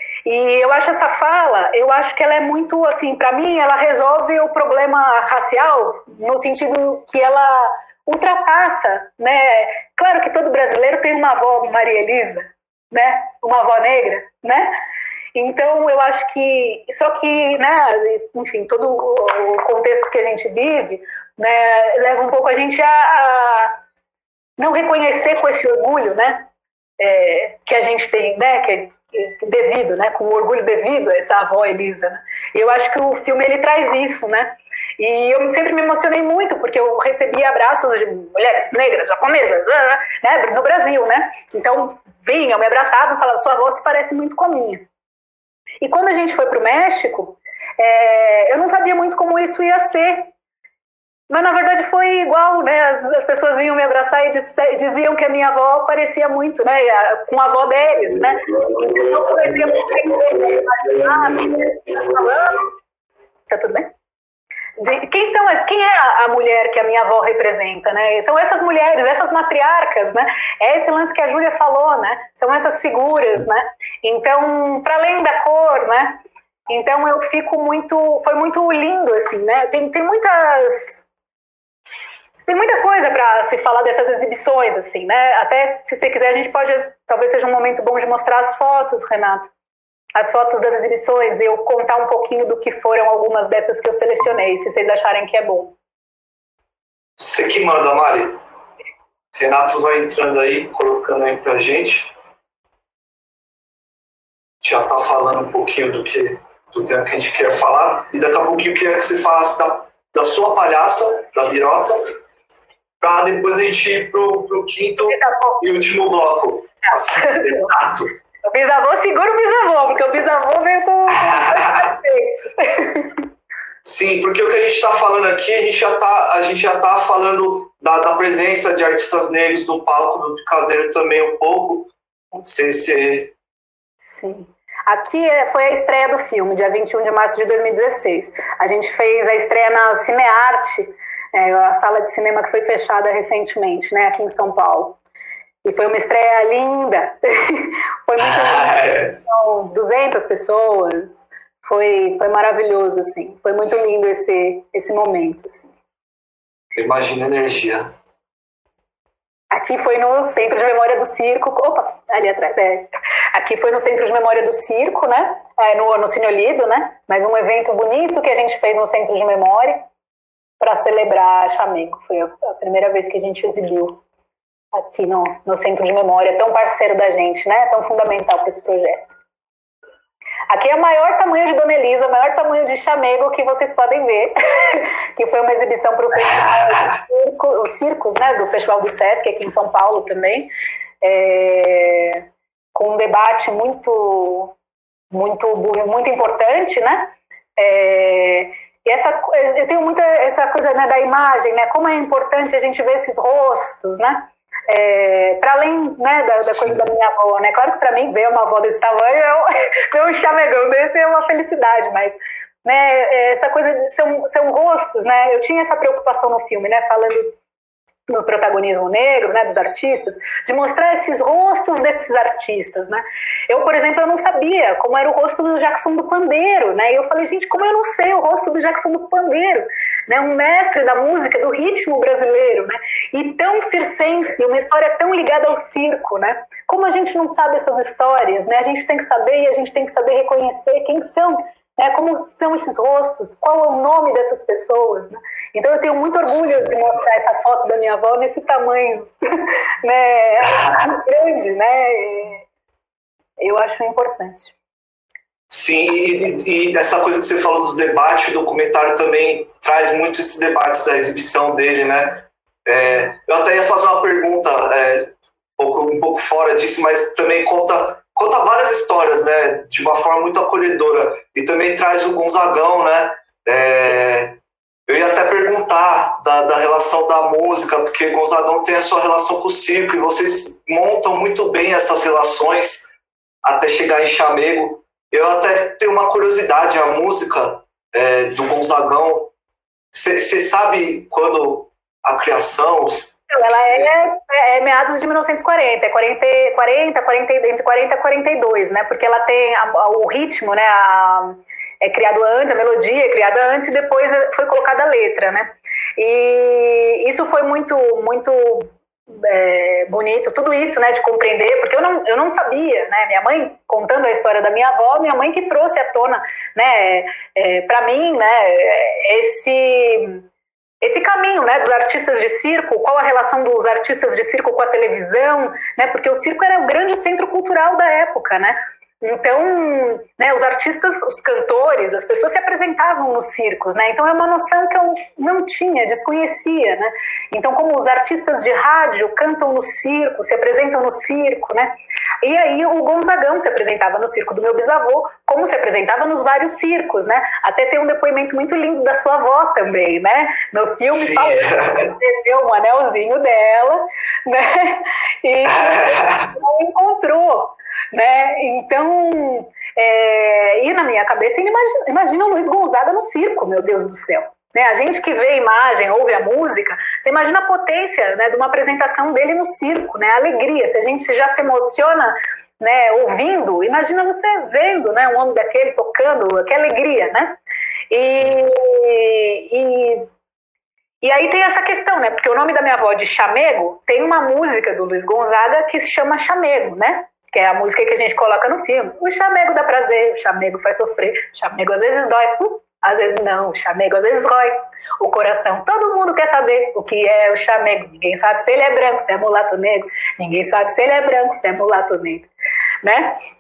E eu acho essa fala, eu acho que ela é muito, assim, para mim, ela resolve o problema racial no sentido que ela ultrapassa, né? Claro que todo brasileiro tem uma avó Maria Elisa, né? Uma avó negra, né? Então, eu acho que, só que, né, enfim, todo o contexto que a gente vive, né, leva um pouco a gente a, a não reconhecer com esse orgulho, né, é, que a gente tem, né, que é devido, né, com o orgulho devido a essa avó Elisa, né? E eu acho que o filme ele traz isso, né? E eu sempre me emocionei muito porque eu recebi abraços de mulheres negras, japonesas, né, no Brasil, né? Então vinham, me abraçavam, falavam, sua avó se parece muito com a minha. E quando a gente foi para o México, é, eu não sabia muito como isso ia ser. Mas, na verdade, foi igual, né? As, as pessoas vinham me abraçar e disse, diziam que a minha avó parecia muito, né? Com a avó deles, né? Então, eu comecei a imaginar, tá tudo bem? De, quem, são as, quem é a, a mulher que a minha avó representa, né? São essas mulheres, essas matriarcas, né? É esse lance que a Júlia falou, né? São essas figuras, né? Então, para além da cor, né? Então, eu fico muito... Foi muito lindo, assim, né? Tem, tem muitas... Tem muita coisa para se falar dessas exibições, assim, né? Até, se você quiser, a gente pode... Talvez seja um momento bom de mostrar as fotos, Renato. As fotos das exibições. E eu contar um pouquinho do que foram algumas dessas que eu selecionei, se vocês acharem que é bom.
Você que manda, Mari. Renato vai entrando aí, colocando aí pra gente. já está falando um pouquinho do, que, do tema que a gente quer falar, e daqui a pouquinho eu queria que você falasse da, da sua palhaça, da Birota, para depois a gente ir pro, pro quinto e último bloco. Exato.
O bisavô segura o bisavô, porque o bisavô veio com...
Sim, porque o que a gente está falando aqui, a gente já está a gente já tá falando da, da presença de artistas negros no palco do Picadeiro também um pouco. Se, se...
Sim. Aqui foi a estreia do filme, dia vinte e um de março de dois mil e dezesseis. A gente fez a estreia na Cinearte, é, a sala de cinema que foi fechada recentemente, né, aqui em São Paulo. E foi uma estreia linda. Foi muito lindo. São duzentas pessoas. Foi, foi maravilhoso, assim. Foi muito lindo esse, esse momento. Assim.
Imagina a energia.
Aqui foi no Centro de Memória do Circo. Opa, ali atrás. É. Aqui foi no Centro de Memória do Circo, né? É, no, no Cine Olido, né? Mas um evento bonito que a gente fez no Centro de Memória para celebrar a Chamego. Foi a, a primeira vez que a gente exibiu aqui no, no Centro de Memória, tão parceiro da gente, né? Tão fundamental para esse projeto. Aqui é o maior tamanho de Dona Elisa, o maior tamanho de Chamego que vocês podem ver, que foi uma exibição para o festival circo, os circos, né, do Festival do Sesc, aqui em São Paulo também, é, com um debate muito, muito, muito importante, né? É, e essa, eu tenho muita essa coisa, né, da imagem, né? Como é importante a gente ver esses rostos, né? É, para além, né, da, da coisa da minha avó, né? Claro que para mim ver uma avó desse tamanho, eu, ver um chamegão desse é uma felicidade, mas, né, essa coisa de são, são rostos, né? Eu tinha essa preocupação no filme, né? Falando no protagonismo negro, né, dos artistas, de mostrar esses rostos desses artistas, né? Eu, por exemplo, eu não sabia como era o rosto do Jackson do Pandeiro, né? E eu falei, gente, como eu não sei o rosto do Jackson do Pandeiro, né? Um mestre da música, do ritmo brasileiro, né? E tão circense, uma história tão ligada ao circo, né? Como a gente não sabe essas histórias, né? A gente tem que saber e a gente tem que saber reconhecer quem são, né? Como são esses rostos, qual é o nome dessas pessoas, né? Então eu tenho muito orgulho de mostrar essa foto da minha avó nesse tamanho, né, grande, né? Eu acho importante.
Sim, e, e essa coisa que você falou do debate, o documentário também traz muito esses debates da exibição dele, né? É, eu até ia fazer uma pergunta é, um, pouco, um pouco fora disso, mas também conta, conta várias histórias, né? De uma forma muito acolhedora. E também traz o Gonzagão, né? É, eu ia até perguntar da, da relação da música, porque Gonzagão tem a sua relação com o circo, e vocês montam muito bem essas relações até chegar em Chamego. Eu até tenho uma curiosidade, a música é, do Gonzagão, você sabe quando a criação...
Ela é, é meados de mil novecentos e quarenta, é quarenta, quarenta, quarenta, entre quarenta e quarenta e dois, né? Porque ela tem a, a, o ritmo, né? A, é criado antes, a melodia é criada antes e depois foi colocada a letra, né? E isso foi muito, muito é, bonito, tudo isso, né, de compreender, porque eu não, eu não sabia, né? Minha mãe, contando a história da minha avó, minha mãe que trouxe à tona, né, é, para mim, né, esse... esse caminho, né, dos artistas de circo, qual a relação dos artistas de circo com a televisão, né, porque o circo era o grande centro cultural da época, né, então, né, os artistas, os cantores, as pessoas se apresentavam nos circos, né, então é uma noção que eu não tinha, desconhecia, né, então como os artistas de rádio cantam no circo, se apresentam no circo, né, e aí o Gonzagão se apresentava no circo do meu bisavô, como se apresentava nos vários circos, né, até tem um depoimento muito lindo da sua avó também, né, no filme falou que deu um anelzinho dela, né, e não encontrou, né, então, é, e na minha cabeça, imagina, imagina o Luiz Gonzaga no circo, meu Deus do céu, né, a gente que vê a imagem, ouve a música, você imagina a potência, né, de uma apresentação dele no circo, né, a alegria, se a gente já se emociona, né, ouvindo, imagina você vendo, né, um homem daquele tocando, que alegria, né, e, e, e aí tem essa questão, né, porque o nome da minha avó de Chamego, tem uma música do Luiz Gonzaga que se chama Chamego, né, que é a música que a gente coloca no filme. O chamego dá prazer, o chamego faz sofrer, o chamego às vezes dói, uh, às vezes não, o chamego às vezes rói o coração. Todo mundo quer saber o que é o chamego. Ninguém sabe se ele é branco, se é mulato negro. Ninguém sabe se ele é branco, se é mulato negro, né?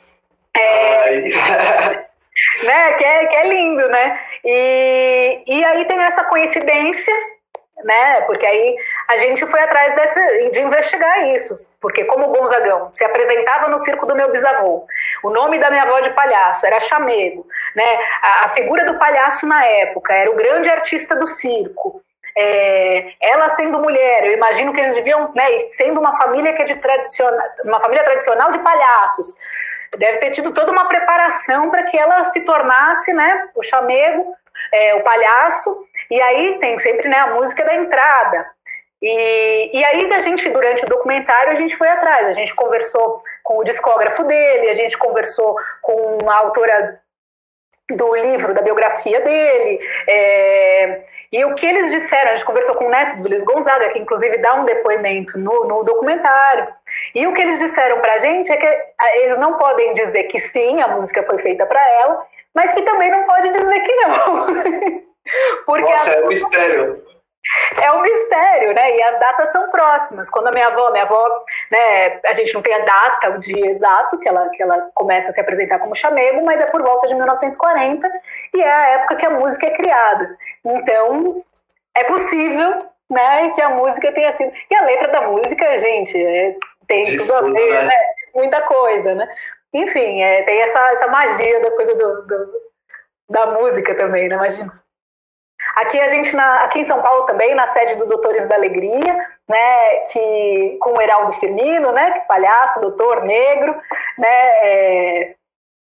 É, né? Que é, que é lindo, né? E, e aí tem essa coincidência, né? Porque aí a gente foi atrás dessa, de investigar isso, porque como o Gonzagão se apresentava no circo do meu bisavô, o nome da minha avó de palhaço era Chamego, né? A, a figura do palhaço na época era o grande artista do circo. É, ela sendo mulher, eu imagino que eles deviam, né? Sendo uma família que é de tradicional, uma família tradicional de palhaços, deve ter tido toda uma preparação para que ela se tornasse, né? O chamego, é, o palhaço. E aí tem sempre, né, a música da entrada. E, e aí a gente, durante o documentário, a gente foi atrás. A gente conversou com o discógrafo dele, a gente conversou com a autora do livro, da biografia dele. É, e o que eles disseram, a gente conversou com o neto do Luiz Gonzaga, que inclusive dá um depoimento no, no documentário. E o que eles disseram pra gente é que eles não podem dizer que sim, a música foi feita para ela, mas que também não pode dizer que não. Porque
Nossa,
a...
é um mistério.
É um mistério, né? E as datas são próximas. Quando a minha avó, minha avó, né, a gente não tem a data, o dia exato que ela, que ela começa a se apresentar como chamego, mas é por volta de mil novecentos e quarenta e é a época que a música é criada. Então, é possível, né, que a música tenha sido... E a letra da música, gente, é, tem
De
tudo a
tudo,
ver,
né?
né? Muita coisa, né? Enfim, é, tem essa, essa magia da coisa do, do, da música também, né? Imagina. Aqui a gente, na, aqui em São Paulo também, na sede do Doutores da Alegria, né, que, com o Heraldo Firmino, né, que palhaço, doutor negro, né, é,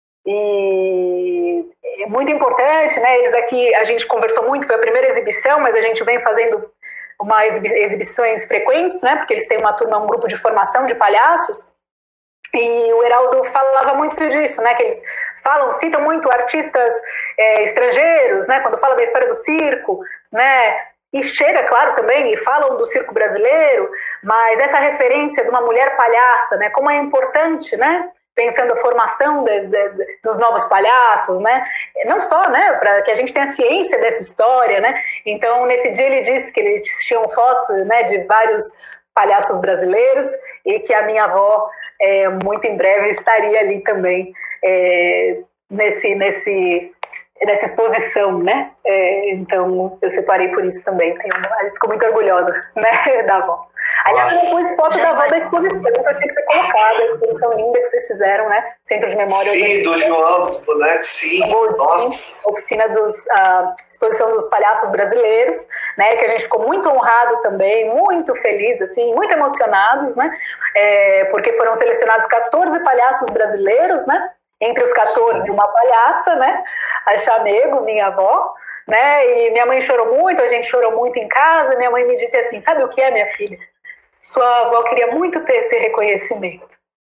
e é muito importante, né, eles aqui, a gente conversou muito, foi a primeira exibição, mas a gente vem fazendo uma exibi exibições frequentes, né, porque eles têm uma turma, um grupo de formação de palhaços, e o Heraldo falava muito disso, né, que eles falam, citam muito artistas é, estrangeiros, né, quando fala da história do circo, né, e chega, claro, também, e falam do circo brasileiro, mas essa referência de uma mulher palhaça, né, como é importante, né, pensando a formação de, de, de, dos novos palhaços, né, não só, né, para que a gente tenha ciência dessa história, né, então nesse dia ele disse que eles tinham fotos, né, de vários palhaços brasileiros e que a minha avó, é, muito em breve, estaria ali também, É, nesse, nesse, nessa exposição, né? É, então, eu separei por isso também. Tenho, eu fico muito orgulhosa, né, da avó. Aliás, eu pus foto da avó da exposição, que eu tinha que ter colocado, a exposição linda que vocês fizeram, né? Centro de Memória.
Sim, do João, dos bonecos, sim. Nossa.
Oficina dos... Uh, exposição dos palhaços brasileiros, né, que a gente ficou muito honrado também, muito feliz, assim, muito emocionados, né, é, porque foram selecionados quatorze palhaços brasileiros, né, entre os quatorze uma palhaça, né, a Chamego, minha avó, né, e minha mãe chorou muito, a gente chorou muito em casa, minha mãe me disse assim, sabe o que é, minha filha? Sua avó queria muito ter esse reconhecimento.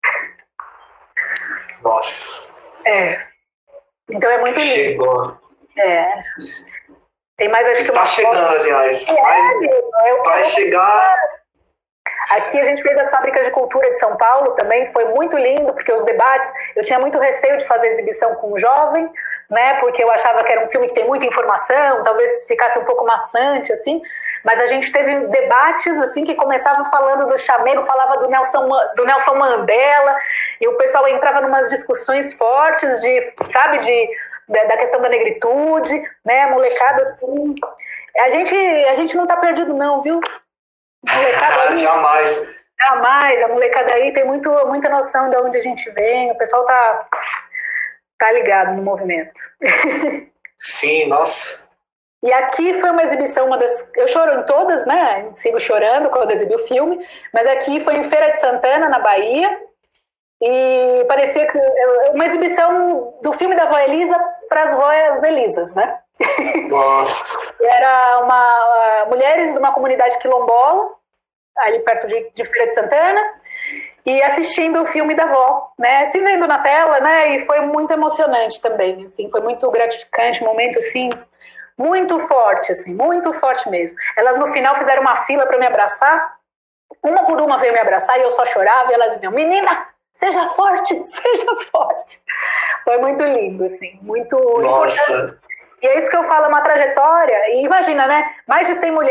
Nossa.
É. Então é muito lindo.
Chegou.
É. Tem mais, acho que
está chegando, foto... aliás.
É,
mas
eu
vai chegar.
Aqui a gente fez as fábricas de cultura de São Paulo também, foi muito lindo, porque os debates, eu tinha muito receio de fazer exibição com um jovem, né, porque eu achava que era um filme que tem muita informação, talvez ficasse um pouco maçante, assim, mas a gente teve debates, assim, que começavam falando do chamego, falava do Nelson, do Nelson Mandela, e o pessoal entrava em umas discussões fortes de, sabe, de, da questão da negritude, né, a molecada, assim, a gente, a gente não tá perdido não, viu? Molecada aí,
jamais.
Jamais, a molecada aí tem muito, muita noção de onde a gente vem, o pessoal tá, tá ligado no movimento.
Sim, nossa.
E aqui foi uma exibição, uma das, eu choro em todas, né, sigo chorando quando exibi o filme, mas aqui foi em Feira de Santana, na Bahia, e parecia que uma exibição do filme da vó Elisa para as vós Elisas, né?
Nossa.
Era uma uh, mulheres de uma comunidade quilombola, ali perto de, de Feira de Santana, e assistindo o filme da avó, né? Se vendo na tela, né? E foi muito emocionante também, assim, foi muito gratificante, um momento assim muito forte, assim, muito forte mesmo. Elas no final fizeram uma fila para me abraçar, uma por uma veio me abraçar e eu só chorava e elas diziam: menina, seja forte, seja forte. Foi muito lindo, assim, muito
Nossa.
importante. E é isso que eu falo, é uma trajetória, e imagina, né, mais de cem mulheres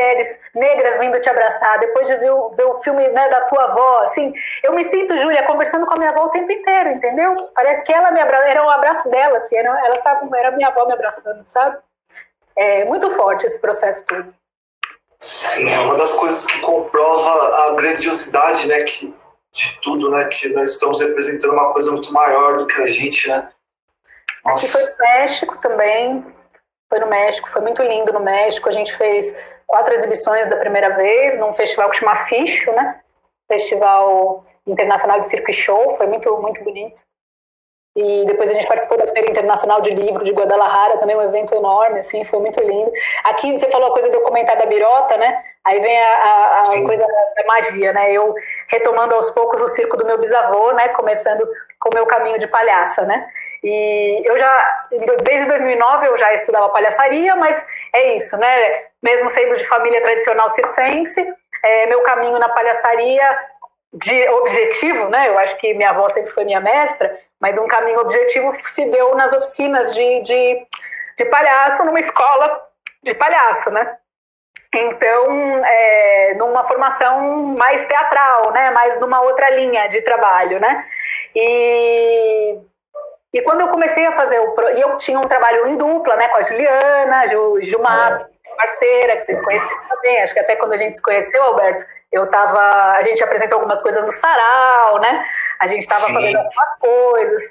negras vindo te abraçar, depois de ver o, ver o filme, né, da tua avó, assim, eu me sinto, Júlia, conversando com a minha avó o tempo inteiro, entendeu? Parece que ela me abra... era um abraço dela, assim, era, ela estava, era minha avó me abraçando, sabe? É muito forte esse processo todo.
Sim, é uma das coisas que comprova a grandiosidade, né, que, de tudo, né, que nós estamos representando uma coisa muito maior do que a gente, né?
Nossa. Aqui foi no México também, foi no México, foi muito lindo no México, a gente fez quatro exibições da primeira vez, num festival que chama Ficho, né, Festival Internacional de Circo e Show, foi muito, muito bonito. E depois a gente participou da Feira Internacional de Livro de Guadalajara, também um evento enorme, assim, foi muito lindo. Aqui você falou a coisa do comentário da birota, né? Aí vem a, a, a coisa da magia, né? Eu retomando aos poucos o circo do meu bisavô, né? Começando com o meu caminho de palhaça, né? E eu já, desde dois mil e nove eu já estudava palhaçaria, mas é isso, né? Mesmo sendo de família tradicional circense, é, meu caminho na palhaçaria de objetivo, né? Eu acho que minha avó sempre foi minha mestra, mas um caminho objetivo se deu nas oficinas de, de, de palhaço, numa escola de palhaço, né? Então, é, numa formação mais teatral, né? Mais numa outra linha de trabalho, né? E, e quando eu comecei a fazer o... E eu tinha um trabalho em dupla, né? Com a Juliana, Ju, Gilmar, parceira, que vocês conhecem também. Acho que até quando a gente se conheceu, Alberto, eu tava... A gente apresentou algumas coisas no Sarau, né? A gente estava fazendo algumas coisas.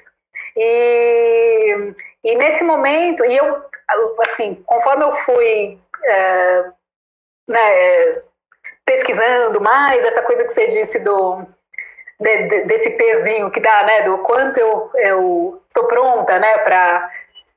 E, e nesse momento... E eu, assim, conforme eu fui... É, né, pesquisando mais, essa coisa que você disse do... De, de, desse pezinho que dá, né? Do quanto eu, eu tô pronta, né? Pra,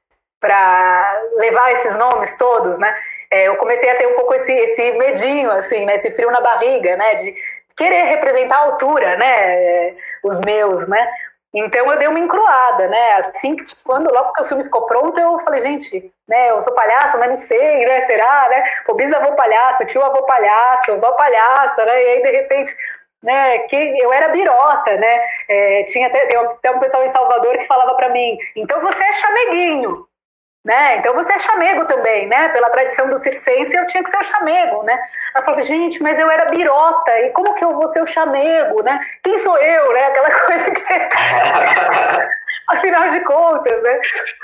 pra levar esses nomes todos, né? É, eu comecei a ter um pouco esse, esse medinho, assim, né? Esse frio na barriga, né? De querer representar a altura, né? Os meus, né? Então eu dei uma encruada, né? Assim, quando, logo que o filme ficou pronto, eu falei, gente, né? Eu sou palhaça, mas não sei, né? Será, né? Pô, bisavô palhaço, tio avô palhaço, avó palhaça, né? E aí, de repente... Né, que eu era birota, né? É, tinha até, tem até um pessoal em Salvador que falava para mim, então você é chameguinho, né? Então você é chamego também, né? Pela tradição do circense eu tinha que ser o chamego, né? Ela falava, gente, mas eu era birota, e como que eu vou ser o chamego, né? Quem sou eu, né? Aquela coisa que você... Afinal de contas, né?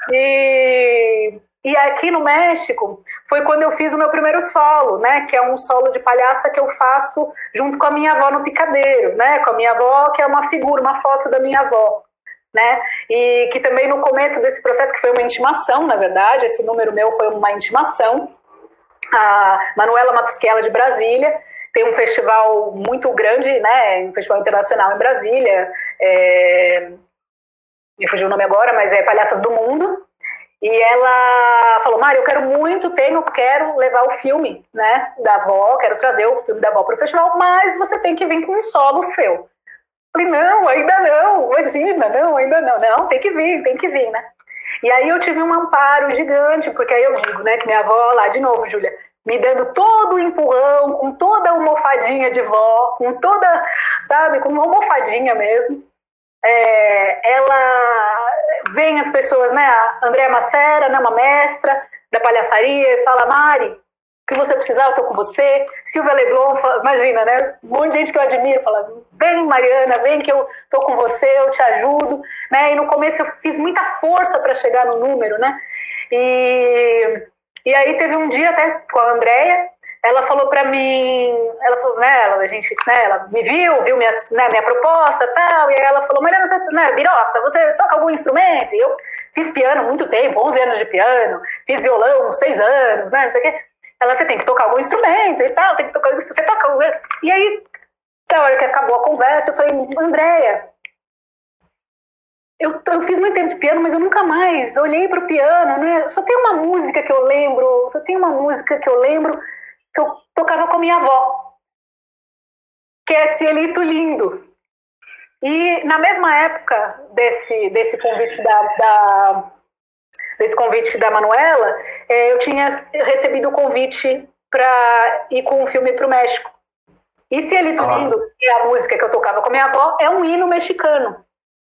E... E aqui no México foi quando eu fiz o meu primeiro solo, né? Que é um solo de palhaça que eu faço junto com a minha avó no picadeiro, né? Com a minha avó, que é uma figura, uma foto da minha avó, né? E que também no começo desse processo, que foi uma intimação, na verdade, esse número meu foi uma intimação. A Manuela Matusquela de Brasília tem um festival muito grande, né? Um festival internacional em Brasília. É... Me fugiu o nome agora, mas é Palhaças do Mundo. E ela falou, Mari, eu quero muito, tenho, quero levar o filme, né, da avó, quero trazer o filme da avó para o festival, mas você tem que vir com um solo seu. Falei, não, ainda não, imagina, não, ainda não, não, tem que vir, tem que vir, né. E aí eu tive um amparo gigante, porque aí eu digo, né, que minha avó, lá de novo, Júlia, me dando todo o empurrão, com toda a almofadinha de vó, com toda, sabe, com uma almofadinha mesmo. É, ela vem as pessoas, né, a Andréa Macera, né, uma mestra da palhaçaria, e fala, Mari, o que você precisar, eu tô com você. Silvia Leblon, fala, imagina, né, um monte de gente que eu admiro, fala, vem Mariana, vem que eu tô com você, eu te ajudo, né, e no começo eu fiz muita força para chegar no número, né, e, e aí teve um dia até com a Andréa, ela falou pra mim, ela falou, né, ela, a gente, né, ela me viu, viu minha, né, minha proposta e tal, e aí ela falou, Mariana, você, né, birota, você toca algum instrumento? E eu fiz piano há muito tempo, onze anos de piano, fiz violão, seis anos, né, não sei o quê. Ela, você tem que tocar algum instrumento e tal, tem que tocar, você toca, né? E aí, na hora que acabou a conversa, eu falei, Andréia, eu, eu fiz muito tempo de piano, mas eu nunca mais olhei pro piano, né, só tem uma música que eu lembro, só tem uma música que eu lembro, que eu tocava com a minha avó, que é Cielito Lindo. E na mesma época desse, desse convite da, da, desse convite da Manuela, eu tinha recebido o convite para ir com um filme para o México. E Cielito ah. Lindo, que é a música que eu tocava com a minha avó, é um hino mexicano.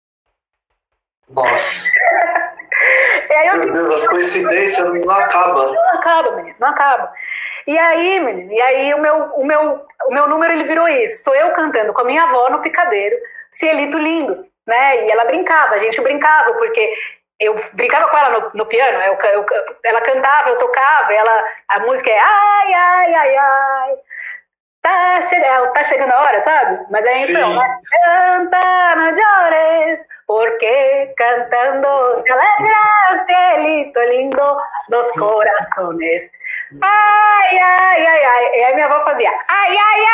Nossa.
E aí eu
Meu Deus, as coincidências não acabam.
Não acaba, menino, não acaba. E aí, menino, e aí o meu, o, meu, o meu número ele virou isso. Sou eu cantando com a minha avó no picadeiro, Cielito lindo, né? E ela brincava, a gente brincava, porque eu brincava com ela no, no piano, eu, eu, ela cantava, eu tocava, ela, a música é ai, ai, ai, ai. Tá, chega, tá chegando a hora, sabe? Mas aí então, né? Canta, no llores, porque cantando se alegra, cielito lindo dos corazones. Ai, ai, ai, ai. E aí minha avó fazia ai, ai,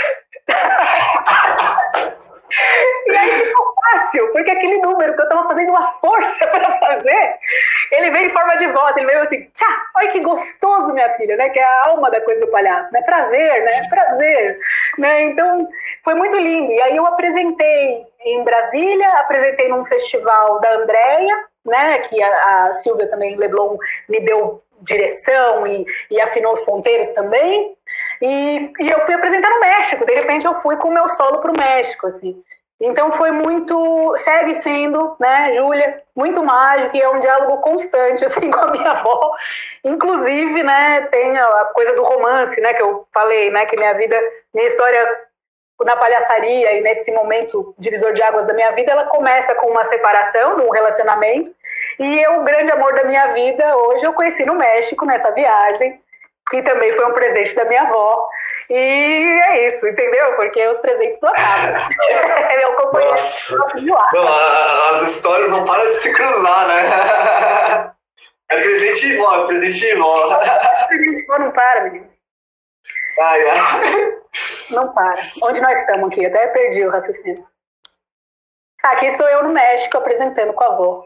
ai. E aí ficou fácil, porque aquele número que eu tava fazendo uma força para fazer, ele veio em forma de voz, ele veio assim, tchá, olha que gostoso, minha filha, né? Que é a alma da coisa do palhaço, né? Prazer, né? Prazer, né? Então, foi muito lindo. E aí eu apresentei em Brasília, apresentei num festival da Andréia, né? Que a, a Silvia também, Leblon, me deu direção e, e afinou os ponteiros também. E, e eu fui apresentar no México, de repente eu fui com o meu solo pro México, assim. Então foi muito, segue sendo, né, Júlia, muito mágico e é um diálogo constante, assim, com a minha avó. Inclusive, né, tem a coisa do romance, né, que eu falei, né, que minha vida, minha história na palhaçaria e nesse momento divisor de águas da minha vida, ela começa com uma separação, de um relacionamento, e eu, o grande amor da minha vida, hoje eu conheci no México, nessa viagem, que também foi um presente da minha avó. E é isso, entendeu? Porque os presentes não acabam. Meu companheiro
não, as histórias não param de se cruzar, né? É presente de vó, é presente de vó.
Presente de vó não para, menino.
Ai, ai.
Não para. Onde nós estamos aqui? Até perdi o raciocínio. Aqui sou eu no México apresentando com a avó.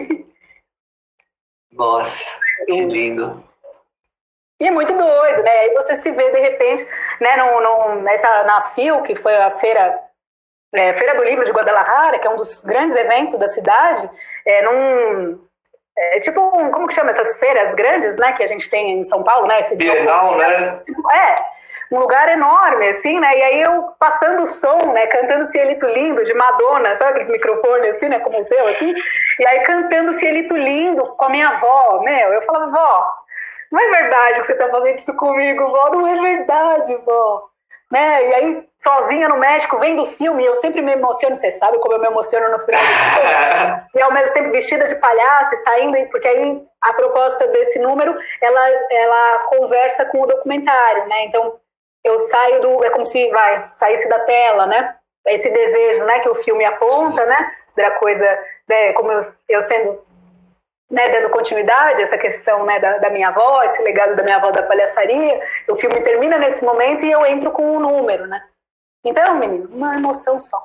Nossa, que lindo.
E é muito doido, né? Aí você se vê, de repente, né, no, no, nessa, na F I L, que foi a feira, é, Feira do Livro de Guadalajara, que é um dos grandes eventos da cidade, é num... É, tipo, um, como que chama essas feiras grandes, né, que a gente tem em São Paulo, né? Esse
Bienal, né?
Tipo, é, um lugar enorme, assim, né? E aí eu passando o som, né, cantando Cielito Lindo, de Madonna, sabe aqueles microfones assim, né, como o seu, assim? E aí cantando Cielito Lindo com a minha avó, meu, eu falava, vó, não é verdade que você tá fazendo isso comigo, vó, não é verdade, vó. Né? E aí, sozinha no México, vendo o filme, eu sempre me emociono, você sabe como eu me emociono no final do filme. E ao mesmo tempo vestida de palhaço, e saindo, porque aí a proposta desse número, ela, ela conversa com o documentário, né? Então, eu saio do... É como se, vai, saísse da tela, né? Esse desejo, né, que o filme aponta, né? Da coisa, né, como eu, eu sendo... Né, dando continuidade a essa questão, né, da, da minha avó, esse legado da minha avó da palhaçaria, o filme termina nesse momento e eu entro com um número, né? Então, menino, uma emoção só.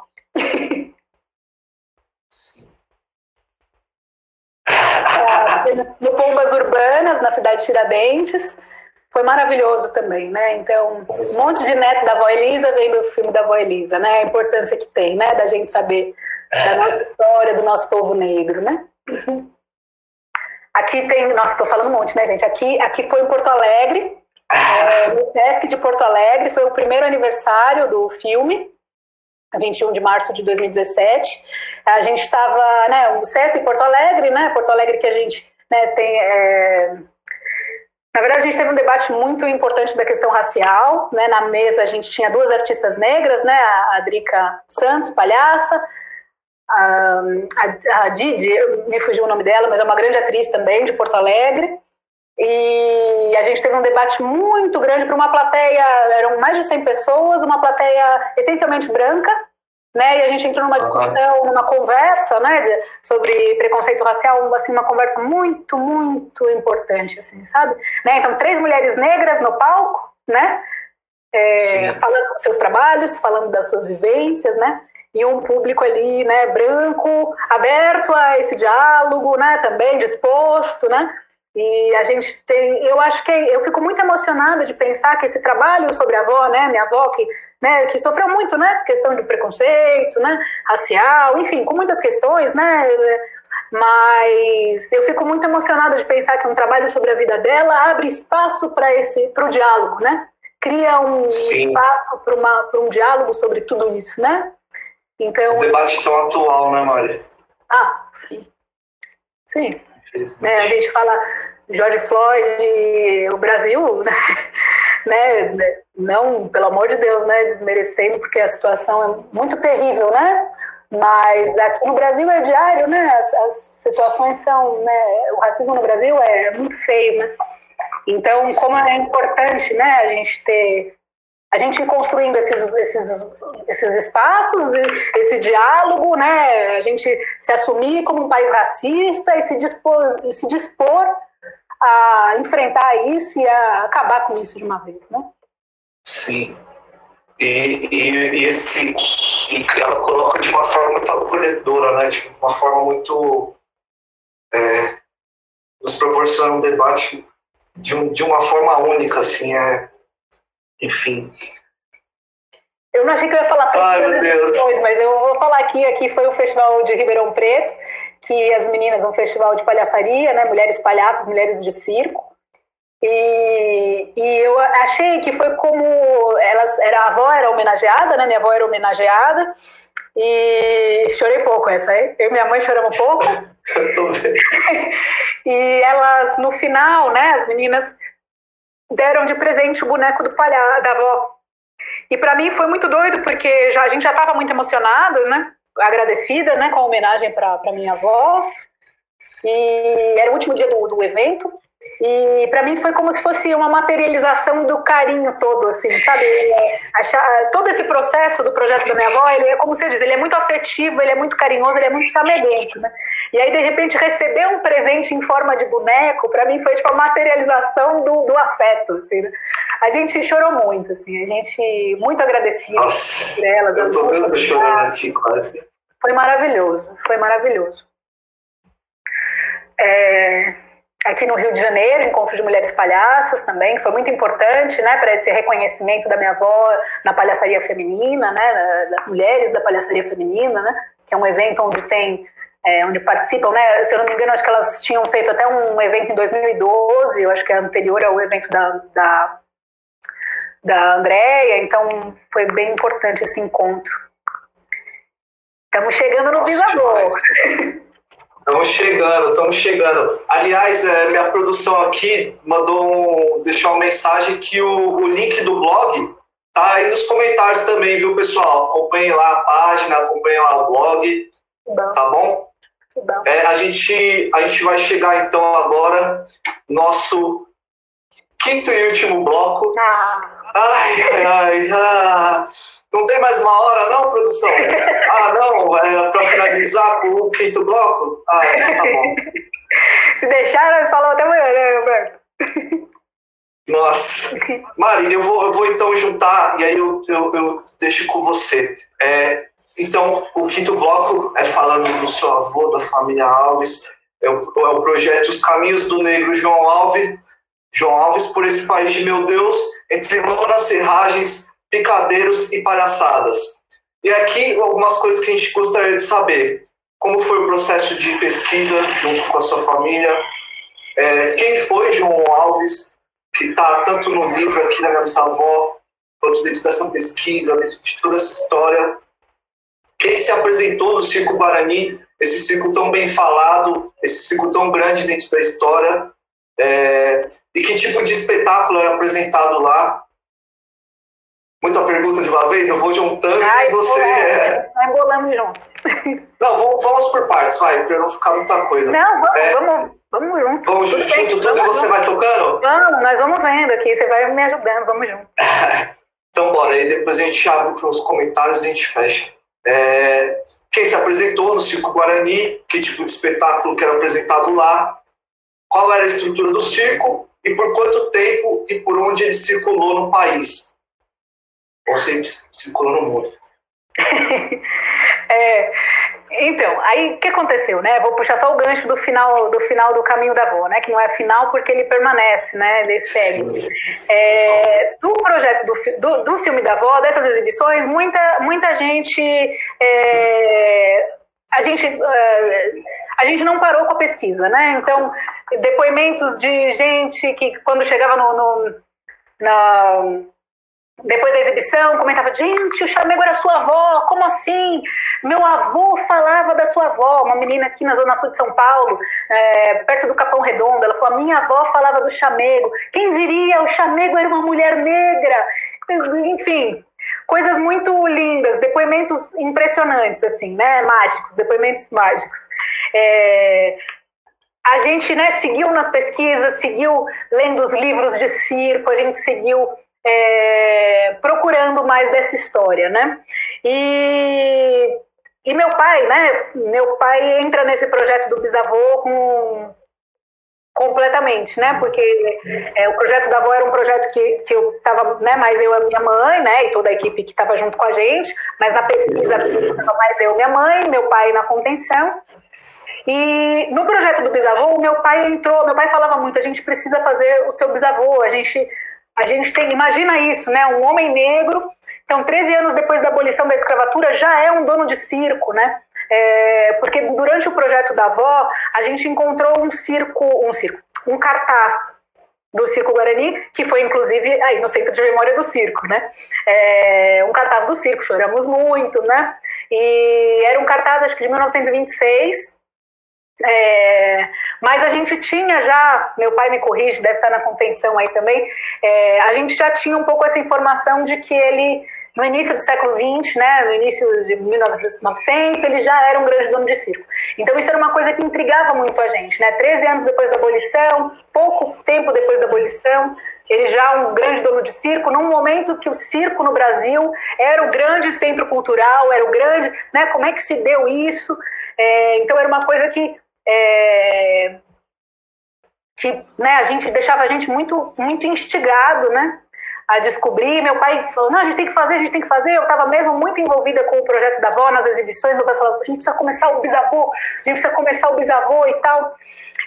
No Pombas Urbanas, na cidade de Tiradentes, foi maravilhoso também, né? Então, um monte de neto da avó Elisa vendo o filme da avó Elisa, né? A importância que tem, né, da gente saber da nossa história, do nosso povo negro, né? Aqui tem, nossa, estou falando um monte, né, gente? Aqui, aqui foi em Porto Alegre, é, no Sesc de Porto Alegre, foi o primeiro aniversário do filme, vinte e um de março de dois mil e dezessete. A gente estava, né, o Sesc de Porto Alegre, né, Porto Alegre que a gente, né, tem... É... Na verdade, a gente teve um debate muito importante da questão racial, né, na mesa a gente tinha duas artistas negras, né, a Drica Santos, palhaça, A, a, a Didi, me fugiu o nome dela, mas é uma grande atriz também de Porto Alegre, e a gente teve um debate muito grande para uma plateia, eram mais de cem pessoas, uma plateia essencialmente branca, né, e a gente entrou numa discussão, numa conversa, né, sobre preconceito racial, assim, uma conversa muito, muito importante, assim, sabe? Né, então, três mulheres negras no palco, né, é, falando dos seus trabalhos, falando das suas vivências, né, e um público ali, né, branco, aberto a esse diálogo, né, também disposto, né, e a gente tem, eu acho que, eu fico muito emocionada de pensar que esse trabalho sobre a avó, né, minha avó, que, né, que sofreu muito, né, questão de preconceito, né, racial, enfim, com muitas questões, né, mas eu fico muito emocionada de pensar que um trabalho sobre a vida dela abre espaço para esse, para o diálogo, né, cria um Sim. espaço para uma, para um diálogo sobre tudo isso, né. Então,
um debate tão atual, né, Mari?
Ah, sim. Sim. Né, a gente fala George Floyd, o Brasil, né? né, não, pelo amor de Deus, né, desmerecendo, porque a situação é muito terrível, né? Mas aqui no Brasil é diário, né? As, as situações são, né? O racismo no Brasil é muito feio, né? Então, como é importante, né, a gente ter, a gente ir construindo esses, esses, esses espaços, esse diálogo, né? A gente se assumir como um país racista e se dispor, e se dispor a enfrentar isso e a acabar com isso de uma vez, né?
Sim. E, e, e esse, e ela coloca de uma forma muito acolhedora, né? De uma forma muito é, nos proporciona um debate de, um, de uma forma única, assim, é, enfim.
Eu não achei que eu ia falar
Ai,
depois, mas eu vou falar aqui, aqui foi o Festival de Ribeirão Preto, que as meninas, um festival de palhaçaria, né, mulheres palhaças, mulheres de circo, e, e eu achei que foi como elas, era, a avó era homenageada, né, minha avó era homenageada, e chorei pouco essa aí, eu e minha mãe choramos um pouco, e elas, no final, né, as meninas deram de presente o boneco do palha, da avó. E para mim foi muito doido, porque já, a gente já estava muito emocionada, né? Agradecida, né? Com a homenagem para minha avó. E era o último dia do, do evento. E para mim foi como se fosse uma materialização do carinho todo, assim, sabe? É, achar, todo esse processo do projeto da minha avó, ele é como você diz, ele é muito afetivo, ele é muito carinhoso, ele é muito chamegante, né? E aí, de repente, receber um presente em forma de boneco, para mim foi tipo a materialização do, do afeto, assim, né? A gente chorou muito, assim, a gente muito agradecida por elas.
Eu tô vendo chorando aqui quase.
Foi maravilhoso, foi maravilhoso. É... Aqui no Rio de Janeiro, Encontro de Mulheres Palhaças também, que foi muito importante, né, para esse reconhecimento da minha avó na palhaçaria feminina, né, das mulheres da palhaçaria feminina, né, que é um evento onde tem, é, onde participam, né, se eu não me engano, acho que elas tinham feito até um evento em dois mil e doze, eu acho que é anterior ao evento da, da, da Andréia, então foi bem importante esse encontro. Estamos chegando no bisavô.
Estamos chegando, estamos chegando. Aliás, é, minha produção aqui mandou um, deixou uma mensagem que o, o link do blog tá aí nos comentários também, viu, pessoal? Acompanhem lá a página, acompanhem lá o blog,
bom.
Tá bom?
bom.
É, a, gente, a gente vai chegar então agora no nosso quinto e último bloco.
Ah.
Ai, ai, ai, ah. Não tem mais uma hora, não, produção? Ah, não, é para finalizar com o quinto bloco? Ah, então tá bom.
Se deixar, nós falamos até amanhã, né, Roberto?
Nossa. Marília, eu vou, eu vou então juntar, e aí eu, eu, eu deixo com você. É, então, o quinto bloco é falando do seu avô, da família Alves, é o, é o projeto Os Caminhos do Negro João Alves, João Alves por esse país de meu Deus, entre lonas, serragens, picadeiros e palhaçadas. E aqui algumas coisas que a gente gostaria de saber. Como foi o processo de pesquisa junto com a sua família? É, quem foi João Alves, que está tanto no livro aqui da minha bisavó, quanto dentro dessa pesquisa, dentro de toda essa história? Quem se apresentou no Circo Guarani, esse circo tão bem falado, esse circo tão grande dentro da história? É, e que tipo de espetáculo era apresentado lá? Muita pergunta de uma vez, eu vou juntando
Ai,
e você...
É, vai embolando junto.
Não, vamos, vamos por partes, vai, para não ficar muita coisa.
Não, vamos,
é,
vamos, vamos junto.
Vamos junto, junto tudo e você junto. Vai tocando?
Vamos, nós vamos vendo aqui, você vai me ajudando, vamos junto.
Então bora, aí depois a gente abre para os comentários e a gente fecha. É, quem se apresentou no Circo Guarani, que tipo de espetáculo que era apresentado lá, qual era a estrutura do circo e por quanto tempo e por onde ele circulou no país. Ou sempre circulou no mundo.
é, então, aí o que aconteceu, né? Vou puxar só o gancho do final do, final do Caminho da Avó, né? Que não é final porque ele permanece, né? Ele segue. É, do projeto do, do, do filme da Avó, dessas exibições, muita, muita gente... É, a gente... É, a gente não parou com a pesquisa, né? Então, depoimentos de gente que quando chegava no... no na, depois da exibição, comentava, gente, o chamego era sua avó, como assim? meu avô falava da sua avó, uma menina aqui na Zona Sul de São Paulo, é, perto do Capão Redondo, ela falou, a minha avó falava do chamego, quem diria, o chamego era uma mulher negra, enfim, coisas muito lindas, depoimentos impressionantes, assim, né, mágicos, depoimentos mágicos. É, a gente, né, seguiu nas pesquisas, seguiu lendo os livros de circo, a gente seguiu é, procurando mais dessa história, né? E, e meu pai, né? Meu pai entra nesse projeto do bisavô com, completamente, né? Porque é, o projeto da avó era um projeto que, que eu estava, né? Mais eu e a minha mãe, né? E toda a equipe que estava junto com a gente, mas na pesquisa estava mais eu e minha mãe, meu pai na contenção. E no projeto do bisavô, meu pai entrou, meu pai falava muito, a gente precisa fazer o seu bisavô, a gente, a gente tem, imagina isso, né, um homem negro, então treze anos depois da abolição da escravatura, já é um dono de circo, né, é, porque durante o projeto da avó, a gente encontrou um circo, um circo, um cartaz do Circo Guarani, que foi inclusive aí no Centro de Memória do Circo, né, é, um cartaz do circo, choramos muito, né, e era um cartaz, acho que de mil novecentos e vinte e seis, É, mas a gente tinha já, meu pai me corrige, deve estar na contenção aí também, é, a gente já tinha um pouco essa informação de que ele, no início do século vinte, né, no início de mil e novecentos, ele já era um grande dono de circo. Então isso era uma coisa que intrigava muito a gente, né, treze anos depois da abolição, pouco tempo depois da abolição, ele já um grande dono de circo, num momento que o circo no Brasil era o grande centro cultural, era o grande, né, como é que se deu isso? É, então era uma coisa que É, que né, a gente deixava a gente muito, muito instigado, né, a descobrir. Meu pai falou, não, a gente tem que fazer, a gente tem que fazer. Eu estava mesmo muito envolvida com o projeto da avó, nas exibições. Meu pai falou, a gente precisa começar o bisavô, a gente precisa começar o bisavô e tal.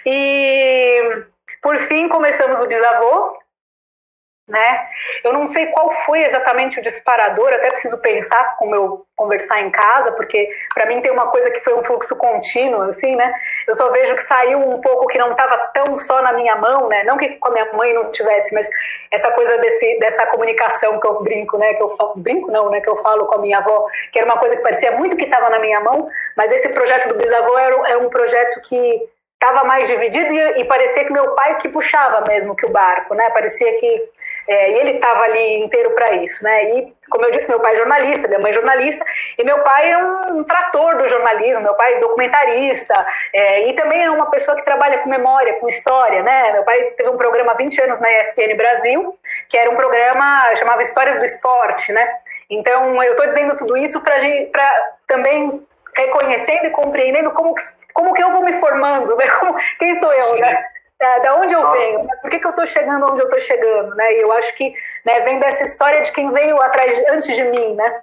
E por fim começamos o bisavô, né? Eu não sei qual foi exatamente o disparador, até preciso pensar como eu conversar em casa, porque para mim tem uma coisa que foi um fluxo contínuo, assim, né? Eu só vejo que saiu um pouco que não estava tão só na minha mão, né? Não que com a minha mãe não tivesse, mas essa coisa desse, dessa comunicação que eu brinco, né? Que eu falo, brinco não, né? Que eu falo com a minha avó, que era uma coisa que parecia muito que estava na minha mão, mas esse projeto do bisavô era, era um projeto que estava mais dividido e, e parecia que meu pai que puxava mesmo que o barco, né? Parecia que É, e ele estava ali inteiro para isso, né? E, como eu disse, meu pai é jornalista, minha mãe é jornalista, e meu pai é um, um trator do jornalismo, meu pai é documentarista, é, e também é uma pessoa que trabalha com memória, com história, né? Meu pai teve um programa há vinte anos na E S P N Brasil, que era um programa, chamava Histórias do Esporte, né? Então, eu estou dizendo tudo isso para também reconhecendo e compreendendo como, como que eu vou me formando, né? Como, quem sou eu, né? Da, da onde eu venho, né? Por que, que eu estou chegando onde eu estou chegando, né? E eu acho que, né, vem dessa história de quem veio atrás, antes de mim, né?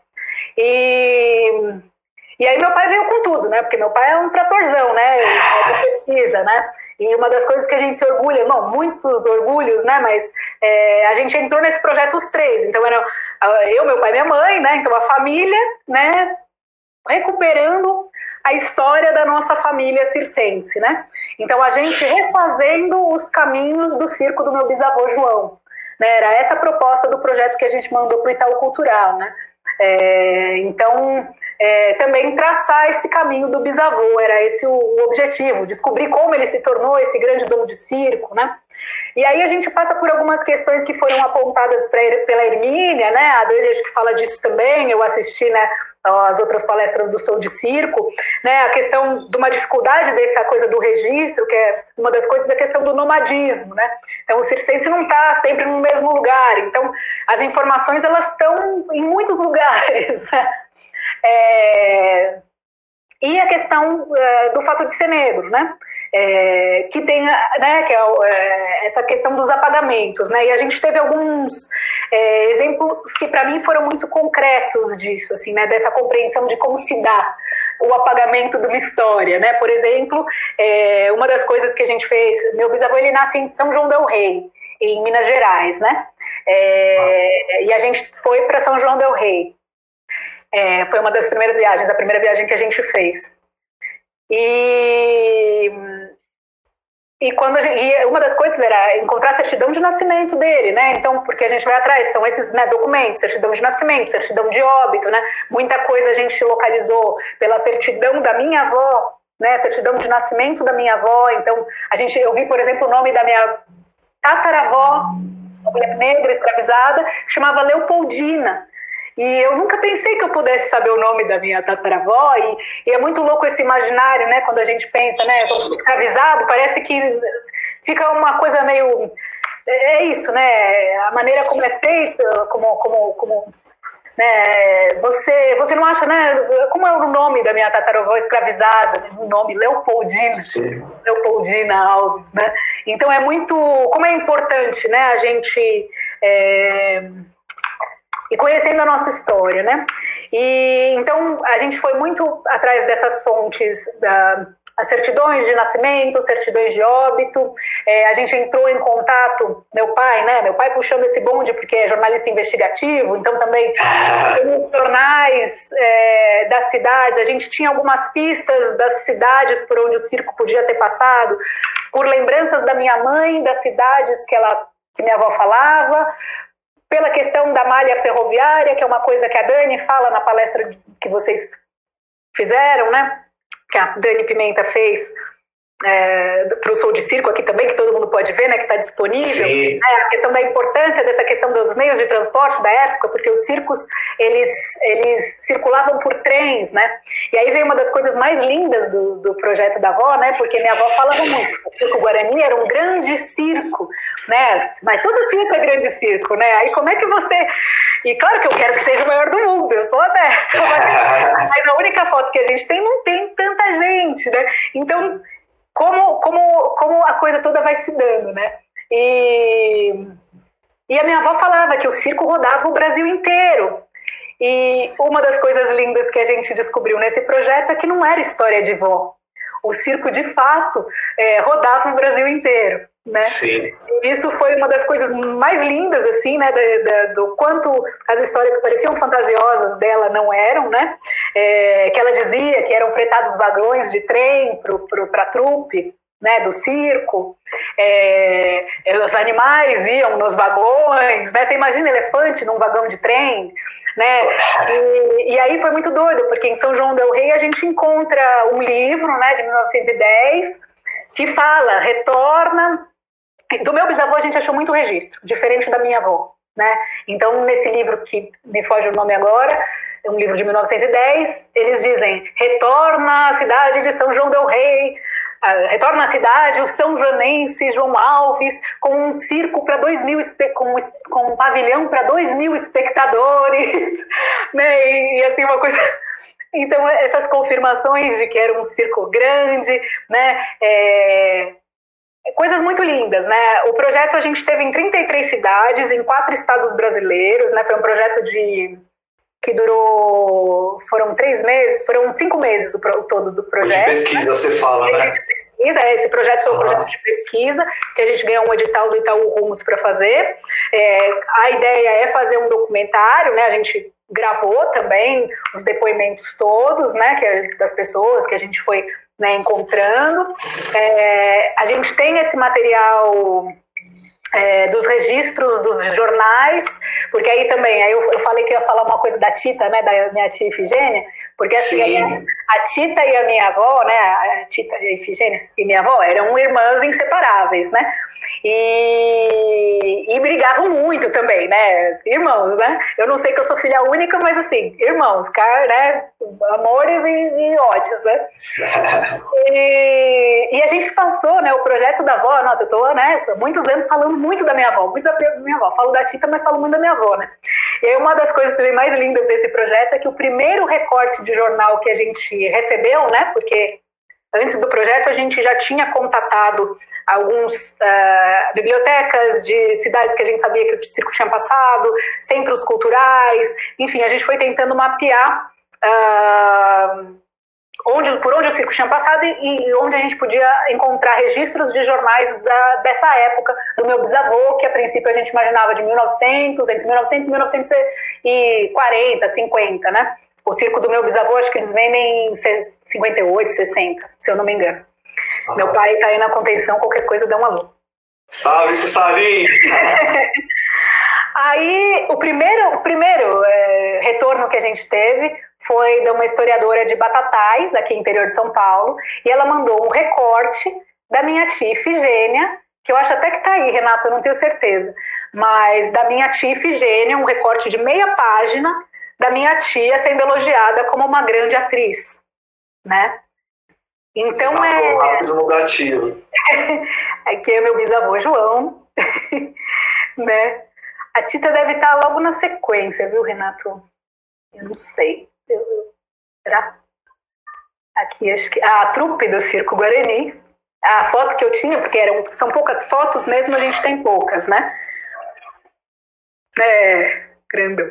E, e aí meu pai veio com tudo, né? Porque meu pai é um tratorzão, né? Ele pesquisa, né? E uma das coisas que a gente se orgulha, não, muitos orgulhos, né? Mas é, a gente entrou nesse projeto os três. Então era eu, meu pai e minha mãe, né? Então a família, né? Recuperando a história da nossa família circense, né? Então a gente refazendo os caminhos do circo do meu bisavô João, né? Era essa a proposta do projeto que a gente mandou para o Itaú Cultural, né? É, então é, também traçar esse caminho do bisavô, era esse o, o objetivo, descobrir como ele se tornou esse grande dono de circo, né? E aí a gente passa por algumas questões que foram apontadas pra, pela Hermínia, né? A Adélia acho que fala disso também, eu assisti, né, as outras palestras do Sou de Circo, né? A questão de uma dificuldade dessa coisa do registro, que é uma das coisas, a questão do nomadismo, né? Então o circense não está sempre no mesmo lugar, então as informações elas estão em muitos lugares, né? É... E a questão é, do fato de ser negro, né? É, que tem, né, que é, é essa questão dos apagamentos, né? E a gente teve alguns é, exemplos que para mim foram muito concretos disso, assim, né? Dessa compreensão de como se dá o apagamento de uma história, né? Por exemplo, é, uma das coisas que a gente fez, meu bisavô ele nasce em São João del Rei, em Minas Gerais, né? É, e a gente foi para São João del Rei. É, foi uma das primeiras viagens, a primeira viagem que a gente fez. E, e, quando a gente, e uma das coisas era encontrar a certidão de nascimento dele, né? Então, porque a gente vai atrás, são esses, né, documentos, certidão de nascimento, certidão de óbito, né? Muita coisa a gente localizou pela certidão da minha avó, né? Certidão de nascimento da minha avó. Então, a gente, eu vi, por exemplo, o nome da minha tataravó, uma mulher negra escravizada, que chamava Leopoldina. E eu nunca pensei que eu pudesse saber o nome da minha tataravó, e, e é muito louco esse imaginário, né, quando a gente pensa, né, escravizado, parece que fica uma coisa meio, é isso, né, a maneira como é feito, como, como, como né, você, você não acha, né, como é o nome da minha tataravó escravizada, o nome, Leopoldina, Sim. Leopoldina Alves, né, então é muito, como é importante, né, a gente... É, e conhecendo a nossa história, né? E então a gente foi muito atrás dessas fontes, da, as certidões de nascimento, certidões de óbito. É, a gente entrou em contato, meu pai, né? Meu pai puxando esse bonde porque é jornalista investigativo, então também nos jornais é, das cidades a gente tinha algumas pistas das cidades por onde o circo podia ter passado, por lembranças da minha mãe, das cidades que ela, que minha avó falava. Pela questão da malha ferroviária, que é uma coisa que a Dani fala na palestra que vocês fizeram, né? Que a Dani Pimenta fez é, para o Sou de Circo aqui também, que todo mundo pode ver, né? Que está disponível. Né, a questão da importância dessa questão dos meios de transporte da época, porque os circos, eles, eles circulavam por trens, né? E aí vem uma das coisas mais lindas do, do projeto da avó, né? Porque minha avó falava muito. O Circo Guarani era um grande circo, né? Mas todo circo é grande circo, né? Aí como é que você... E claro que eu quero que seja o maior do mundo, eu sou aberta. Mas, mas a única foto que a gente tem, não tem tanta gente, né? Então, como, como, como a coisa toda vai se dando, né? E, e a minha avó falava que o circo rodava o Brasil inteiro. E uma das coisas lindas que a gente descobriu nesse projeto é que não era história de vó. O circo, de fato, é, rodava o Brasil inteiro, né? Sim. E isso foi uma das coisas mais lindas, assim, né? Da, da, do quanto as histórias que pareciam fantasiosas dela não eram, né? É, que ela dizia que eram fretados vagões de trem para a trupe, né, do circo. É, os animais iam nos vagões, né? Você imagina elefante num vagão de trem, né? E, e aí foi muito doido, porque em São João del Rei a gente encontra um livro, né, de mil novecentos e dez que fala, retorna. Do meu bisavô a gente achou muito registro, diferente da minha avó, né? Então nesse livro que me foge o nome agora, é um livro de mil novecentos e dez, eles dizem: retorna à cidade de São João del Rei, retorna à cidade o São Joanense João Alves com um circo para dois mil, com, com um pavilhão para dois mil espectadores, né? E, e assim uma coisa. Então essas confirmações de que era um circo grande, né? É... coisas muito lindas, né? O projeto a gente teve em trinta e três cidades, em quatro estados brasileiros, né? Foi um projeto de que durou, foram três meses, foram cinco meses o, pro, o todo do projeto.
De pesquisa, né? Você fala, né?
Esse projeto foi um uhum. projeto de pesquisa, que a gente ganhou um edital do Itaú Rumos para fazer. É, a ideia é fazer um documentário, né? A gente gravou também os depoimentos todos, né? Que é das pessoas que a gente foi, né, encontrando. É, a gente tem esse material é, dos registros dos jornais, porque aí também, aí eu, eu falei que ia falar uma coisa da Tita, né, da minha tia Ifigênia, porque assim, a, minha, a Tita e a minha avó, né, a Tita e a Ifigênia e minha avó eram irmãs inseparáveis, né, e, e brigavam muito também, né, irmãos, né, eu não sei que eu sou filha única, mas assim, irmãos, cara, né, amores e, e ódios, né, e, e a gente passou, né, o projeto da avó, nossa, eu tô, né, muitos anos falando muito da minha avó, muito da minha avó, falo da Tita, mas falo muito da minha avó, né, e aí uma das coisas também mais lindas desse projeto é que o primeiro recorte de jornal que a gente recebeu, né, porque antes do projeto a gente já tinha contatado alguns uh, bibliotecas de cidades que a gente sabia que o circo tinha passado, centros culturais, enfim, a gente foi tentando mapear uh, onde, por onde o circo tinha passado e, e onde a gente podia encontrar registros de jornais da, dessa época, do meu bisavô, que a princípio a gente imaginava de mil e novecentos, entre mil e novecentos e mil novecentos e quarenta, cinquenta, né? O circo do meu bisavô, acho que eles vendem em cinquenta e oito, sessenta, se eu não me engano. Uhum. Meu pai tá aí na contenção, qualquer coisa dá um alô.
Salve, Cessarinho!
Aí, o primeiro, o primeiro é, retorno que a gente teve foi de uma historiadora de Batatais, aqui no interior de São Paulo, e ela mandou um recorte da minha tia Ifigênia, que eu acho até que tá aí, Renato, eu não tenho certeza, mas da minha tia Ifigênia, um recorte de meia página da minha tia sendo elogiada como uma grande atriz, né? Então
ah,
é...
rápido no gatilho.
Aqui é meu bisavô João, né? A Tita deve estar logo na sequência, viu, Renato? Eu não sei. Eu... Será? Aqui, acho que... Ah, a trupe do Circo Guarani. A foto que eu tinha, porque eram... são poucas fotos mesmo, a gente tem poucas, né? É... Grandão.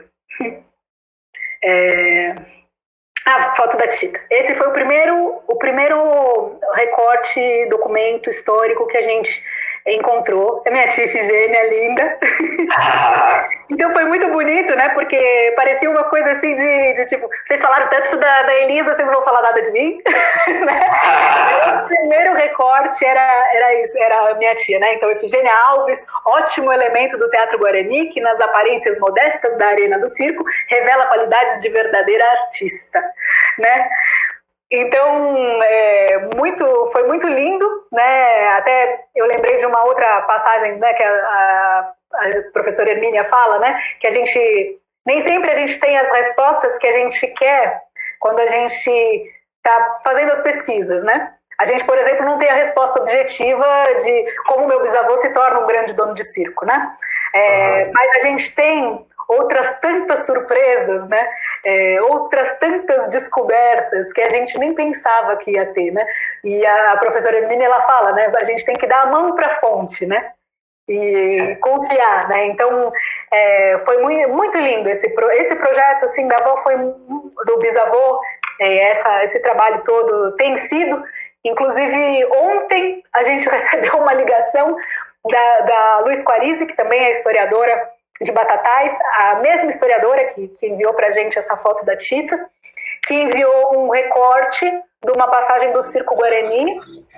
É... Ah, foto da Tita. Esse foi o primeiro, o primeiro recorte, documento histórico que a gente encontrou. É minha tia Ifigênia, linda. Então foi muito bonito, né? Porque parecia uma coisa assim de, de tipo, vocês falaram tanto da, da Elisa, vocês não vão falar nada de mim? Né? O primeiro recorte era, era isso, era a minha tia, né? Então Ifigênia Alves, ótimo elemento do Teatro Guarani, que nas aparências modestas da arena do circo revela qualidades de verdadeira artista, né? Então, é, muito, foi muito lindo, né? Até eu lembrei de uma outra passagem, né, que a, a, a professora Hermínia fala, né? Que a gente, nem sempre a gente tem as respostas que a gente quer quando a gente está fazendo as pesquisas, né? A gente, por exemplo, não tem a resposta objetiva de como meu bisavô se torna um grande dono de circo, né? É, mas a gente tem outras tantas surpresas, né? É, outras tantas descobertas que a gente nem pensava que ia ter, né? E a professora Hermínia, ela fala, né? A gente tem que dar a mão para a fonte, né? E confiar, né? Então, é, foi muito, muito lindo esse, pro, esse projeto, assim, da avó foi do bisavô, é, essa, esse trabalho todo tem sido. Inclusive, ontem a gente recebeu uma ligação da, da Luiz Quarizzi, que também é historiadora de Batatais, a mesma historiadora que, que enviou para a gente essa foto da Tita, que enviou um recorte de uma passagem do Circo Guarani,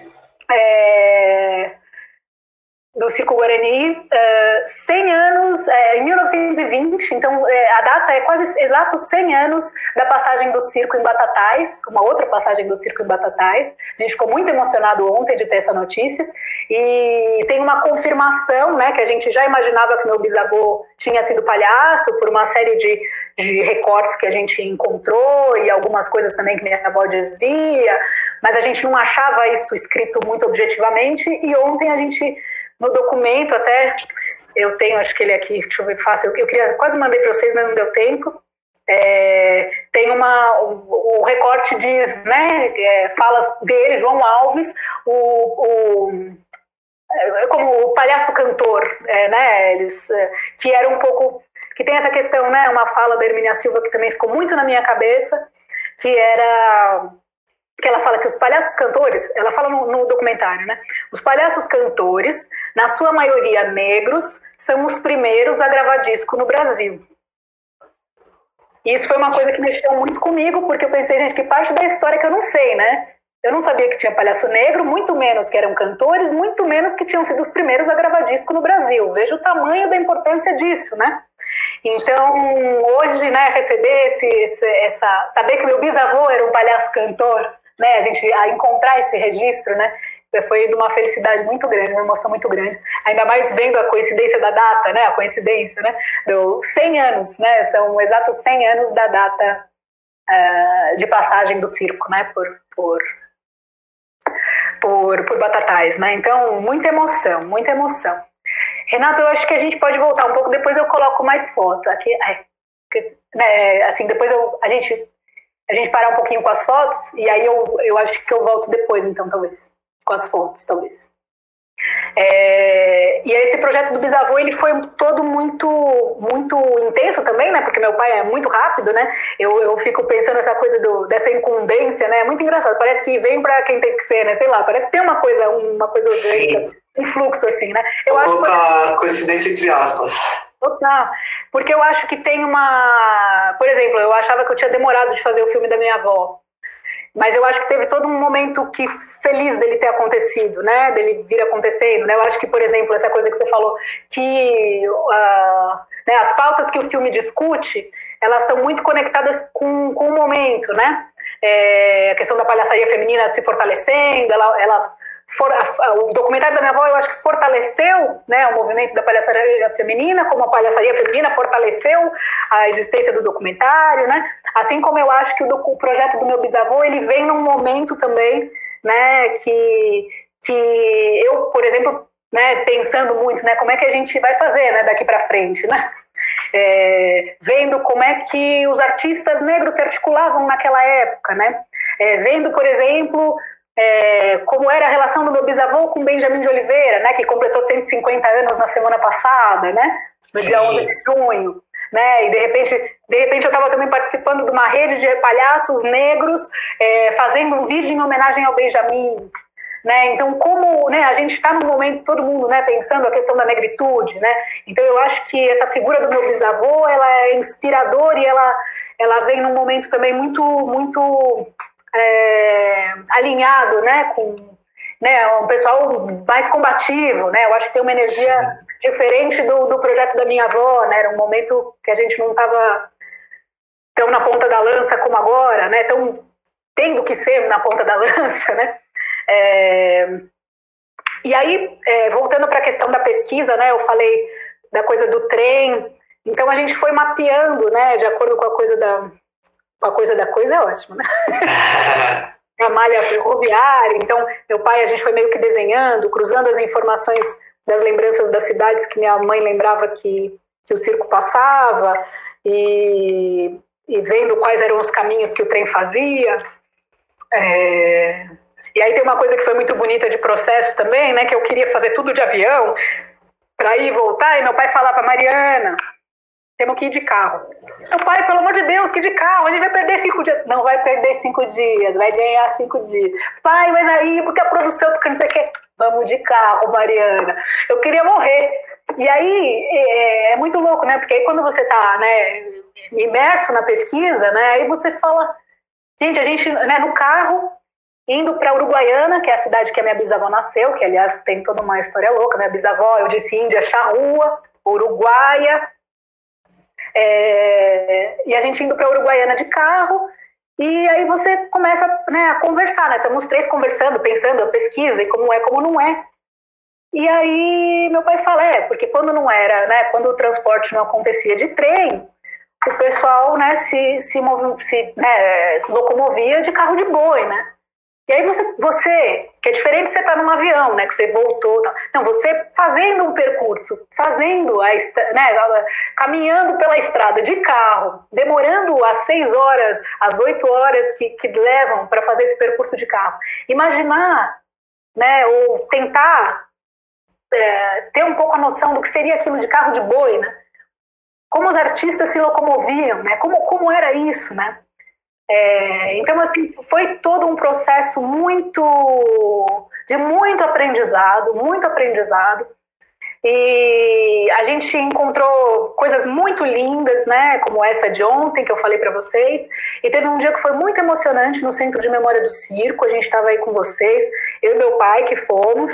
é, do Circo Guarani, uh, cem anos, é, em mil novecentos e vinte, então é, a data é quase exatos cem anos da passagem do circo em Batatais, uma outra passagem do circo em Batatais. A gente ficou muito emocionado ontem de ter essa notícia, e tem uma confirmação, né, que a gente já imaginava que meu bisavô tinha sido palhaço, por uma série de, de recortes que a gente encontrou, e algumas coisas também que minha avó dizia, mas a gente não achava isso escrito muito objetivamente, e ontem a gente... No documento, até, eu tenho, acho que ele aqui, deixa eu ver, fácil, eu, eu queria, quase mandei para vocês, mas não deu tempo. É, tem uma, o, o recorte diz, né, é, falas dele, João Alves, o, o, é, como o palhaço cantor, é, né, eles, é, que era um pouco, que tem essa questão, né, uma fala da Hermínia Silva que também ficou muito na minha cabeça, que era... que ela fala que os palhaços cantores, ela fala no, no documentário, né? Os palhaços cantores, na sua maioria negros, são os primeiros a gravar disco no Brasil. E isso foi uma coisa que mexeu muito comigo, porque eu pensei, gente, que parte da história que eu não sei, né? Eu não sabia que tinha palhaço negro, muito menos que eram cantores, muito menos que tinham sido os primeiros a gravar disco no Brasil. Veja o tamanho da importância disso, né? Então, hoje, né, receber esse, esse, essa... saber que meu bisavô era um palhaço cantor, né, a gente a encontrar esse registro, né, foi de uma felicidade muito grande, uma emoção muito grande, ainda mais vendo a coincidência da data, né, a coincidência, né, do cem anos, né, são exatos cem anos da data uh, de passagem do circo, né, por, por, por, por Batatais, né, então muita emoção, muita emoção. Renato, eu acho que a gente pode voltar um pouco, depois eu coloco mais fotos aqui, é, né, assim, depois eu, a gente a gente parar um pouquinho com as fotos, e aí eu, eu acho que eu volto depois, então, talvez, com as fotos, talvez. É, e esse projeto do bisavô, ele foi todo muito, muito intenso também, né, porque meu pai é muito rápido, né, eu, eu fico pensando essa coisa do, dessa incumbência, né, é muito engraçado, parece que vem pra quem tem que ser, né, sei lá, parece que tem uma coisa, uma coisa orgânica, um fluxo assim, né. Eu
Vou
acho
colocar
que...
coincidência entre aspas.
Total, porque eu acho que tem uma... Por exemplo, eu achava que eu tinha demorado de fazer o filme da minha avó. mas eu acho que teve todo um momento que feliz dele ter acontecido, né? Dele vir acontecendo, né? Eu acho que, por exemplo, essa coisa que você falou, que uh, né, as pautas que o filme discute, elas estão muito conectadas com, com o momento, né? É, a questão da palhaçaria feminina se fortalecendo, ela, ela for, a, o documentário da minha avó, eu acho que fortaleceu, né, o movimento da palhaçaria feminina, como a palhaçaria feminina fortaleceu a existência do documentário, né? Assim como eu acho que o, o projeto do meu bisavô, ele vem num momento também, né, que, que eu, por exemplo, né, pensando muito, né, como é que a gente vai fazer, né, daqui para frente, né? É, vendo como é que os artistas negros se articulavam naquela época, né? É, vendo, por exemplo, é, como era a relação do meu bisavô com Benjamin de Oliveira, né, que completou cento e cinquenta anos na semana passada, né, no dia onze de junho. Né, e de repente, de repente eu estava também participando de uma rede de palhaços negros, é, fazendo um vídeo em homenagem ao Benjamin. Né? Então, como, né, a gente está num momento, todo mundo, né, pensando a questão da negritude, né? Então eu acho que essa figura do meu bisavô, ela é inspiradora e ela, ela vem num momento também muito, muito é, alinhado, né, com, né, um pessoal mais combativo, né? Eu acho que tem uma energia diferente do, do projeto da minha avó, né? Era um momento que a gente não estava tão na ponta da lança como agora, né? Tão tendo que ser na ponta da lança, né? É, e aí, é, voltando para a questão da pesquisa, né, eu falei da coisa do trem, então a gente foi mapeando, né, de acordo com a coisa da, com a coisa da coisa é ótimo, né? A malha ferroviária, então meu pai, a gente foi meio que desenhando, cruzando as informações das lembranças das cidades que minha mãe lembrava que, que o circo passava e, e vendo quais eram os caminhos que o trem fazia. É... E aí tem uma coisa que foi muito bonita de processo também, né, que eu queria fazer tudo de avião para ir e voltar, e meu pai falava, Mariana, temos que ir de carro. Meu pai, pelo amor de Deus, que de carro, a gente vai perder cinco dias. Não vai perder cinco dias, vai ganhar cinco dias. Pai, mas aí, porque a produção, porque não sei o que. Vamos de carro, Mariana. Eu queria morrer. E aí, é, é muito louco, né, porque aí quando você está, né, imerso na pesquisa, né, aí você fala, gente, a gente, né, no carro, indo para Uruguaiana, que é a cidade que a minha bisavó nasceu, que aliás tem toda uma história louca, minha bisavó, eu disse Índia, Charrua, Uruguaia, é, e a gente indo para Uruguaiana de carro, e aí você começa, né, a conversar, né, estamos os três conversando, pensando a pesquisa, e como é, como não é. E aí meu pai fala, é, porque quando não era, né, quando o transporte não acontecia de trem, o pessoal, né, se, se, mov, se né, locomovia de carro de boi, né. E aí você, você, que é diferente de você estar num avião, né, que você voltou, não, você fazendo um percurso, fazendo, a, né, caminhando pela estrada de carro, demorando as seis horas, as oito horas que, que levam para fazer esse percurso de carro. Imaginar, né, ou tentar é, ter um pouco a noção do que seria aquilo de carro de boi, né, como os artistas se locomoviam, né, como, como era isso, né. É, então, assim, foi todo um processo muito, de muito aprendizado, muito aprendizado, e a gente encontrou coisas muito lindas, né, como essa de ontem que eu falei para vocês, e teve um dia que foi muito emocionante no Centro de Memória do Circo, a gente estava aí com vocês, eu e meu pai que fomos,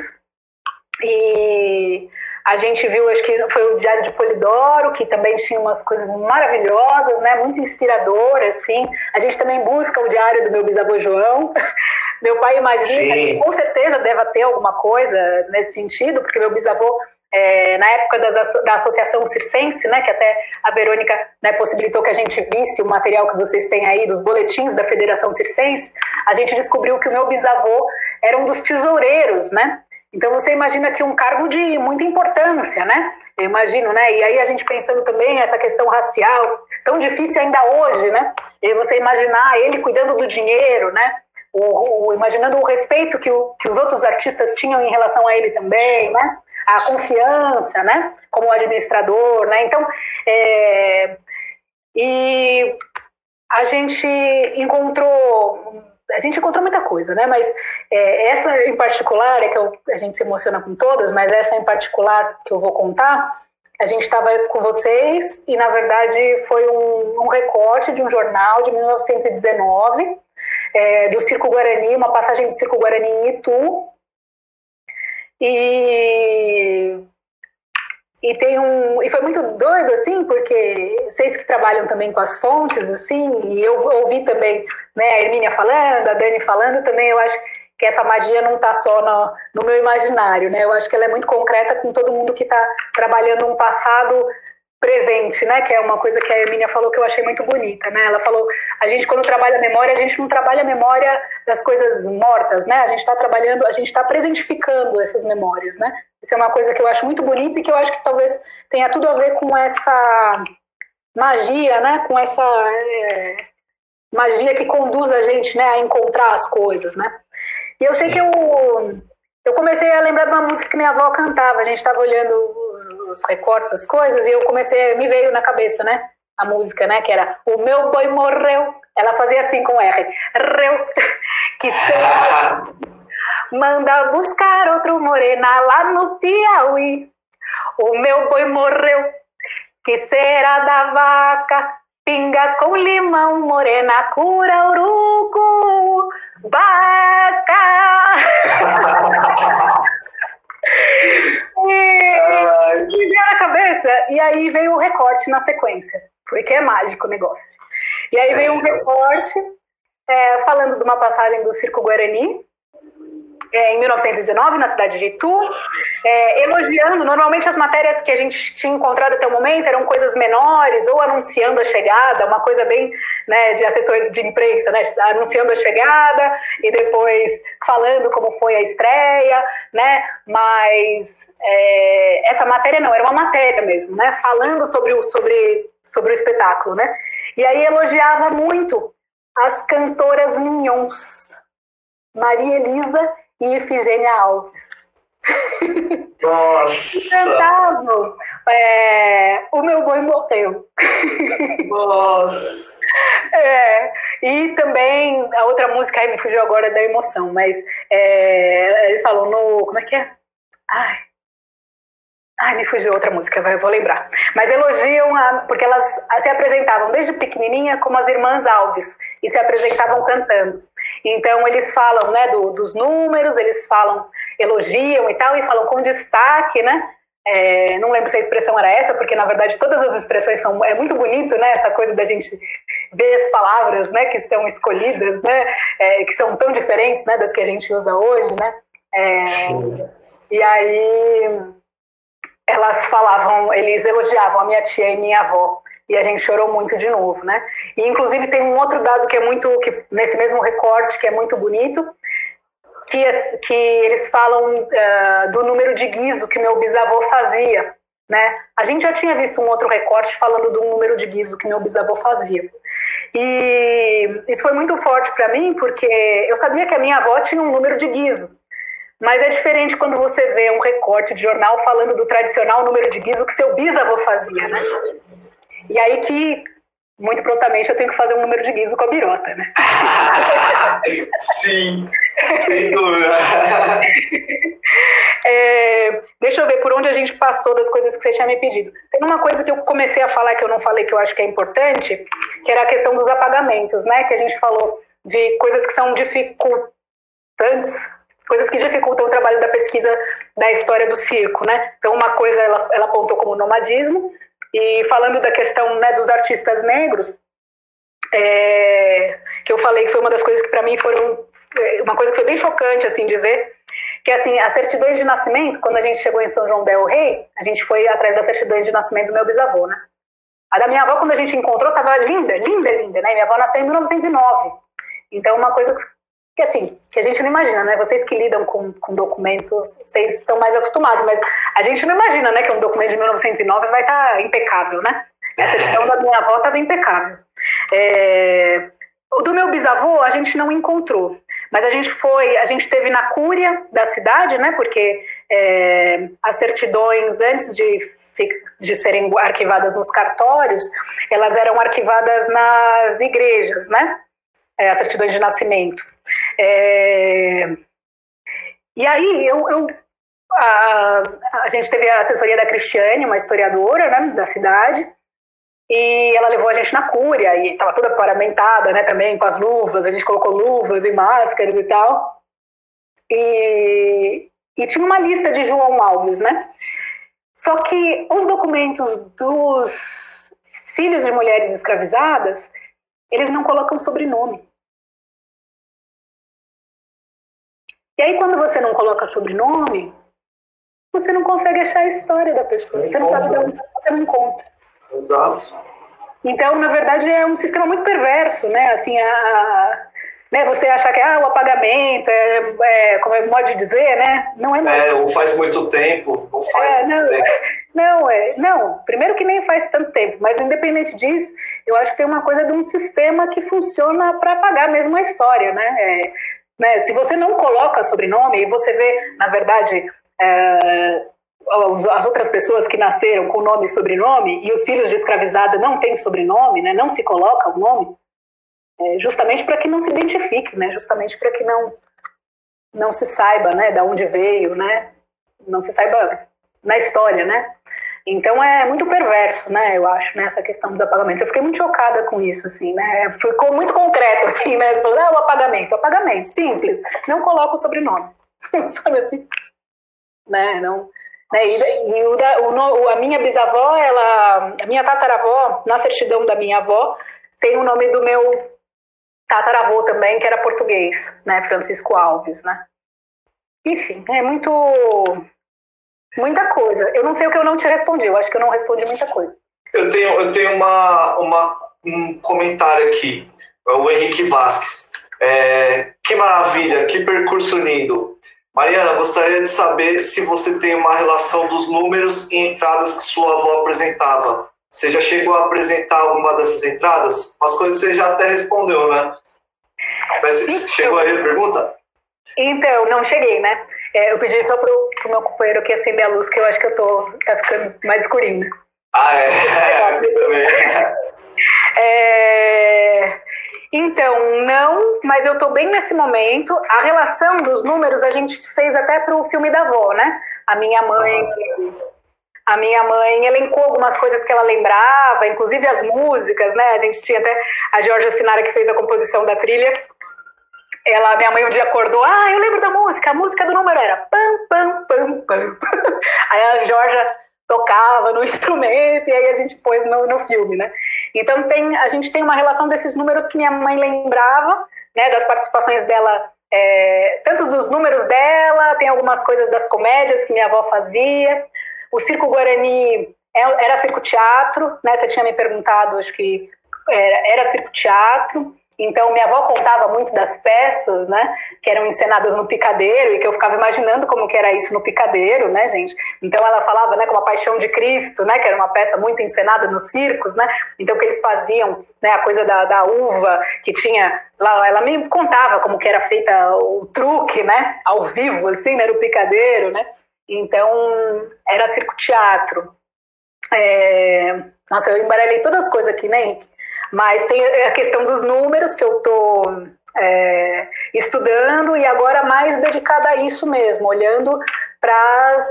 e a gente viu, acho que foi o Diário de Polidoro, que também tinha umas coisas maravilhosas, né, muito inspiradoras, assim. A gente também busca o diário do meu bisavô João. Meu pai imagina, que com certeza deve ter alguma coisa nesse sentido, porque meu bisavô, é, na época das, da Associação Circense, né, que até a Verônica, né, possibilitou que a gente visse o material que vocês têm aí, dos boletins da Federação Circense, a gente descobriu que o meu bisavô era um dos tesoureiros, né? Então você imagina que um cargo de muita importância, né? Eu imagino, né? E aí a gente pensando também essa questão racial, tão difícil ainda hoje, né? E você imaginar ele cuidando do dinheiro, né? O, o, imaginando o respeito que, o, que os outros artistas tinham em relação a ele também, né? A confiança, né? Como administrador, né? Então, é, e a gente encontrou... A gente encontrou muita coisa, né? Mas é, essa em particular, é que eu, a gente se emociona com todas, mas essa em particular que eu vou contar, a gente estava com vocês e, na verdade, foi um, um recorte de um jornal de mil novecentos e dezenove, é, do Circo Guarani, uma passagem do Circo Guarani em Itu. E, e, tem um, e foi muito doido, assim, porque vocês que trabalham também com as fontes, assim, e eu ouvi também, né, a Hermínia falando, a Dani falando, também eu acho que essa magia não está só no, no meu imaginário, né? Eu acho que ela é muito concreta com todo mundo que está trabalhando um passado presente, né? Que é uma coisa que a Hermínia falou que eu achei muito bonita, né? Ela falou, a gente quando trabalha a memória, a gente não trabalha a memória das coisas mortas, né? A gente está trabalhando, a gente está presentificando essas memórias, né? Isso é uma coisa que eu acho muito bonita e que eu acho que talvez tenha tudo a ver com essa magia, né? Com essa é, magia que conduz a gente, né? A encontrar as coisas, né? E eu sei que eu, eu comecei a lembrar de uma música que minha avó cantava. A gente estava olhando os, os recortes, as coisas, e eu comecei, me veio na cabeça, né? A música, né? Que era O Meu Boi Morreu. Ela fazia assim com R. Reu. Que se manda buscar outro morena lá no Piauí. O meu boi morreu. Que será da vaca? Pinga com limão, morena, cura urucu, vaca. e, me veio na cabeça, e aí veio o recorte na sequência, porque é mágico o negócio. E aí veio um recorte é, falando de uma passagem do Circo Guarani, É, em mil novecentos e dezenove, na cidade de Itu, é, elogiando, normalmente as matérias que a gente tinha encontrado até o momento eram coisas menores, ou anunciando a chegada, uma coisa bem, né, de assessor de imprensa, né, anunciando a chegada e depois falando como foi a estreia, né, mas é, essa matéria não, era uma matéria mesmo, né, falando sobre o, sobre, sobre o espetáculo, né, e aí elogiava muito as cantoras mignons, Maria Elisa e Ifigênia Alves.
Nossa!
Cantavam é, O Meu Boi Morreu.
Nossa!
É, e também a outra música, aí me fugiu agora da emoção, mas é, eles falam no... Como é que é? Ai, ai me fugiu outra música, eu vou lembrar. Mas elogiam, a, porque elas se apresentavam desde pequenininha como as irmãs Alves e se apresentavam cantando. Então eles falam, né, do, dos números, eles falam, elogiam e tal, e falam com destaque, né? É, não lembro se a expressão era essa, porque na verdade todas as expressões são, é muito bonito, né? Essa coisa da gente ver as palavras, né, que são escolhidas, né? É, que são tão diferentes, né, das que a gente usa hoje, né? É, e aí elas falavam, eles elogiavam a minha tia e minha avó. E a gente chorou muito de novo, né? E inclusive tem um outro dado que é muito, que, nesse mesmo recorte, que é muito bonito, que, que eles falam uh, do número de guiso que meu bisavô fazia, né? A gente já tinha visto um outro recorte falando do número de guiso que meu bisavô fazia. E isso foi muito forte para mim, porque eu sabia que a minha avó tinha um número de guiso. Mas é diferente quando você vê um recorte de jornal falando do tradicional número de guiso que seu bisavô fazia, né? E aí que, muito prontamente, eu tenho que fazer um número de guiso com a birota, né?
Sim, sem dúvida.
É, deixa eu ver por onde a gente passou das coisas que você tinha me pedido. Tem uma coisa que eu comecei a falar que eu não falei, que eu acho que é importante, que era a questão dos apagamentos, né? Que a gente falou de coisas que são dificultantes, coisas que dificultam o trabalho da pesquisa da história do circo, né? Então, uma coisa ela, ela apontou como nomadismo. E falando da questão, né, dos artistas negros, é, que eu falei que foi uma das coisas que para mim foram, uma coisa que foi bem chocante assim, de ver, que assim, as certidões de nascimento, quando a gente chegou em São João del Rei, a gente foi atrás das certidões de nascimento do meu bisavô, né? A da minha avó, quando a gente encontrou, estava linda, linda, linda, né? Minha avó nasceu em mil novecentos e nove. Então, uma coisa que, assim, que a gente não imagina, né? Vocês que lidam com, com documentos, vocês estão mais acostumados, mas a gente não imagina, né, que um documento de mil novecentos e nove vai estar impecável, né? A certidão da minha avó estava impecável. É... O do meu bisavô a gente não encontrou, mas a gente foi, a gente teve na cúria da cidade, né? Porque é, as certidões, antes de, de serem arquivadas nos cartórios, elas eram arquivadas nas igrejas, né? É, as certidões de nascimento. É... E aí eu, eu a, a gente teve a assessoria da Cristiane, uma historiadora, né, da cidade, e ela levou a gente na cúria, e estava toda paramentada, né, também, com as luvas, a gente colocou luvas e máscaras e tal. E, e tinha uma lista de João Alves, né? Só que os documentos dos filhos de mulheres escravizadas, eles não colocam sobrenome. E aí, quando você não coloca sobrenome, você não consegue achar a história da pessoa. Você não sabe de onde você não encontra.
Exato.
Então, na verdade, é um sistema muito perverso, né? Assim, a, né? Você achar que ah, o apagamento é, é, como é modo de dizer, né? Não é modo.
É, ou faz muito tempo, não faz
é,
muito
não,
tempo.
Não, é, não, primeiro que nem faz tanto tempo, mas independente disso, eu acho que tem uma coisa de um sistema que funciona para apagar mesmo a história, né? É, né? Se você não coloca sobrenome, e você vê, na verdade, é, as outras pessoas que nasceram com nome e sobrenome, e os filhos de escravizada não têm sobrenome, né? Não se coloca o nome, é, justamente para que não se identifique, né? Justamente para que não, não se saiba, né, de onde veio, né? Não se saiba na história, né? Então é muito perverso, né? Eu acho, né, essa questão dos apagamentos. Eu fiquei muito chocada com isso, assim, né? Ficou muito concreto, assim, né? Falou, ah, o apagamento, apagamento, simples. Não coloca o sobrenome, sabe assim? Né? Não. Né? E, e o da, o, a minha bisavó, ela, a minha tataravó, na certidão da minha avó, tem o nome do meu tataravô também, que era português, né? Francisco Alves, né? Enfim, é muito... Muita coisa. Eu não sei o que eu não te respondi. Eu acho que eu não respondi muita coisa.
Eu tenho, eu tenho uma, uma, um comentário aqui. O Henrique Vasques. É, que maravilha, que percurso lindo. Mariana, gostaria de saber se você tem uma relação dos números e entradas que sua avó apresentava. Você já chegou a apresentar alguma dessas entradas? Umas coisas você já até respondeu, né? Mas você chegou aí a pergunta?
Então, não cheguei, né? É, eu pedi só pro, pro meu companheiro aqui acender a luz, que eu acho que eu tô tá ficando mais escurinho.
Ah, é? É, aqui também.
É... Então, não, mas eu tô bem nesse momento. A relação dos números a gente fez até pro filme da avó, né? A minha mãe... A minha mãe elencou algumas coisas que ela lembrava, inclusive as músicas, né? A gente tinha até a Georgia Sinara, que fez a composição da trilha. Ela, minha mãe um dia acordou, ah, eu lembro da música, a música do número era pam, pam, pam, pam. Aí a Georgia tocava no instrumento e aí a gente pôs no, no filme, né? Então tem, a gente tem uma relação desses números que minha mãe lembrava, né, das participações dela, é, tanto dos números dela, tem algumas coisas das comédias que minha avó fazia. O Circo Guarani era circo-teatro, né? Você tinha me perguntado, acho que era, era circo-teatro. Então, minha avó contava muito das peças, né, que eram encenadas no picadeiro, e que eu ficava imaginando como que era isso no picadeiro, né, gente? Então, ela falava, né, como a Paixão de Cristo, né, que era uma peça muito encenada nos circos, né? Então, que eles faziam, né, a coisa da, da uva, que tinha lá, ela me contava como que era feita o truque, né, ao vivo, assim, né, no picadeiro, né? Então, era circo-teatro. É... Nossa, eu embaralhei todas as coisas aqui, né, Henrique? Mas tem a questão dos números que eu estou é, estudando e agora mais dedicada a isso mesmo, olhando para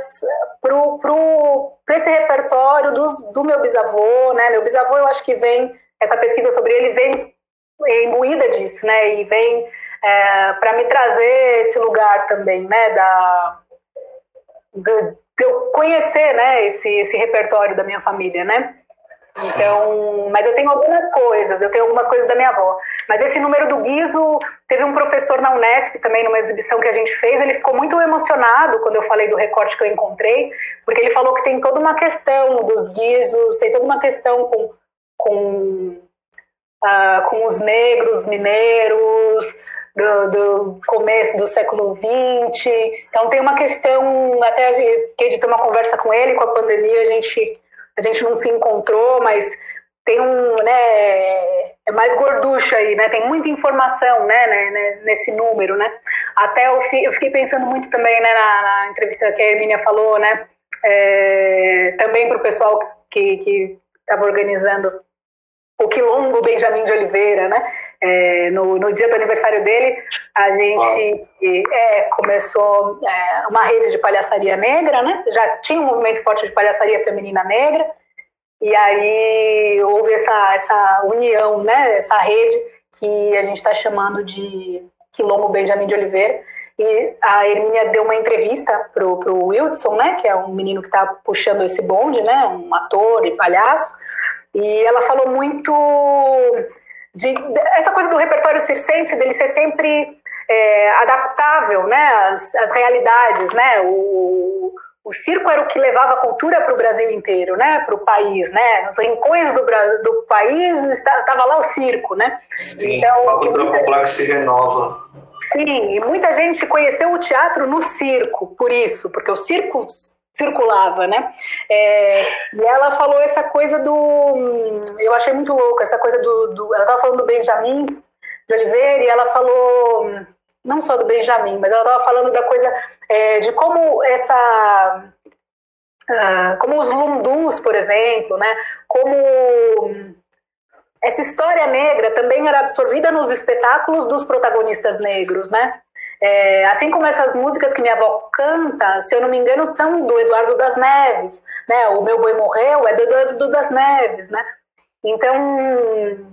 esse repertório do, do meu bisavô, né? Meu bisavô, eu acho que vem, essa pesquisa sobre ele vem imbuída disso, né? E vem é, para me trazer esse lugar também, né? Da, de, de eu conhecer, né? Esse, esse repertório da minha família, né? Então, mas eu tenho algumas coisas, eu tenho algumas coisas da minha avó. Mas esse número do guiso, teve um professor na Unesp também, numa exibição que a gente fez, ele ficou muito emocionado quando eu falei do recorte que eu encontrei, porque ele falou que tem toda uma questão dos guisos, tem toda uma questão com, com, uh, com os negros mineiros, do, do começo do século vinte. Então tem uma questão, até a gente, fiquei de ter uma conversa com ele, com a pandemia a gente... A gente não se encontrou, mas tem um, né, é mais gorducho aí, né? Tem muita informação, né, né, nesse número, né? Até eu, fi, eu fiquei pensando muito também, né, na, na entrevista que a Hermínia falou, né? É, também para o pessoal que que estava organizando o Quilombo Benjamin de Oliveira, né? É, no, no dia do aniversário dele, a gente é, começou é, uma rede de palhaçaria negra, né? Já tinha um movimento forte de palhaçaria feminina negra, E aí houve essa, essa união, né, essa rede que a gente está chamando de Quilombo Benjamin de Oliveira. E a Hermínia deu uma entrevista pro, pro Wildson, né, que é um menino que está puxando esse bonde, né, um ator e palhaço. E ela falou muito de, de essa coisa do repertório circense, dele ser sempre é, adaptável, né, às, às realidades, né. O, o circo era o que levava a cultura para o Brasil inteiro, né, para o país, né. Nos rincões do, do país estava lá o circo, né.
Sim, então, a cultura popular que se renova.
Sim, e muita gente conheceu o teatro no circo, por isso, porque o circo circulava, né? É, e ela falou essa coisa do... Eu achei muito louco, essa coisa do... do ela estava falando do Benjamin de Oliveira, e ela falou... Não só do Benjamin, mas ela estava falando da coisa é, de como essa... Uh, como os lundus, por exemplo, né? Como... Essa história negra também era absorvida nos espetáculos dos protagonistas negros, né? É, assim como essas músicas que minha avó canta, se eu não me engano, são do Eduardo das Neves, né? O Meu Boi Morreu é do Eduardo das Neves, né? Então,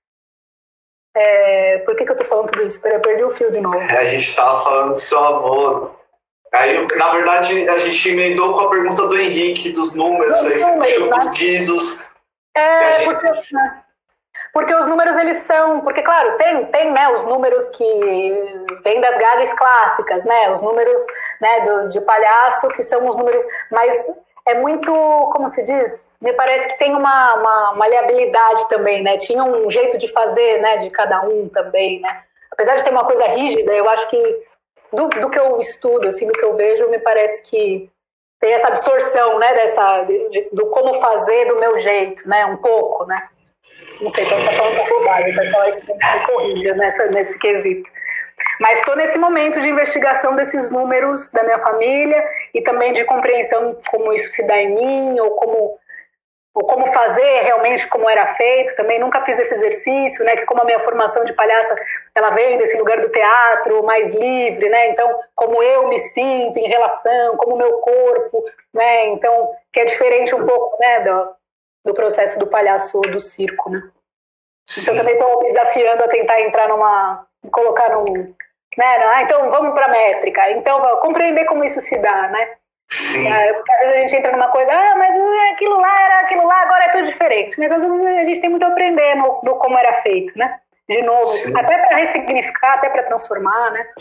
é, por que, que eu tô falando tudo isso? Peraí, eu perdi o fio de novo.
A gente estava falando do seu avô. Aí, na verdade, a gente emendou com a pergunta do Henrique, dos números, aí você puxou os guizos.
É,
gente...
porque... Né? Porque os números, eles são... Porque, claro, tem, tem né, os números que vêm das gags clássicas, né? Os números, né, do, de palhaço, que são os números... Mas é muito... Como se diz? Me parece que tem uma, uma maleabilidade também, né? Tinha um jeito de fazer, né? De cada um também, né? Apesar de ter uma coisa rígida, eu acho que... Do, do que eu estudo, assim, do que eu vejo, me parece que tem essa absorção, né? Dessa, de, do como fazer do meu jeito, né? Um pouco, né? Não sei, então está falando com bobagem, está falando que me corrija nessa, nesse quesito. Mas estou nesse momento de investigação desses números da minha família e também de compreensão como isso se dá em mim, ou como, ou como fazer realmente como era feito. Também nunca fiz esse exercício, né? Que como a minha formação de palhaça, ela vem desse lugar do teatro mais livre, né? Então, como eu me sinto em relação, como o meu corpo, né? Então, que é diferente um pouco, né, do, do processo do palhaço ou do circo, né? Então, eu também estou me desafiando a tentar entrar numa... colocar num... Né? Ah, então, vamos para a métrica. Então, compreender como isso se dá, né? É, porque às vezes a gente entra numa coisa, ah, mas aquilo lá era aquilo lá, agora é tudo diferente. Mas às vezes a gente tem muito a aprender no, no como era feito, né? De novo, Sim. até para ressignificar, até para transformar, né?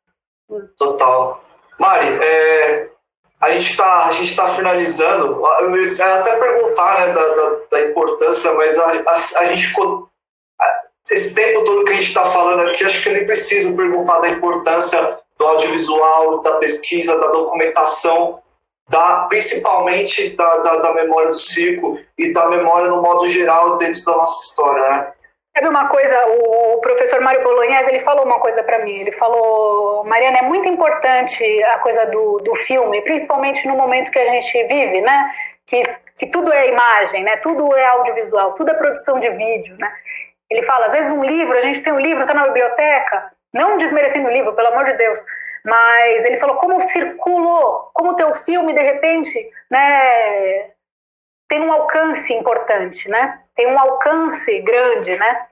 Total. Mari, é... A gente está tá finalizando. Eu ia até perguntar, né, da, da, da importância, mas a, a, a gente ficou. Esse tempo todo que a gente está falando aqui, acho que eu nem preciso perguntar da importância do audiovisual, da pesquisa, da documentação, da, principalmente da, da, da memória do circo e da memória no modo geral dentro da nossa história, né?
Sabe uma coisa, o professor Mário Bolognese, ele falou uma coisa para mim, ele falou, Mariana, é muito importante a coisa do, do filme, principalmente no momento que a gente vive, né, que, que tudo é imagem, né, tudo é audiovisual, tudo é produção de vídeo, né. Ele fala, às vezes um livro, a gente tem um livro, tá na biblioteca, não desmerecendo o livro, pelo amor de Deus, mas ele falou como circulou, como o teu filme, de repente, né, tem um alcance importante, né? Tem um alcance grande, né?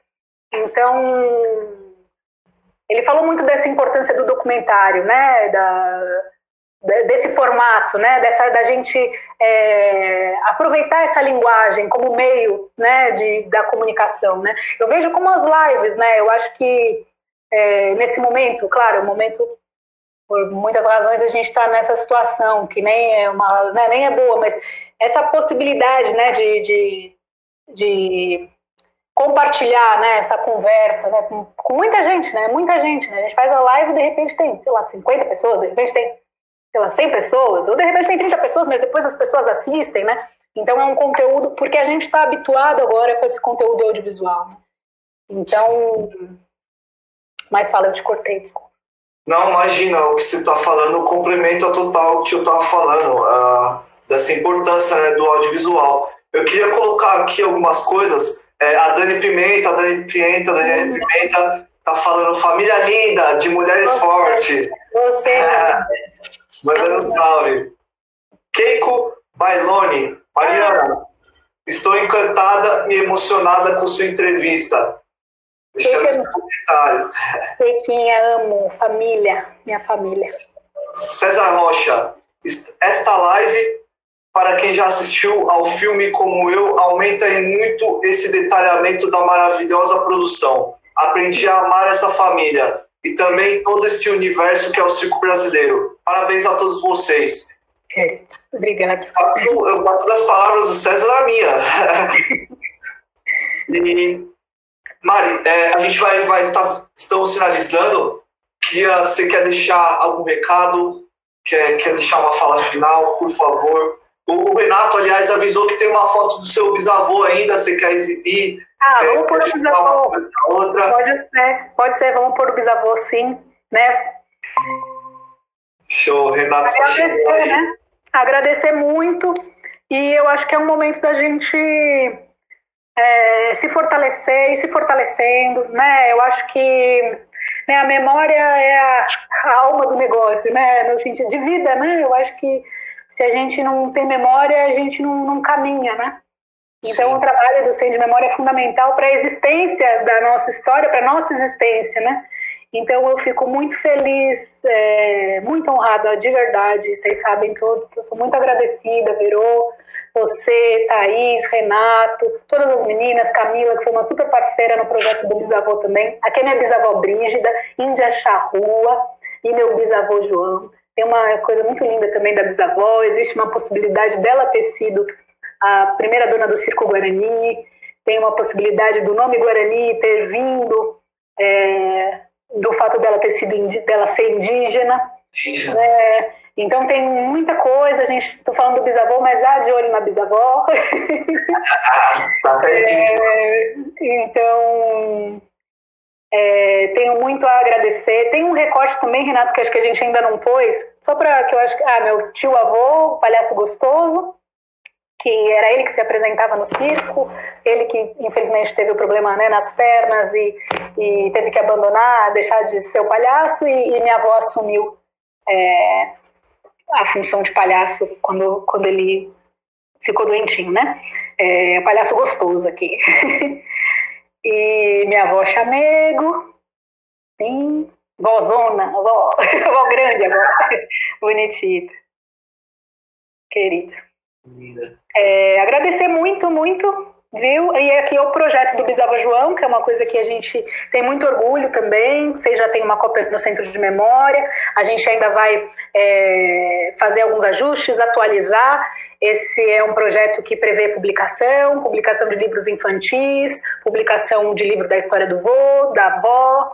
Então, ele falou muito dessa importância do documentário, né? Da, desse formato, né? Dessa, da gente é, aproveitar essa linguagem como meio, né? De, da comunicação, né? Eu vejo como as lives, né? Eu acho que é, nesse momento, claro, o momento, por muitas razões, a gente está nessa situação que nem é, uma, né, nem é boa, mas essa possibilidade, né, de, de, de compartilhar, né, essa conversa, né, com, com muita gente, né, muita gente, né, a gente faz a live e de repente tem, sei lá, cinquenta pessoas, de repente tem, sei lá, cem pessoas, ou de repente tem trinta pessoas, mas depois as pessoas assistem, né, então é um conteúdo, porque a gente está habituado agora com esse conteúdo audiovisual, né? Então, mas fala, eu te cortei, desculpa.
Não, imagina, o que você está falando complementa total o que eu estava falando, uh, dessa importância, né, do audiovisual. Eu queria colocar aqui algumas coisas. É, a Dani Pimenta, a Dani Pimenta, a Dani Pimenta está falando família linda, de mulheres você, fortes.
Você.
É, mandando um salve. Keiko Bailoni, Mariana, Estou encantada e emocionada com sua entrevista. Deixando esse comentário.
Pequinha, amo. Família. Minha família.
César Rocha. Esta live, para quem já assistiu ao filme como eu, aumenta em muito esse detalhamento da maravilhosa produção. Aprendi a amar essa família e também todo esse universo que é o circo brasileiro. Parabéns a todos vocês.
É, obrigada.
Eu gosto das palavras do César a minha. E, Mari, é, a gente vai, vai tá, estamos finalizando. Queria, você quer deixar algum recado? Quer, quer deixar uma fala final, por favor? O, o Renato, aliás, avisou que tem uma foto do seu bisavô ainda. Você quer exibir?
Ah,
é,
vamos pôr o bisavô.
Outra?
Pode ser, pode ser, vamos pôr o bisavô, sim, né?
Show, Renato.
Agradecer, né? Agradecer muito, e eu acho que é um momento da gente é, se fortalecer e se fortalecendo, né? Eu acho que, né, a memória é a, a alma do negócio, né? No sentido de vida, né? Eu acho que se a gente não tem memória, a gente não, não caminha, né? Então, Sim. O trabalho do Centro de Memória é fundamental para a existência da nossa história, para a nossa existência, né? Então, eu fico muito feliz, é, muito honrada, de verdade, vocês sabem todos, que eu sou muito agradecida, Verô, você, Thaís, Renato, todas as meninas, Camila, que foi uma super parceira no projeto do bisavô também. Aqui é minha bisavó Brígida, Índia Charrua, e meu bisavô João. Tem uma coisa muito linda também da bisavó, existe uma possibilidade dela ter sido a primeira dona do Circo Guarani, tem uma possibilidade do nome Guarani ter vindo... É, do fato dela ter sido dela ser indígena, né? Então tem muita coisa. A gente estou falando do bisavô, mas já de olho na bisavó. é, então é, tenho muito a agradecer. Tem um recorte também, Renato, que acho que a gente ainda não pôs, só para que eu acho que ah, meu tio avô, o palhaço gostoso, que era ele que se apresentava no circo, ele que infelizmente teve o problema, né, nas pernas e, e teve que abandonar, deixar de ser o palhaço, e, e minha avó assumiu é, a função de palhaço quando, quando ele ficou doentinho, né? É, o palhaço gostoso aqui. E minha avó Chamego, sim, vózona, vó, vó grande agora, bonitita, querida. É, agradecer muito, muito, viu? E aqui é o projeto do Bisavô João, que é uma coisa que a gente tem muito orgulho também. Vocês já têm uma cópia no Centro de Memória. A gente ainda vai é, fazer alguns ajustes, atualizar. Esse é um projeto que prevê publicação, publicação de livros infantis, publicação de livro da história do vô, da avó,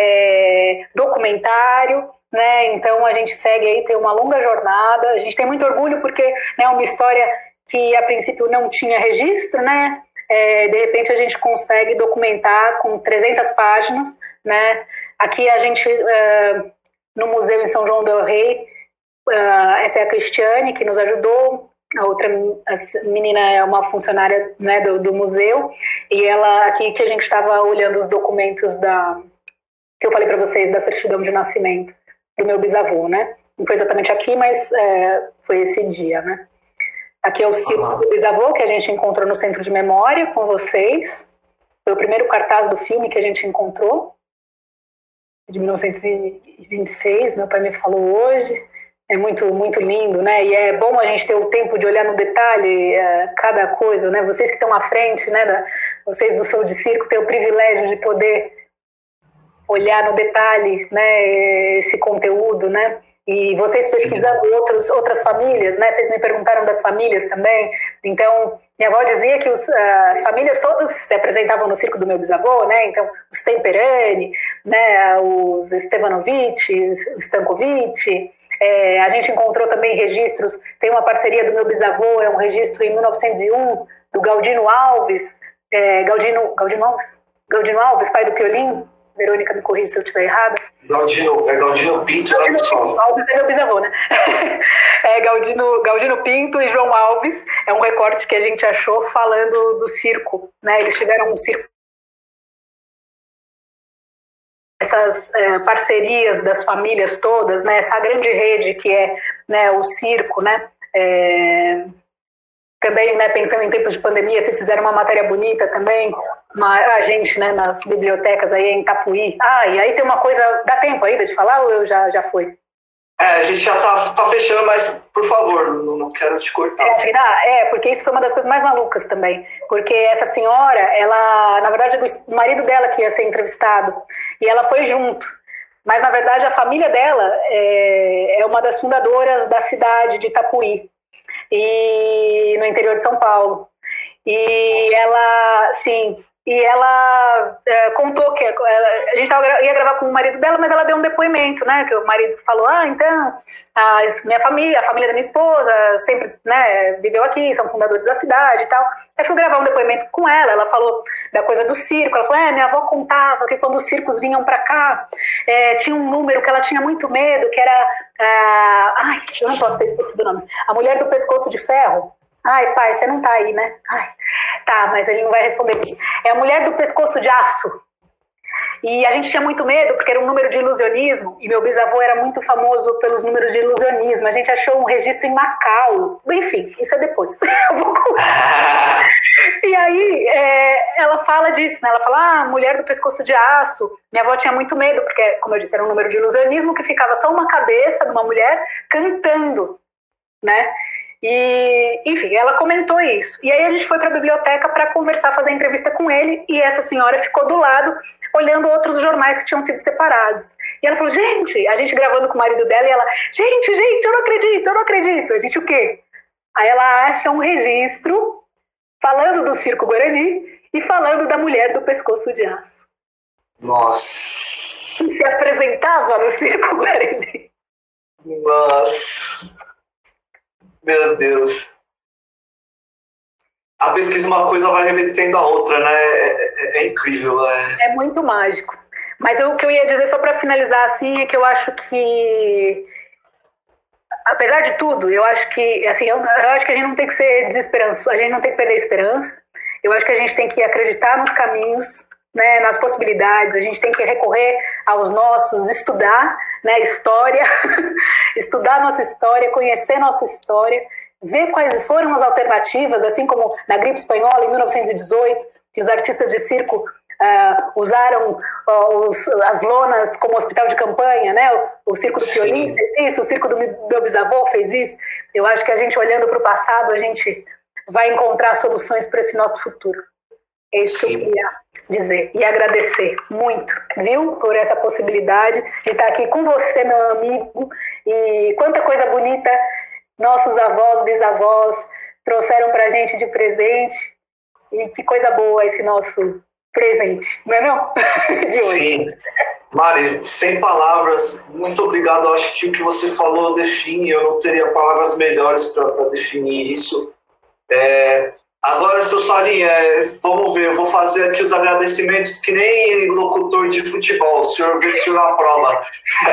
é, documentário. Né? Então a gente segue aí, tem uma longa jornada, a gente tem muito orgulho porque é né, uma história que a princípio não tinha registro, né? É, de repente a gente consegue documentar com trezentas páginas, né? Aqui a gente, uh, no museu em São João del Rei, uh, essa é a Cristiane que nos ajudou, a outra a menina é uma funcionária né, do, do museu, e ela aqui que a gente estava olhando os documentos da, que eu falei para vocês, da certidão de nascimento do meu bisavô, né? Não foi exatamente aqui, mas é, foi esse dia, né? Aqui é o circo uhum. do bisavô, que a gente encontrou no Centro de Memória com vocês. Foi o primeiro cartaz do filme que a gente encontrou, de mil novecentos e vinte e seis, meu pai me falou hoje. É muito, muito lindo, né? E é bom a gente ter o tempo de olhar no detalhe é, cada coisa, né? Vocês que estão à frente, né? Da, vocês do Show de Circo têm o privilégio de poder olhar no detalhe, né, esse conteúdo, né, e vocês pesquisando outros, outras famílias, né, vocês me perguntaram das famílias também, então, minha avó dizia que os, as famílias todas se apresentavam no circo do meu bisavô, né, então, os Temperani, né, os Stevanovic, os Stankovic, é, a gente encontrou também registros, tem uma parceria do meu bisavô, é um registro em mil novecentos e um, do Galdino Alves, é, Galdino, Galdino Alves? Galdino Alves, pai do Piolim. Verônica, me corrija se eu estiver errada.
Galdino, é Galdino Pinto,
Galdino Pinto, Alves é meu bisavô, né? É Galdino, Galdino Pinto e João Alves, é um recorte que a gente achou falando do circo, né? Eles tiveram um circo. Essas é, parcerias das famílias todas, né? Essa grande rede que é né, o circo, né? É... também, né, pensando em tempos de pandemia, vocês fizeram uma matéria bonita também, uma, a gente, né, nas bibliotecas aí em Itapuí. Ah, e aí tem uma coisa, dá tempo ainda de falar ou eu já, já foi?
É, a gente já tá, tá fechando, mas por favor, não, não quero te cortar.
É, ah, é, porque isso foi uma das coisas mais malucas também. Porque essa senhora, ela, na verdade, o marido dela que ia ser entrevistado, e ela foi junto. Mas, na verdade, a família dela é, é uma das fundadoras da cidade de Itapuí, e, no interior de São Paulo. E ela, sim... E ela é, contou que ela, a gente tava, ia gravar com o marido dela, mas ela deu um depoimento, né? Que o marido falou, ah, então, a minha família, a família da minha esposa sempre, né, viveu aqui, são fundadores da cidade e tal. Aí fui gravar um depoimento com ela, ela falou da coisa do circo, ela falou, é, minha avó contava que quando os circos vinham pra cá, é, tinha um número que ela tinha muito medo, que era, ah, ai, eu não posso ter esquecido o nome, a mulher do pescoço de ferro. Ai, pai, você não tá aí, né? Ai, tá, mas ele não vai responder. É a mulher do pescoço de aço. E a gente tinha muito medo, porque era um número de ilusionismo, e meu bisavô era muito famoso pelos números de ilusionismo. A gente achou um registro em Macau. Enfim, isso é depois. Eu vou contar. E aí, é, ela fala disso, né? Ela fala, ah, mulher do pescoço de aço. Minha avó tinha muito medo, porque, como eu disse, era um número de ilusionismo que ficava só uma cabeça de uma mulher cantando, né? E, enfim, ela comentou isso. E aí a gente foi para a biblioteca para conversar, fazer entrevista com ele, e essa senhora ficou do lado, olhando outros jornais que tinham sido separados. E ela falou, gente, a gente gravando com o marido dela, e ela, gente, gente, eu não acredito, eu não acredito. A gente, o quê? Aí ela acha um registro falando do Circo Guarani e falando da mulher do pescoço de aço.
Nossa.
Que se apresentava no Circo Guarani.
Nossa. Meu Deus. A pesquisa, uma coisa vai remetendo a outra, né? É, é, é incrível. É...
é muito mágico. Mas eu, o que eu ia dizer, só para finalizar, assim, é que eu acho que, apesar de tudo, eu acho que, assim, eu, eu acho que a gente não tem que ser desesperançoso, a gente não tem que perder a esperança. Eu acho que a gente tem que acreditar nos caminhos, né, nas possibilidades, a gente tem que recorrer aos nossos, estudar, né, história, estudar nossa história, conhecer nossa história, ver quais foram as alternativas, assim como na gripe espanhola, em mil novecentos e dezoito, que os artistas de circo uh, usaram uh, os, as lonas como hospital de campanha, né, o, o Circo do Piolim fez isso, o Circo do meu bisavô fez isso. Eu acho que a gente, olhando para o passado, a gente vai encontrar soluções para esse nosso futuro. É isso que eu queria dizer. E agradecer muito, viu, por essa possibilidade de estar aqui com você, meu amigo. E quanta coisa bonita nossos avós, bisavós trouxeram pra gente de presente. E que coisa boa esse nosso presente, não é não? De hoje.
Sim. Mari, sem palavras, muito obrigado. Eu acho que o que você falou define, eu não teria palavras melhores para definir isso. É... Agora, seu Salim, é, vamos ver, eu vou fazer aqui os agradecimentos que nem locutor de futebol, o senhor vestiu na prova.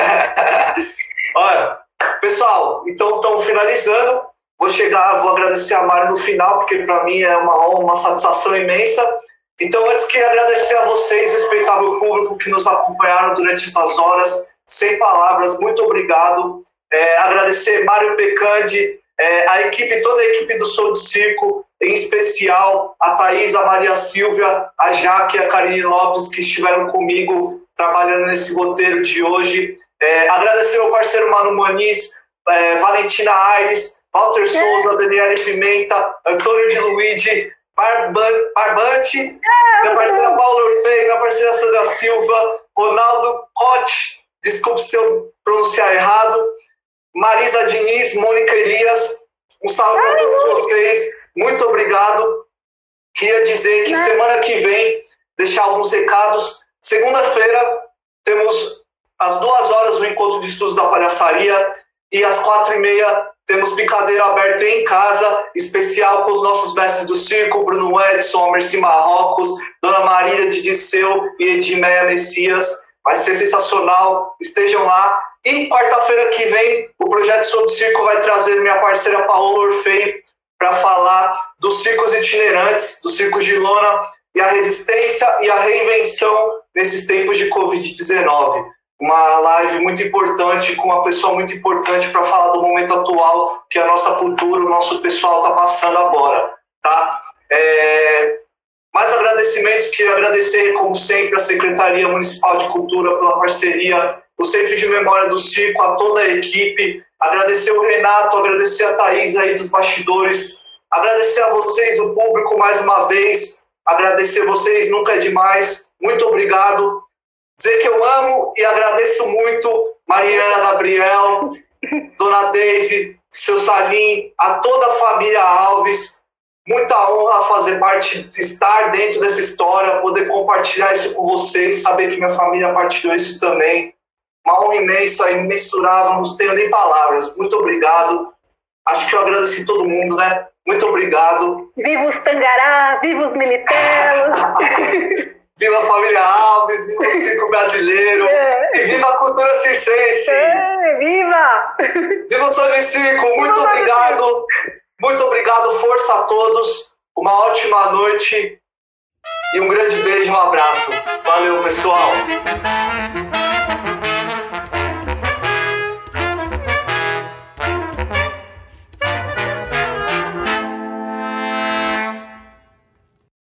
Olha, pessoal, então estamos finalizando, vou chegar, vou agradecer a Mari no final, porque para mim é uma honra, uma satisfação imensa. Então, antes queria agradecer a vocês, respeitável público, que nos acompanharam durante essas horas, sem palavras, muito obrigado. É, agradecer Mário Pecandi, é, a equipe, toda a equipe do Som de Circo, em especial a Thaís, a Maria Silvia, a Jaque e a Karine Lopes, que estiveram comigo trabalhando nesse roteiro de hoje. É, agradecer ao parceiro Manu Maniz, é, Valentina Aires, Walter Souza, Daniele Pimenta, Antônio de Luigi, Barbante, minha parceira Paula Orfei, minha parceira Sandra Silva, Ronaldo Cote, desculpe se eu pronunciar errado, Marisa Diniz, Mônica Elias, um salve para todos vocês. Muito obrigado. Queria dizer que semana que vem, deixar alguns recados. Segunda-feira, temos às duas horas o encontro de estudos da palhaçaria e às quatro e meia temos picadeiro aberto em casa, especial com os nossos mestres do circo, Bruno Edson, Mercy Marrocos, Dona Marília de Disseu e Edmeia Messias. Vai ser sensacional. Estejam lá. E quarta-feira que vem, o Projeto Som de Circo vai trazer minha parceira Paola Orfei para falar dos circos itinerantes, dos circos de lona e a resistência e a reinvenção nesses tempos de covid dezenove. uma live muito importante, com uma pessoa muito importante para falar do momento atual que a nossa cultura, o nosso pessoal está passando agora, tá? É... Mais agradecimentos, queria agradecer, como sempre, a Secretaria Municipal de Cultura pela parceria, o Centro de Memória do Circo, a toda a equipe, agradecer o Renato, agradecer a Thaís aí dos bastidores, agradecer a vocês, o público, mais uma vez, agradecer vocês, nunca é demais, muito obrigado. Dizer que eu amo e agradeço muito Mariana, Gabriel, Dona Deise, seu Salim, a toda a família Alves. Muita honra fazer parte, estar dentro dessa história, poder compartilhar isso com vocês, saber que minha família partilhou isso também. Uma honra imensa, imensurável, não tenho nem palavras. Muito obrigado. Acho que eu agradeci todo mundo, né? Muito obrigado.
Viva os Tangará, viva os Militelos.
Viva a família Alves, viva o circo brasileiro, é. E viva a cultura circense.
É, viva!
Viva o Sangue Circo, muito viva obrigado. Muito obrigado, força a todos. Uma ótima noite e um grande beijo, um abraço. Valeu, pessoal.